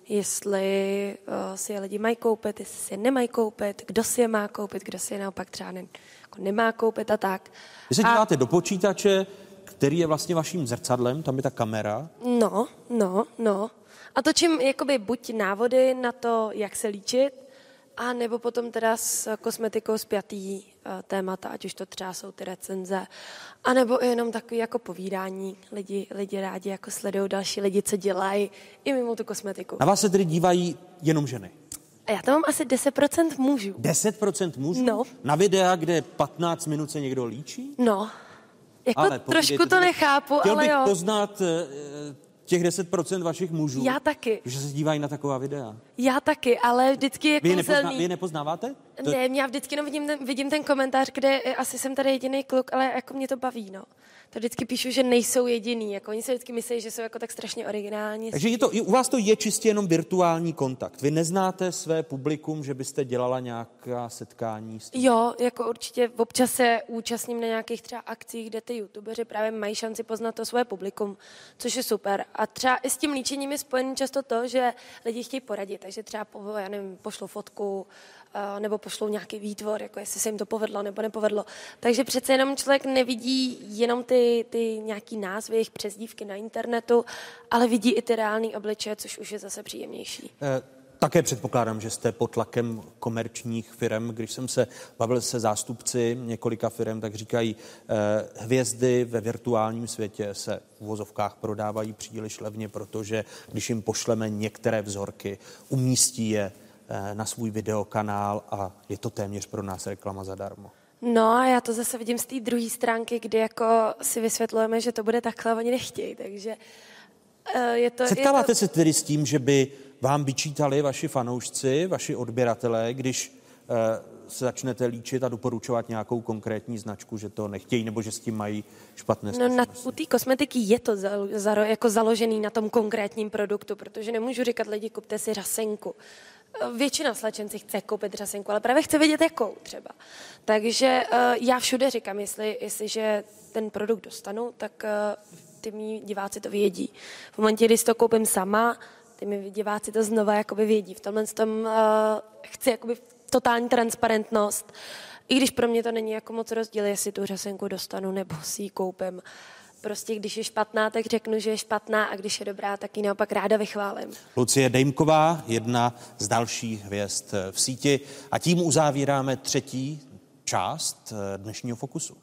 jestli uh, si je lidi mají koupit, jestli si je nemají koupit, kdo si je má koupit, kdo si je naopak třeba ne, jako nemá koupit a tak. Vy se a... díváte do počítače, který je vlastně vaším zrcadlem, tam je ta kamera. No, no, no. A točím jakoby buď návody na to, jak se líčit, a nebo potom teda s kosmetikou spjatý uh, témata, ať už to třeba jsou ty recenze, a nebo i jenom takový jako povídání. Lidi, lidi rádi jako sledují další lidi, co dělají i mimo tu kosmetiku. Na vás se tedy dívají jenom ženy? A já tam mám asi deset procent mužů. deset procent mužů? No. Na videa, kde patnáct minut se někdo líčí? No. Jako ale trošku to nechápu, chtěl ale bych jo. poznat uh, těch deset procent vašich mužů. Já taky. Že se dívají na taková videa. Já taky, ale vždycky je Vy je, kouzelný. nepozná, vy je nepoznáváte? To... Ne, já vždycky jenom vidím ten, vidím ten komentář, kde asi jsem tady jediný kluk, ale jako mě to baví, no. To vždycky píšu, že nejsou jediný, jako oni se vždycky myslí, že jsou jako tak strašně originální. Takže je to, u vás to je čistě jenom virtuální kontakt. Vy neznáte své publikum, že byste dělala nějaká setkání s tím? Jo, jako určitě občas se účastním na nějakých třeba akcích, kde ty youtubeři právě mají šanci poznat to své publikum, což je super. A třeba i s tím líčením je spojený často to, že lidi chtějí poradit, takže třeba po, já nevím, pošlou fotku, nebo pošlou nějaký výtvor, jako jestli se jim to povedlo nebo nepovedlo. Takže přece jenom člověk nevidí jenom ty, ty nějaký názvy, jejich přezdívky na internetu, ale vidí i ty reální obličeje, což už je zase příjemnější. Eh, také předpokládám, že jste pod tlakem komerčních firem. Když jsem se bavil se zástupci několika firem, tak říkají, eh, hvězdy ve virtuálním světě se v uvozovkách prodávají příliš levně, protože když jim pošleme některé vzorky, umístí je na svůj videokanál a je to téměř pro nás reklama zadarmo. No a já to zase vidím z té druhé stránky, kdy jako si vysvětlujeme, že to bude takhle, oni nechtějí, takže uh, je to... Setkáváte je to... se tedy s tím, že by vám vyčítali vaši fanoušci, vaši odběratelé, když uh, se začnete líčit a doporučovat nějakou konkrétní značku, že to nechtějí nebo že s tím mají špatné zkušenosti? No na, u té kosmetiky je to za, za, jako založený na tom konkrétním produktu, protože nemůžu říkat lidi, kupte si řasenku. Většina slečen si chce koupit řasenku, ale právě chce vědět jakou třeba. Takže uh, já všude říkám, jestli, jestliže ten produkt dostanu, tak uh, ty mý diváci to vědí. V momentě, kdy si to koupím sama, ty mý diváci to znova jakoby vědí. V tomhle tom uh, chci jakoby totální transparentnost, i když pro mě to není jako moc rozdíl, jestli tu řasenku dostanu nebo si ji koupím. Prostě když je špatná, tak řeknu, že je špatná, a když je dobrá, tak ji naopak ráda vychválím. Lucie Dejmková, jedna z dalších hvězd v síti. A tím uzavíráme třetí část dnešního Fokusu.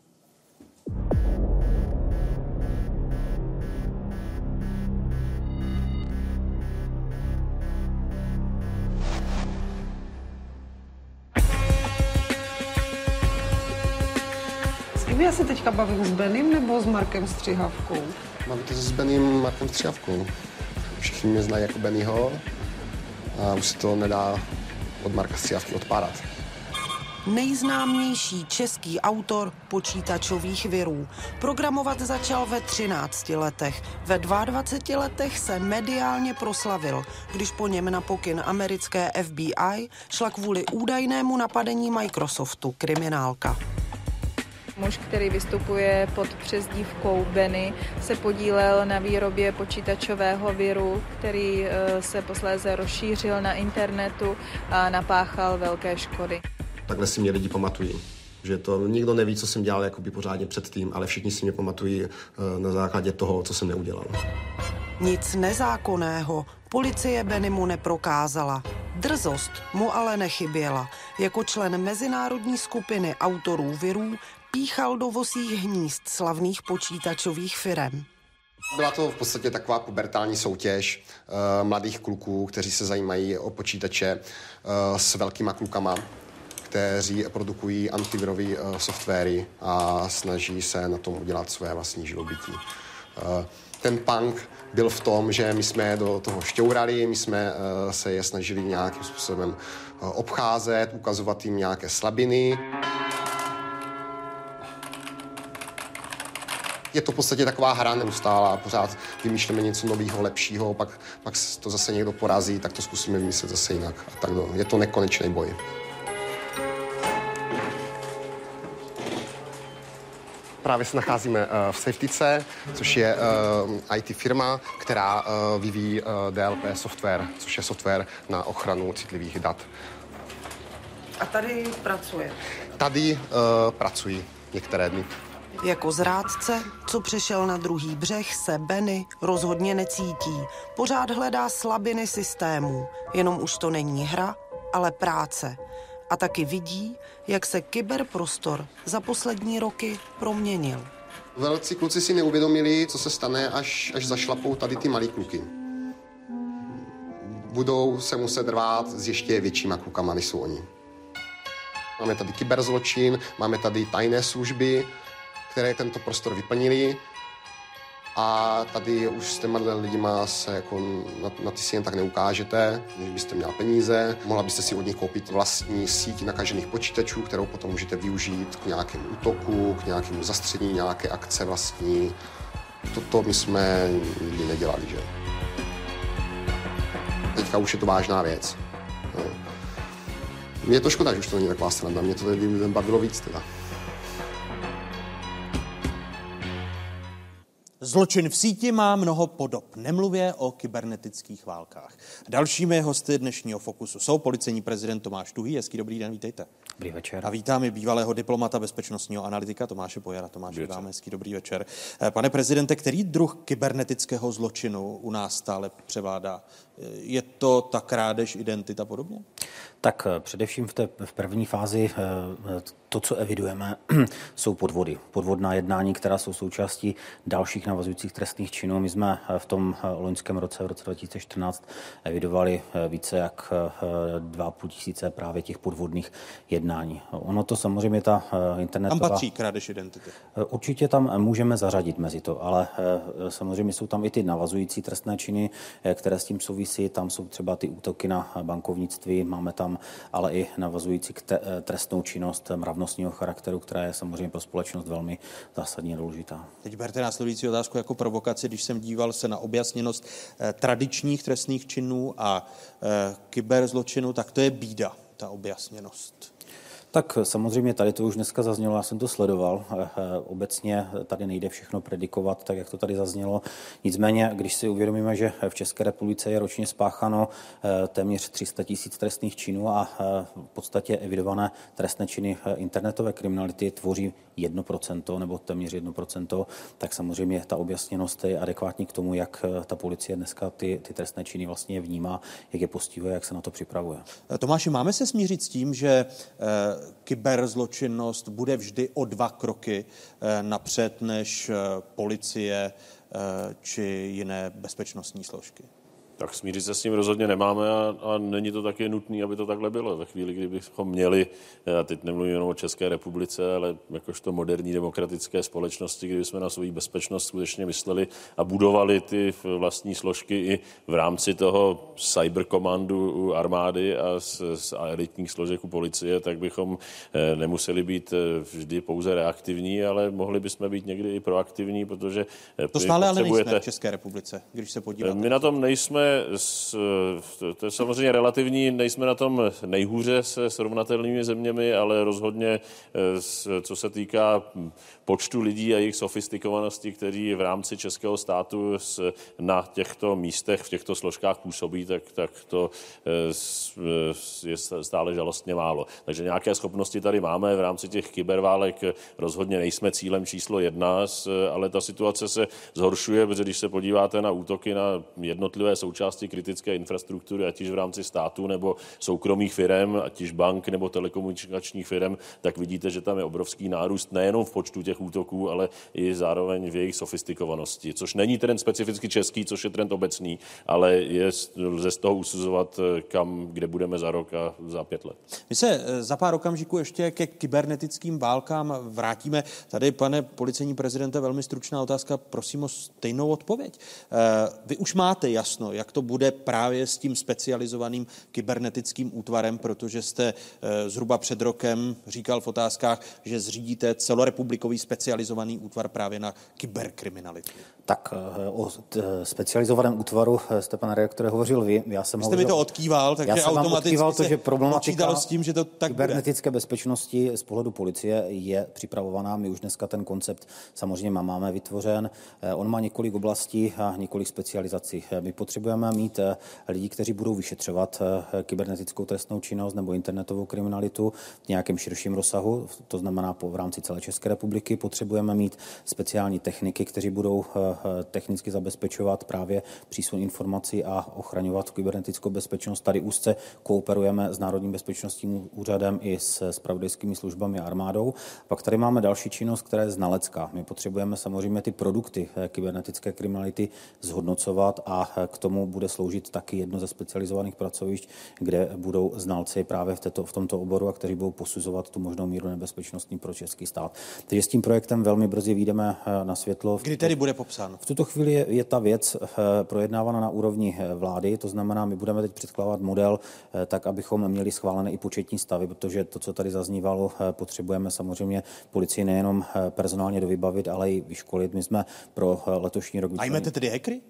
Já se teďka bavím s Benem nebo s Markem Střihavkou? Bavíte se s Benem Markem Střihavkou. Všichni mě znají jako Bennyho a už se to nedá od Marka Střihavky odpárat. nejznámější český autor počítačových virů. Programovat začal ve třinácti letech. Ve dvaceti dvou letech se mediálně proslavil, když po něm na pokyn americké F B I šla kvůli údajnému napadení Microsoftu kriminálka. Muž, který vystupuje pod přezdívkou Benny, se podílel na výrobě počítačového viru, který se posléze rozšířil na internetu a napáchal velké škody. Takhle si mě lidi pamatují. Že to nikdo neví, co jsem dělal jakoby pořádně předtím, ale všichni si mě pamatují na základě toho, co jsem neudělal. Nic nezákonného policie Bennymu neprokázala. Drzost mu ale nechyběla. Jako člen mezinárodní skupiny autorů virů píchal do vosích hnízd slavných počítačových firem. Byla to v podstatě taková pubertální soutěž uh, mladých kluků, kteří se zajímají o počítače uh, s velkýma klukama, kteří produkují antivirové uh, softwary a snaží se na tom udělat své vlastní živobytí. Uh, ten punk byl v tom, že my jsme do toho šťourali, my jsme uh, se je snažili nějakým způsobem uh, obcházet, ukazovat jim nějaké slabiny. Je to v podstatě taková hra neustálá, pořád vymýšlíme něco nového, lepšího, pak, pak to zase někdo porazí, tak to zkusíme vymyslet zase jinak. A tak do, je to nekonečný boj. Právě se nacházíme v Safetyce, což je í té firma, která vyvíjí D L P software, což je software na ochranu citlivých dat. A tady pracuje? Tady uh, pracují některé dny. Jako zrádce, co přešel na druhý břeh, se Benny rozhodně necítí. Pořád hledá slabiny systému. Jenom už to není hra, ale práce. A taky vidí, jak se kyberprostor za poslední roky proměnil. Velcí kluci si neuvědomili, co se stane, až, až zašlapou tady ty malý kluky. Budou se muset rvát s ještě většíma klukama, než jsou oni. Máme tady kyberzločin, máme tady tajné služby, které tento prostor vyplnili. A tady už s těma lidima se jako na, na ty si jen tak neukážete, když byste měla peníze. Mohla byste si od nich koupit vlastní síť nakažených počítačů, kterou potom můžete využít k nějakému útoku, k nějakému zastření, nějaké akce vlastní. Toto my jsme nikdy nedělali, že? Teďka už je to vážná věc. No. Mě je to škoda, že už to není taková sranda, mě to tady bavilo víc teda. Zločin v síti má mnoho podob, nemluvě o kybernetických válkách. Dalšími hosty dnešního Fokusu jsou policejní prezident Tomáš Tuhý. Hezký dobrý den, vítejte. Dobrý večer. A vítám i bývalého diplomata, bezpečnostního analytika Tomáše Pojara. Tomáš, vám hezký dobrý večer. Pane prezidente, který druh kybernetického zločinu u nás stále převládá? Je to ta krádež identita podobně? Tak především v té v první fázi to, co evidujeme, jsou podvody. Podvodná jednání, která jsou součástí dalších navazujících trestných činů. My jsme v tom loňském roce, v roce dva tisíce čtrnáct, evidovali více jak dva a půl tisíce právě těch podvodných jednání. Ono to samozřejmě ta internetová... Tam patří krádež identity. Určitě tam můžeme zařadit mezi to, ale samozřejmě jsou tam i ty navazující trestné činy, které s tím souvisí. Tam jsou třeba ty útoky na bankovnictví, máme tam ale i navazující k trestnou činnost mravnostního charakteru, která je samozřejmě pro společnost velmi zásadně důležitá. Teď berte následující otázku jako provokaci, když jsem díval se na objasněnost eh, tradičních trestných činů a eh, kyberzločinu, tak to je bída, ta objasněnost. Tak samozřejmě tady to už dneska zaznělo, já jsem to sledoval. Obecně tady nejde všechno predikovat, tak jak to tady zaznělo. Nicméně, když si uvědomíme, že v České republice je ročně spáchano téměř tři sta tisíc trestných činů a v podstatě evidované trestné činy internetové kriminality tvoří jedno procento nebo téměř jedno procento, tak samozřejmě ta objasněnost je adekvátní k tomu, jak ta policie dneska ty, ty trestné činy vlastně vnímá, jak je postihuje, jak se na to připravuje. Tomáši, máme se smířit s tím, že kyberzločinnost bude vždy o dva kroky napřed než policie či jiné bezpečnostní složky? Tak smířit se s tím rozhodně nemáme a, a není to taky nutné, aby to takhle bylo. Ve chvíli, kdybychom měli, já teď nemluvím jenom o České republice, ale jakožto moderní demokratické společnosti, kdyby jsme na svou bezpečnost skutečně mysleli a budovali ty vlastní složky i v rámci toho cyberkomandu u armády a z, z elitních složek u policie, tak bychom nemuseli být vždy pouze reaktivní, ale mohli bychom být někdy i proaktivní, protože to stále ale nejsme v České republice, když se podíváte. My na tom nejsme, to je samozřejmě relativní, nejsme na tom nejhůře se srovnatelnými zeměmi, ale rozhodně, co se týká počtu lidí a jejich sofistikovanosti, kteří v rámci českého státu na těchto místech, v těchto složkách působí, tak, tak to je stále žalostně málo. Takže nějaké schopnosti tady máme v rámci těch kyberválek, rozhodně nejsme cílem číslo jedna, ale ta situace se zhoršuje, protože když se podíváte na útoky na jednotlivé součásti kritické infrastruktury, ať již v rámci státu nebo soukromých firem, ať již bank nebo telekomunikačních firem, tak vidíte, že tam je obrovský nárůst nejenom v počtu těch útoků, ale i zároveň v jejich sofistikovanosti, což není trend specificky český, což je trend obecný, ale je, lze z toho usuzovat, kam, kde budeme za rok a za pět let. My se za pár okamžiků ještě ke kybernetickým válkám vrátíme. Tady, pane policejní prezidente, velmi stručná otázka, prosím o stejnou odpověď. Vy už máte jasno, jak to bude právě s tím specializovaným kybernetickým útvarem, protože jste zhruba před rokem říkal v otázkách, že zřídíte celorepublikový specializovaný útvar právě na kyberkriminalitu. Tak o specializovaném útvaru jste, pane redaktore, hovořil vy. Já jsem vy jste hovořil, mi to odkýval, takže já jsem automaticky odkýval to, že problematika s tím, že to tak kybernetické bude. bezpečnosti z pohledu policie je připravovaná. My už dneska ten koncept samozřejmě máme vytvořen. On má několik oblastí a několik specializací. My potřebujeme mít lidi, kteří budou vyšetřovat kybernetickou trestnou činnost nebo internetovou kriminalitu v nějakém širším rozsahu, to znamená v rámci celé České republiky. Potřebujeme mít speciální techniky, kteří budou technicky zabezpečovat právě přísun informací a ochraňovat kybernetickou bezpečnost. Tady úzce kooperujeme s Národním bezpečnostním úřadem i s zpravodajskými službami a armádou. Pak tady máme další činnost, která je znalecká. My potřebujeme samozřejmě ty produkty kybernetické kriminality zhodnocovat a k tomu bude sloužit taky jedno ze specializovaných pracovišť, kde budou znalci právě v, této, v tomto oboru a kteří budou posuzovat tu možnou míru nebezpečnostní pro český stát. Takže s tím projektem velmi brzy vyjdeme na světlo. Kdy tedy bude popsán? V tuto chvíli je, je ta věc projednávána na úrovni vlády, to znamená, my budeme teď předkládat model tak, abychom měli schválené i početní stavy, protože to, co tady zaznívalo, potřebujeme samozřejmě policii nejenom personálně dovybavit, ale i vyškolit. My jsme pro letošní rok... Najmete tedy hackery?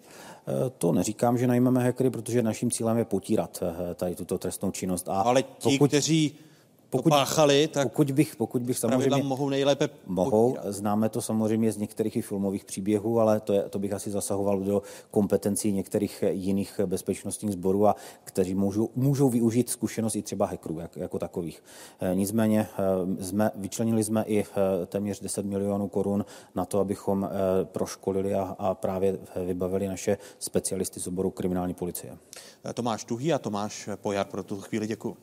To neříkám, že najmeme hackery, protože naším cílem je potírat tady tuto trestnou činnost. A ale ti, pokud... kteří Pokud, páchali, tak pokud bych, pokud bych samozřejmě mohou nejlépe mohou, známe to samozřejmě z některých i filmových příběhů, ale to, je, to bych asi zasahoval do kompetencí některých jiných bezpečnostních sborů, a kteří můžou, můžou využít zkušenost i třeba hackerů jak, jako takových. Nicméně jsme, vyčlenili jsme i téměř deset milionů korun na to, abychom proškolili a, a právě vybavili naše specialisty z oboru kriminální policie. Tomáš Tuhý a Tomáš Pojar, pro tu chvíli děkuji.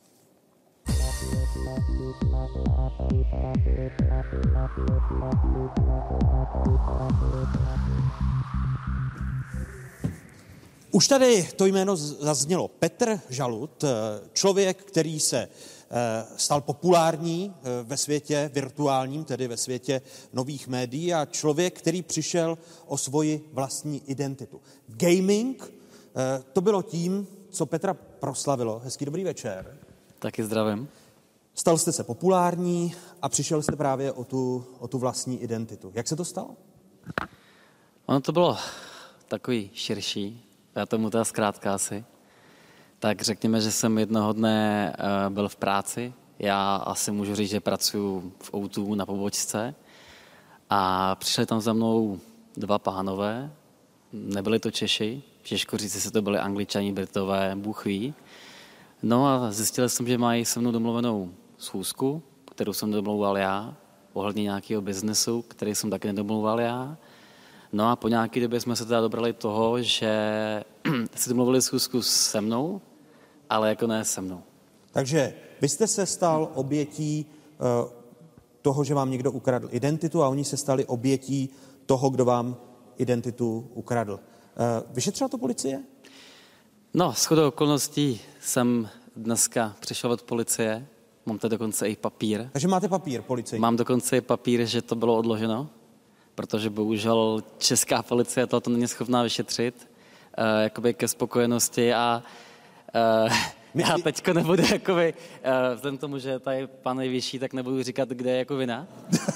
Už tady to jméno zaznělo. Petr Žalud, člověk, který se stal populární ve světě virtuálním, tedy ve světě nových médií, a člověk, který přišel o svoji vlastní identitu. Gaming, to bylo tím, co Petra proslavilo. Hezký dobrý večer. Taky zdravím. Stal jste se populární a přišel jste právě o tu, o tu vlastní identitu. Jak se to stalo? Ono to bylo takový širší, já tomu teda zkrátka asi. Tak řekněme, že jsem jednoho dne uh, byl v práci. Já asi můžu říct, že pracuji v ó dva na pobočce. A přišli tam za mnou dva pánové. Nebyli to Češi. Těžko říct, jestli to byli Angličani, Britové, Bůh ví. No a zjistil jsem, že mají se mnou domluvenou schůzku, kterou jsem domlouval já, ohledně nějakého biznesu, který jsem taky nedomlouval já. No a po nějaké době jsme se teda dobrali toho, že si domluvili schůzku se mnou, ale jako ne se mnou. Takže vy jste se stal obětí uh, toho, že vám někdo ukradl identitu, a oni se stali obětí toho, kdo vám identitu ukradl. Uh, vyšetřila to policie? No, shodou okolností jsem dneska přišel od policie, mám tady dokonce i papír. Takže máte papír policejní? Mám dokonce i papír, že to bylo odloženo, protože bohužel česká policie to není schopná vyšetřit, uh, jakoby ke spokojenosti a uh, já teďko nebudu jakoby, uh, vzhledem tomu, že tady pan nejvyšší, tak nebudu říkat, kde je jako vina.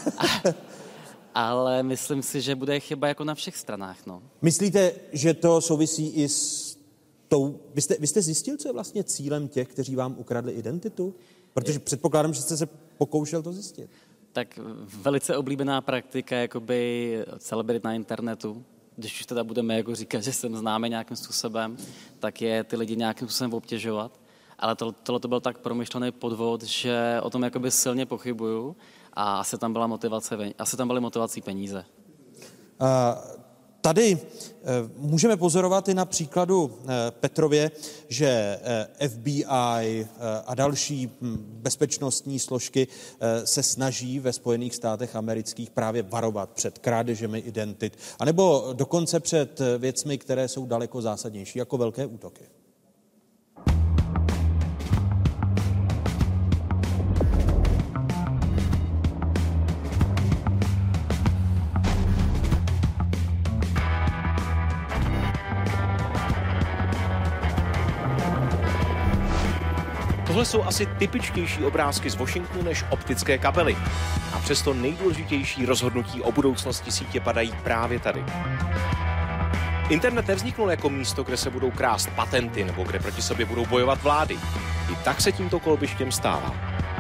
Ale myslím si, že bude chyba jako na všech stranách, no. Myslíte, že to souvisí i s tou... Vy jste, vy jste zjistil, co je vlastně cílem těch, kteří vám ukradli identitu? Protože předpokládám, že jste se pokoušel to zjistit. Tak velice oblíbená praktika jakoby celebrit na internetu, když už teda budeme jako říkat, že jsem známe nějakým způsobem, tak je ty lidi nějakým způsobem obtěžovat. Ale to, tohle to byl tak promyšlený podvod, že o tom jakoby silně pochybuju a asi tam byla motivace, asi tam byly motivací peníze. Uh, tady uh, můžeme pozorovat i na příkladu uh, Petrově, že uh, F B I uh, a další hm, bezpečnostní složky uh, se snaží ve Spojených státech amerických právě varovat před krádežemi identit, anebo dokonce před věcmi, které jsou daleko zásadnější, jako velké útoky. Tohle jsou asi typičtější obrázky z Washingtonu než optické kabely. A přesto nejdůležitější rozhodnutí o budoucnosti sítě padají právě tady. Internet nevzniknul jako místo, kde se budou krást patenty nebo kde proti sobě budou bojovat vlády. I tak se tímto kolbištěm stává.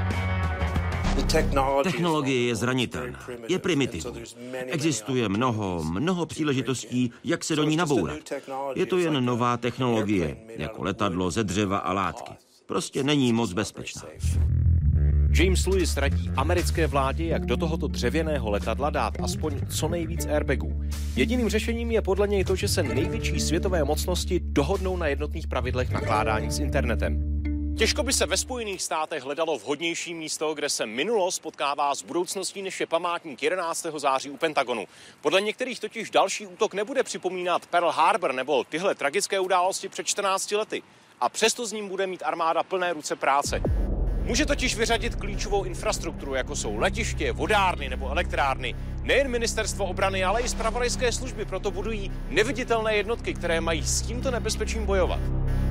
Technologie je zranitelná, je primitivní. Existuje mnoho, mnoho příležitostí, jak se do ní nabourat. Je to jen nová technologie, jako letadlo ze dřeva a látky. Prostě není moc bezpečná. James Lewis radí americké vládě, jak do tohoto dřevěného letadla dát aspoň co nejvíc airbagů. Jediným řešením je podle něj to, že se největší světové mocnosti dohodnou na jednotných pravidlech nakládání s internetem. Těžko by se ve Spojených státech hledalo vhodnější místo, kde se minulost potkává s budoucností, než je památník jedenáctého září u Pentagonu. Podle některých totiž další útok nebude připomínat Pearl Harbor nebo tyhle tragické události před čtrnácti lety. A přesto s ním bude mít armáda plné ruce práce. Může totiž vyřadit klíčovou infrastrukturu, jako jsou letiště, vodárny nebo elektrárny. Nejen ministerstvo obrany, ale i zpravodajské služby proto budují neviditelné jednotky, které mají s tímto nebezpečím bojovat.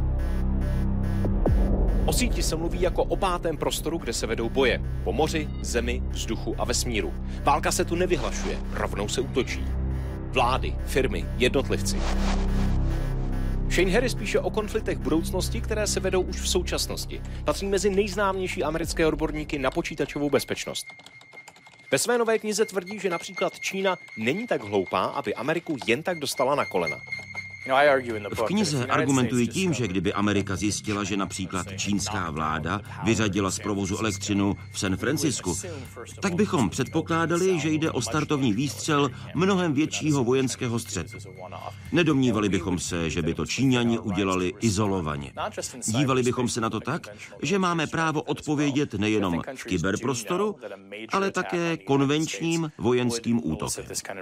O síti se mluví jako o pátém prostoru, kde se vedou boje. Po moři, zemi, vzduchu a vesmíru. Válka se tu nevyhlašuje, rovnou se útočí. Vlády, firmy, jednotlivci. Shane Harris píše o konfliktech budoucnosti, které se vedou už v současnosti. Patří mezi nejznámější americké odborníky na počítačovou bezpečnost. Ve své nové knize tvrdí, že například Čína není tak hloupá, aby Ameriku jen tak dostala na kolena. V knize argumentuji tím, že kdyby Amerika zjistila, že například čínská vláda vyřadila z provozu elektřinu v San Francisku, tak bychom předpokládali, že jde o startovní výstřel mnohem většího vojenského střetu. Nedomnívali bychom se, že by to Číňani udělali izolovaně. Dívali bychom se na to tak, že máme právo odpovědět nejenom v kyberprostoru, ale také konvenčním vojenským útokem.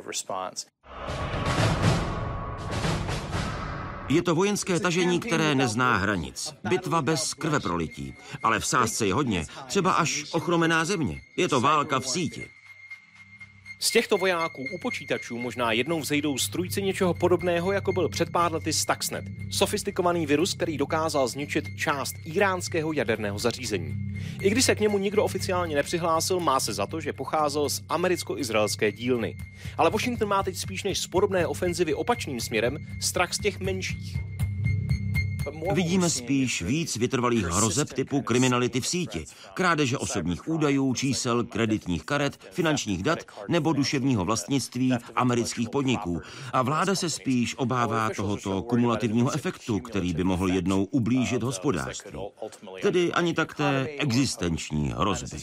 Je to vojenské tažení, které nezná hranic. Bitva bez krveprolití. Ale v sázce je hodně, třeba až ochromená země. Je to válka v síti. Z těchto vojáků u počítačů možná jednou vzejdou strůjci něčeho podobného, jako byl před pár lety Stuxnet. Sofistikovaný virus, který dokázal zničit část íránského jaderného zařízení. I když se k němu nikdo oficiálně nepřihlásil, má se za to, že pocházel z americko-izraelské dílny. Ale Washington má teď spíš než z podobné ofenzivy opačným směrem strach z těch menších. Vidíme spíš víc vytrvalých hrozeb typu kriminality v síti, krádeže osobních údajů, čísel, kreditních karet, finančních dat nebo duševního vlastnictví amerických podniků. A vláda se spíš obává tohoto kumulativního efektu, který by mohl jednou ublížit hospodářství. Tedy ani tak té existenční hrozby.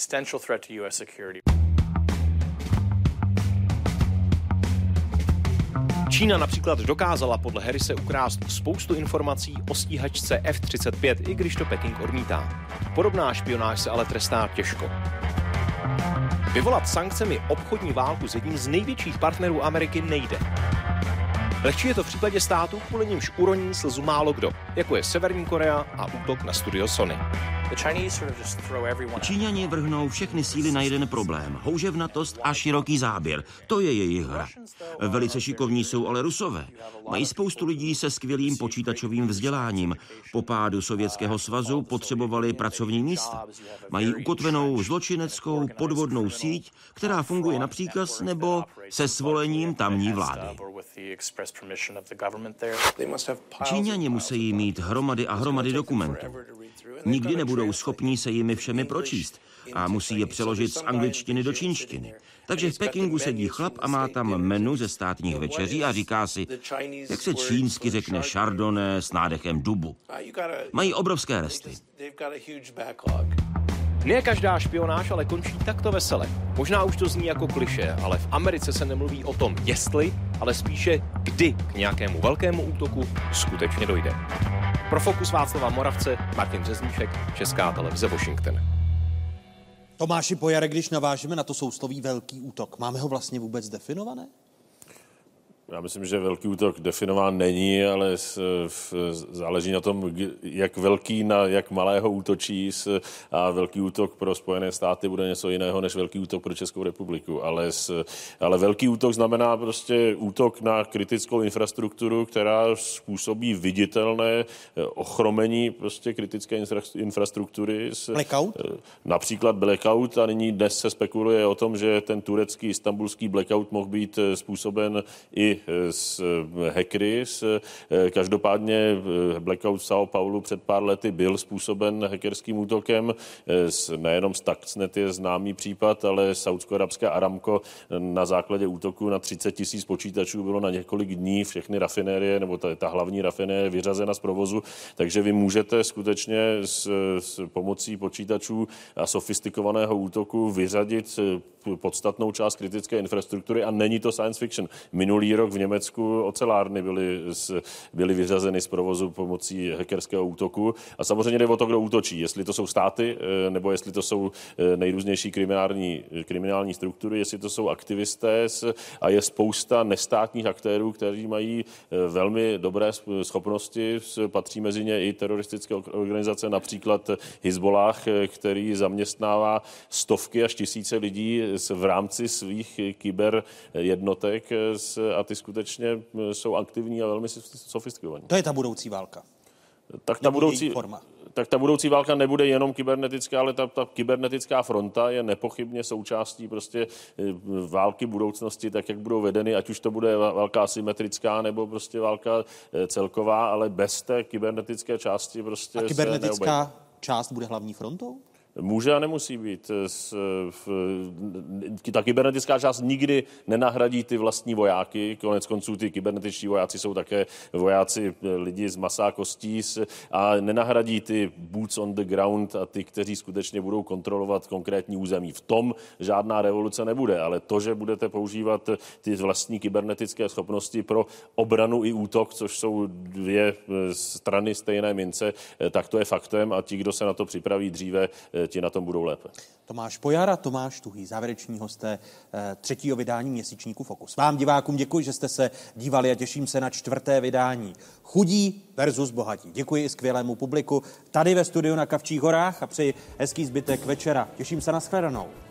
Čína například dokázala podle Harrise ukrást spoustu informací o stíhačce F třicet pět, i když to Peking odmítá. Podobná špionáž se ale trestá těžko. Vyvolat sankcemi obchodní válku s jedním z největších partnerů Ameriky nejde. Lehčí je to v případě států, kvůli nímž uroní slzu málo kdo, jako je Severní Korea a útok na studio Sony. Číňani vrhnou všechny síly na jeden problém. Houževnatost a široký záběr. To je jejich hra. Velice šikovní jsou ale Rusové. Mají spoustu lidí se skvělým počítačovým vzděláním. Po pádu Sovětského svazu potřebovali pracovní místa. Mají ukotvenou zločineckou podvodnou síť, která funguje na příkaz nebo se svolením tamní vlády. Číňani musí mít hromady a hromady dokumentů. Nikdy nebudou schopní se jimi všemi pročíst a musí je přeložit z angličtiny do čínštiny. Takže v Pekingu sedí chlap a má tam menu ze státních večeří a říká si, jak se čínsky řekne chardonnay s nádechem dubu. Mají obrovské resty. Ne každá špionáž ale končí takto vesele. Možná už to zní jako klišé, ale v Americe se nemluví o tom jestli, ale spíše kdy k nějakému velkému útoku skutečně dojde. Pro Fokus Václava Moravce, Martin Řezníček, Česká televize Washington. Tomáši Pojare, když navážeme na to sousloví velký útok, máme ho vlastně vůbec definované? Já myslím, že velký útok definován není, ale záleží na tom, jak velký na jak malého útočí, a velký útok pro Spojené státy bude něco jiného než velký útok pro Českou republiku. Ale, ale velký útok znamená prostě útok na kritickou infrastrukturu, která způsobí viditelné ochromení prostě kritické infrastruktury. Blackout? Například blackout, a nyní dnes se spekuluje o tom, že ten turecký istanbulský blackout mohl být způsoben i s hackery. Každopádně blackout v São Paulo před pár lety byl způsoben hackerským útokem. Nejenom Stuxnet je známý případ, ale saúdsko-arabské Aramco na základě útoku na třicet tisíc počítačů bylo na několik dní všechny rafinérie, nebo ta, ta hlavní rafinérie vyřazena z provozu. Takže vy můžete skutečně s, s pomocí počítačů a sofistikovaného útoku vyřadit podstatnou část kritické infrastruktury a není to science fiction. Minulý rok v Německu ocelárny byly, byly vyřazeny z provozu pomocí hackerského útoku a samozřejmě jde o to, kdo útočí. Jestli to jsou státy, nebo jestli to jsou nejrůznější kriminální, kriminální struktury, jestli to jsou aktivisté a je spousta nestátních aktérů, kteří mají velmi dobré schopnosti. Patří mezi ně i teroristické organizace, například Hizbollah, který zaměstnává stovky až tisíce lidí v rámci svých kyber jednotek a ty skutečně jsou aktivní a velmi sofistikovaní. To je ta budoucí válka. Tak ta budoucí, tak ta budoucí válka nebude jenom kybernetická, ale ta, ta kybernetická fronta je nepochybně součástí prostě války budoucnosti, tak jak budou vedeny, ať už to bude válka asymetrická nebo prostě válka celková, ale bez té kybernetické části prostě a kybernetická část bude hlavní frontou? Může a nemusí být. Ta kybernetická část nikdy nenahradí ty vlastní vojáky. Konec konců ty kybernetičtí vojáci jsou také vojáci lidi z masa a kostí a nenahradí ty boots on the ground a ty, kteří skutečně budou kontrolovat konkrétní území. V tom žádná revoluce nebude, ale to, že budete používat ty vlastní kybernetické schopnosti pro obranu i útok, což jsou dvě strany stejné mince, tak to je faktem a ti, kdo se na to připraví dříve, ti na tom budou lépe. Tomáš Pojara, Tomáš Tuhý, závěreční hosté třetího vydání měsíčníku Fokus. Vám divákům děkuji, že jste se dívali a těším se na čtvrté vydání. Chudí versus bohatí. Děkuji i skvělému publiku tady ve studiu na Kavčích horách a přeji hezký zbytek večera. Těším se na shledanou.